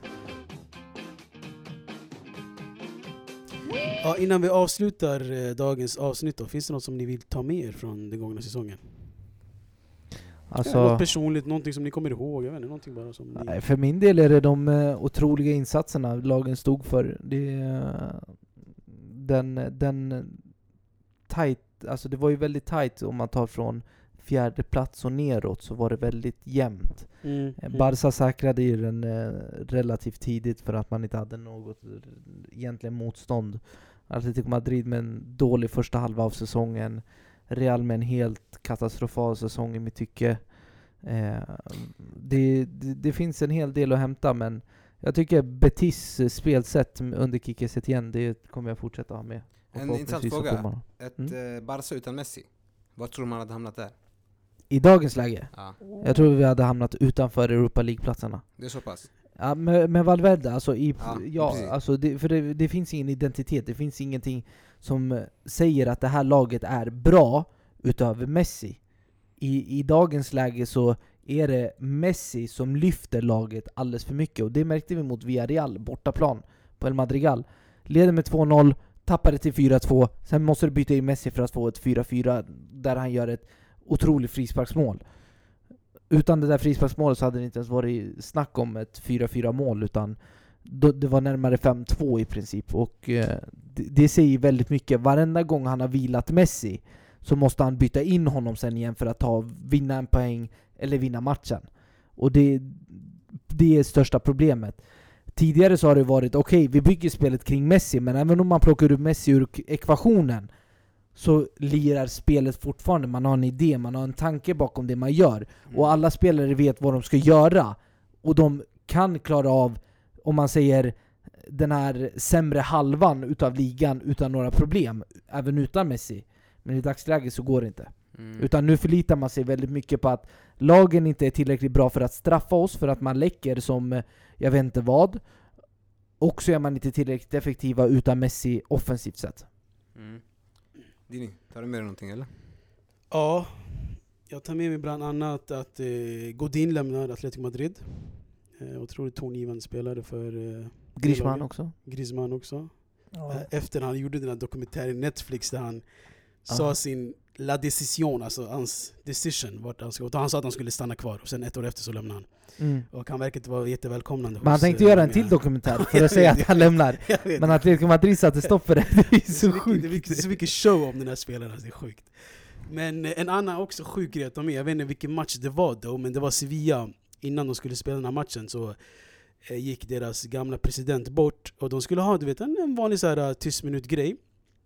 Speaker 3: Ja, innan vi avslutar eh, dagens avsnitt då, finns det något som ni vill ta med er från den gångna säsongen?
Speaker 2: Alltså,
Speaker 3: ja, något personligt, någonting som ni kommer ihåg, jag vet inte, någonting bara som
Speaker 2: nej,
Speaker 3: ni...
Speaker 2: för min del är det de uh, otroliga insatserna lagen stod för. Det uh, den den tight, alltså det var ju väldigt tight om man tar från fjärde plats och neråt, så var det väldigt jämnt. Mm, mm. Barca säkrade ju den uh, relativt tidigt för att man inte hade något egentligen motstånd. Atletico Madrid med en dålig första halva av säsongen. Real med en helt katastrofal säsong i mitt tycke. Eh, det, det, det finns en hel del att hämta, men jag tycker Betis spelsätt under Quique Setién, det kommer jag fortsätta ha med.
Speaker 1: En intressant fråga. Ett mm? eh, Barca utan Messi, vad tror man hade hamnat där?
Speaker 2: I dagens läge?
Speaker 1: Ja.
Speaker 2: Jag tror vi hade hamnat utanför Europa League-platserna.
Speaker 1: Det är så pass?
Speaker 2: Ja, med, med Valverde, alltså, i,
Speaker 1: ja,
Speaker 2: ja, alltså det, för det, det finns ingen identitet, det finns ingenting som säger att det här laget är bra utöver Messi. I, i dagens läge så är det Messi som lyfter laget alldeles för mycket, och det märkte vi mot Villarreal bortaplan på El Madrigal. Leder med två noll, tappade till fyra två, sen måste du byta in Messi för att få ett fyra fyra där han gör ett otroligt frisparksmål. utan det där frisparksmålet så hade det inte ens varit snack om ett fyra fyra mål, utan då, det var närmare fem två i princip. Och eh, det, det säger väldigt mycket. Varenda gång han har vilat Messi så måste han byta in honom sen igen för att ta, vinna en poäng eller vinna matchen. Och det, det är största problemet. Tidigare så har det varit, okej, okay, vi bygger spelet kring Messi, men även om man plockar upp Messi ur ekvationen så lirar spelet fortfarande. Man har en idé, man har en tanke bakom det man gör. Mm. Och alla spelare vet vad de ska göra. Och de kan klara av, om man säger, den här sämre halvan utav ligan utan några problem. Även utan Messi. Men i dagsläget så går det inte. Mm. Utan nu förlitar man sig väldigt mycket på att lagen inte är tillräckligt bra för att straffa oss, för att man läcker som jag vet inte vad. Och så är man inte tillräckligt effektiva utan Messi offensivt sett.
Speaker 1: Mm. Dini, tar du med dig någonting eller?
Speaker 3: Ja, jag tar med mig bland annat att eh, Godin lämnar Atletico Madrid. Eh, otroligt tongivande spelare för eh,
Speaker 2: Griezmann också.
Speaker 3: Griezmann också.
Speaker 4: Ja.
Speaker 3: Eh, efter han gjorde den här dokumentären Netflix där han
Speaker 2: Aha.
Speaker 3: sa sin la decision, alltså hans decision vart han skulle. Han sa att han skulle stanna kvar och sen ett år efter så lämnade han.
Speaker 2: Mm.
Speaker 3: Och han verkar inte vara jättevälkomnande.
Speaker 2: Men han tänkte göra en till dokumentär för att säga att han lämnar. Men Atletico Madrid satte stopp för det. Det är så sjukt.
Speaker 3: Det är mycket, så mycket show om den här spelaren, alltså det är sjukt. Men en annan också sjuk grej att de är, jag vet inte vilken match det var då, men det var Sevilla. Innan de skulle spela den här matchen så eh, gick deras gamla president bort. Och de skulle ha, du vet, en, en vanlig så här tyst minut grej.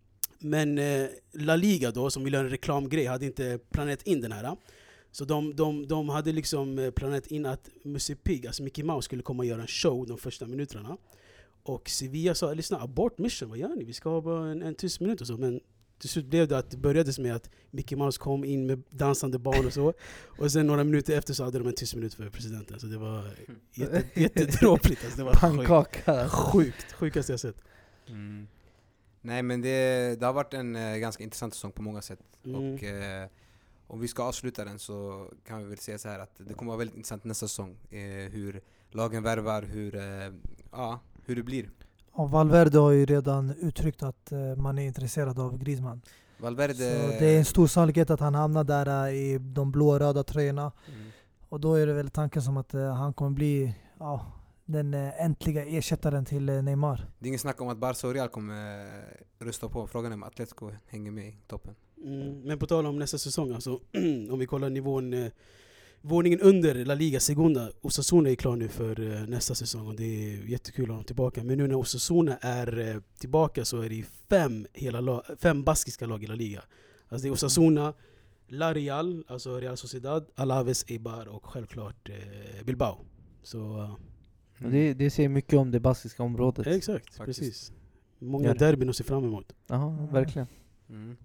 Speaker 3: Men eh, La Liga då, som ville ha en reklamgrej, hade inte planerat in den här. Så de, de, de hade liksom planerat in att Musse Pigg, alltså Mickey Mouse, skulle komma och göra en show de första minuterna. Och Sevilla sa, lyssna, abort mission, vad gör ni? Vi ska ha bara en, en tyst minut och så. Men till slut blev det att det började med att Mickey Mouse kom in med dansande barn och så. Och sen några minuter efter så hade de en tyst minut för presidenten. Så det var jätte, jättedråpligt. Alltså det var
Speaker 2: pannkaka.
Speaker 3: Sjukt, sjukaste jag sett.
Speaker 1: Mm. Nej, men det, det har varit en eh, ganska intressant säsong på många sätt.
Speaker 3: Mm.
Speaker 1: Och eh, om vi ska avsluta den så kan vi väl säga så här att det kommer vara väldigt intressant nästa säsong. Eh, hur lagen värvar, hur, eh, ja, hur det blir.
Speaker 4: Ja, Valverde har ju redan uttryckt att uh, man är intresserad av Griezmann.
Speaker 1: Valverde...
Speaker 4: Så det är en stor sannolikhet att han hamnar där uh, i de blå-röda tröjorna. Mm. Och då är det väl tanken som att uh, han kommer bli uh, den uh, äntliga ersättaren till uh, Neymar.
Speaker 1: Det är ingen snack om att Barca och Real kommer uh, rösta på. Frågan är om Atletico hänger med i toppen.
Speaker 3: Mm, men på tal om nästa säsong, alltså, om vi kollar nivån, eh, våningen under La Liga Segunda, Osasuna är klar nu för eh, nästa säsong och det är jättekul att ha dem tillbaka. Men nu när Osasuna är eh, tillbaka så är det fem, hela la- fem baskiska lag i La Liga. Alltså det är Osasuna, La Real, alltså Real Sociedad, Alaves, Eibar och självklart eh, Bilbao. Så, uh,
Speaker 2: mm. det, det säger mycket om det baskiska området.
Speaker 3: Exakt,
Speaker 1: faktiskt.
Speaker 3: Precis. Många derbyn att se fram emot.
Speaker 2: Ja, mm. verkligen.
Speaker 1: Mm.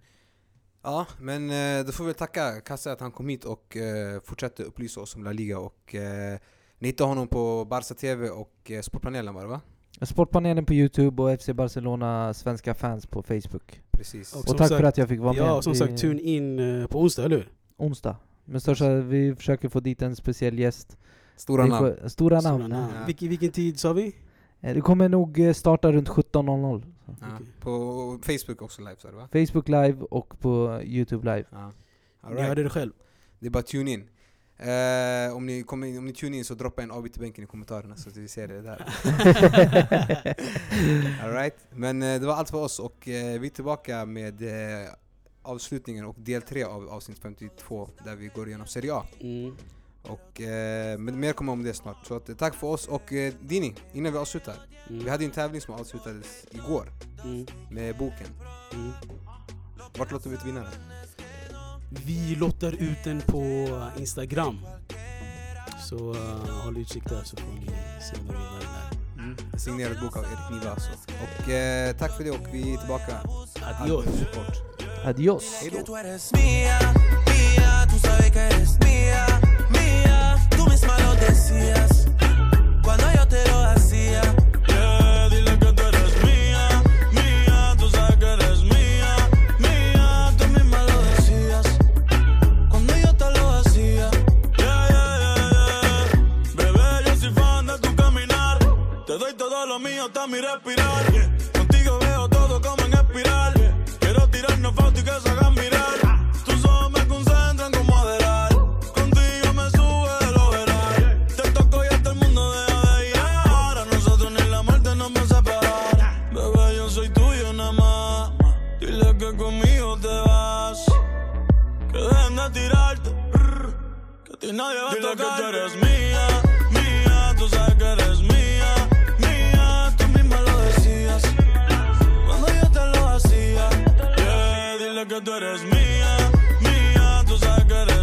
Speaker 1: Ja, men eh, då får vi tacka Kasse att han kom hit och eh, fortsätter upplysa oss om La Liga. Och eh, ni hittar honom på Barca T V och eh, Sportpanelen, var det va?
Speaker 2: Sportpanelen på YouTube och F C Barcelona svenska fans på Facebook.
Speaker 1: Precis.
Speaker 2: Och, och tack sagt, för att jag fick vara
Speaker 3: ja,
Speaker 2: med.
Speaker 3: Ja, som sagt, tune in uh, på onsdag, eller hur?
Speaker 2: Onsdag. Men största, vi försöker få dit en speciell gäst.
Speaker 1: Stora namn.
Speaker 2: Stora, stora namn.
Speaker 3: namn. Ja. Vilken, vilken tid sa vi?
Speaker 2: Det kommer nog starta runt sjutton noll noll.
Speaker 1: Ja, okay. På Facebook också live, så är det va?
Speaker 2: Facebook live och på YouTube live.
Speaker 1: Ja.
Speaker 3: All right. Jag hörde det själv.
Speaker 1: Det är bara tune in. Uh, om, ni kommer in, om ni tune in så droppa en avbytarbänken i kommentarerna så att vi ser det där. All right. Men uh, det var allt för oss och uh, vi är tillbaka med uh, avslutningen och del tre av avsnitt femtiotvå där vi går igenom Serie A.
Speaker 3: Mm.
Speaker 1: Och, uh, men mer kommer om det snart. Så att, uh, tack för oss och uh, Dini, innan vi avslutar. Mm. Vi hade en tävling som avslutades igår mm. med boken. Mm. Vart låter vi ut vinnaren?
Speaker 3: Vi lottar ut den på Instagram. Så uh, håll utkik där så får ni se om vi vinner den här.
Speaker 1: Mm. Signerad bok av Erik Niva alltså. Och uh, tack för det och vi är tillbaka.
Speaker 3: Adios.
Speaker 2: Adios.
Speaker 1: Hej då.
Speaker 6: Cuando yo te lo hacía, yeah, dile que tú eres mía, mía, tú sabes que eres mía, mía, tú misma lo decías, cuando yo te lo hacía, yeah, yeah, yeah, yeah. Bebé, yo soy fan de tu caminar, te doy todo lo mío hasta mi respirar, contigo veo todo como en espiral, quiero tirarnos fotos y que se hagan mirar, tus ojos me concentran como Adelar, contigo me sube a tirarte, que a ti nadie va a tocar. Dile que tú eres mía, mía, tú sabes que eres mía, mía, tú misma lo decías cuando yo te lo hacía. Yeah, dile que tú eres mía, mía, tú sabes que eres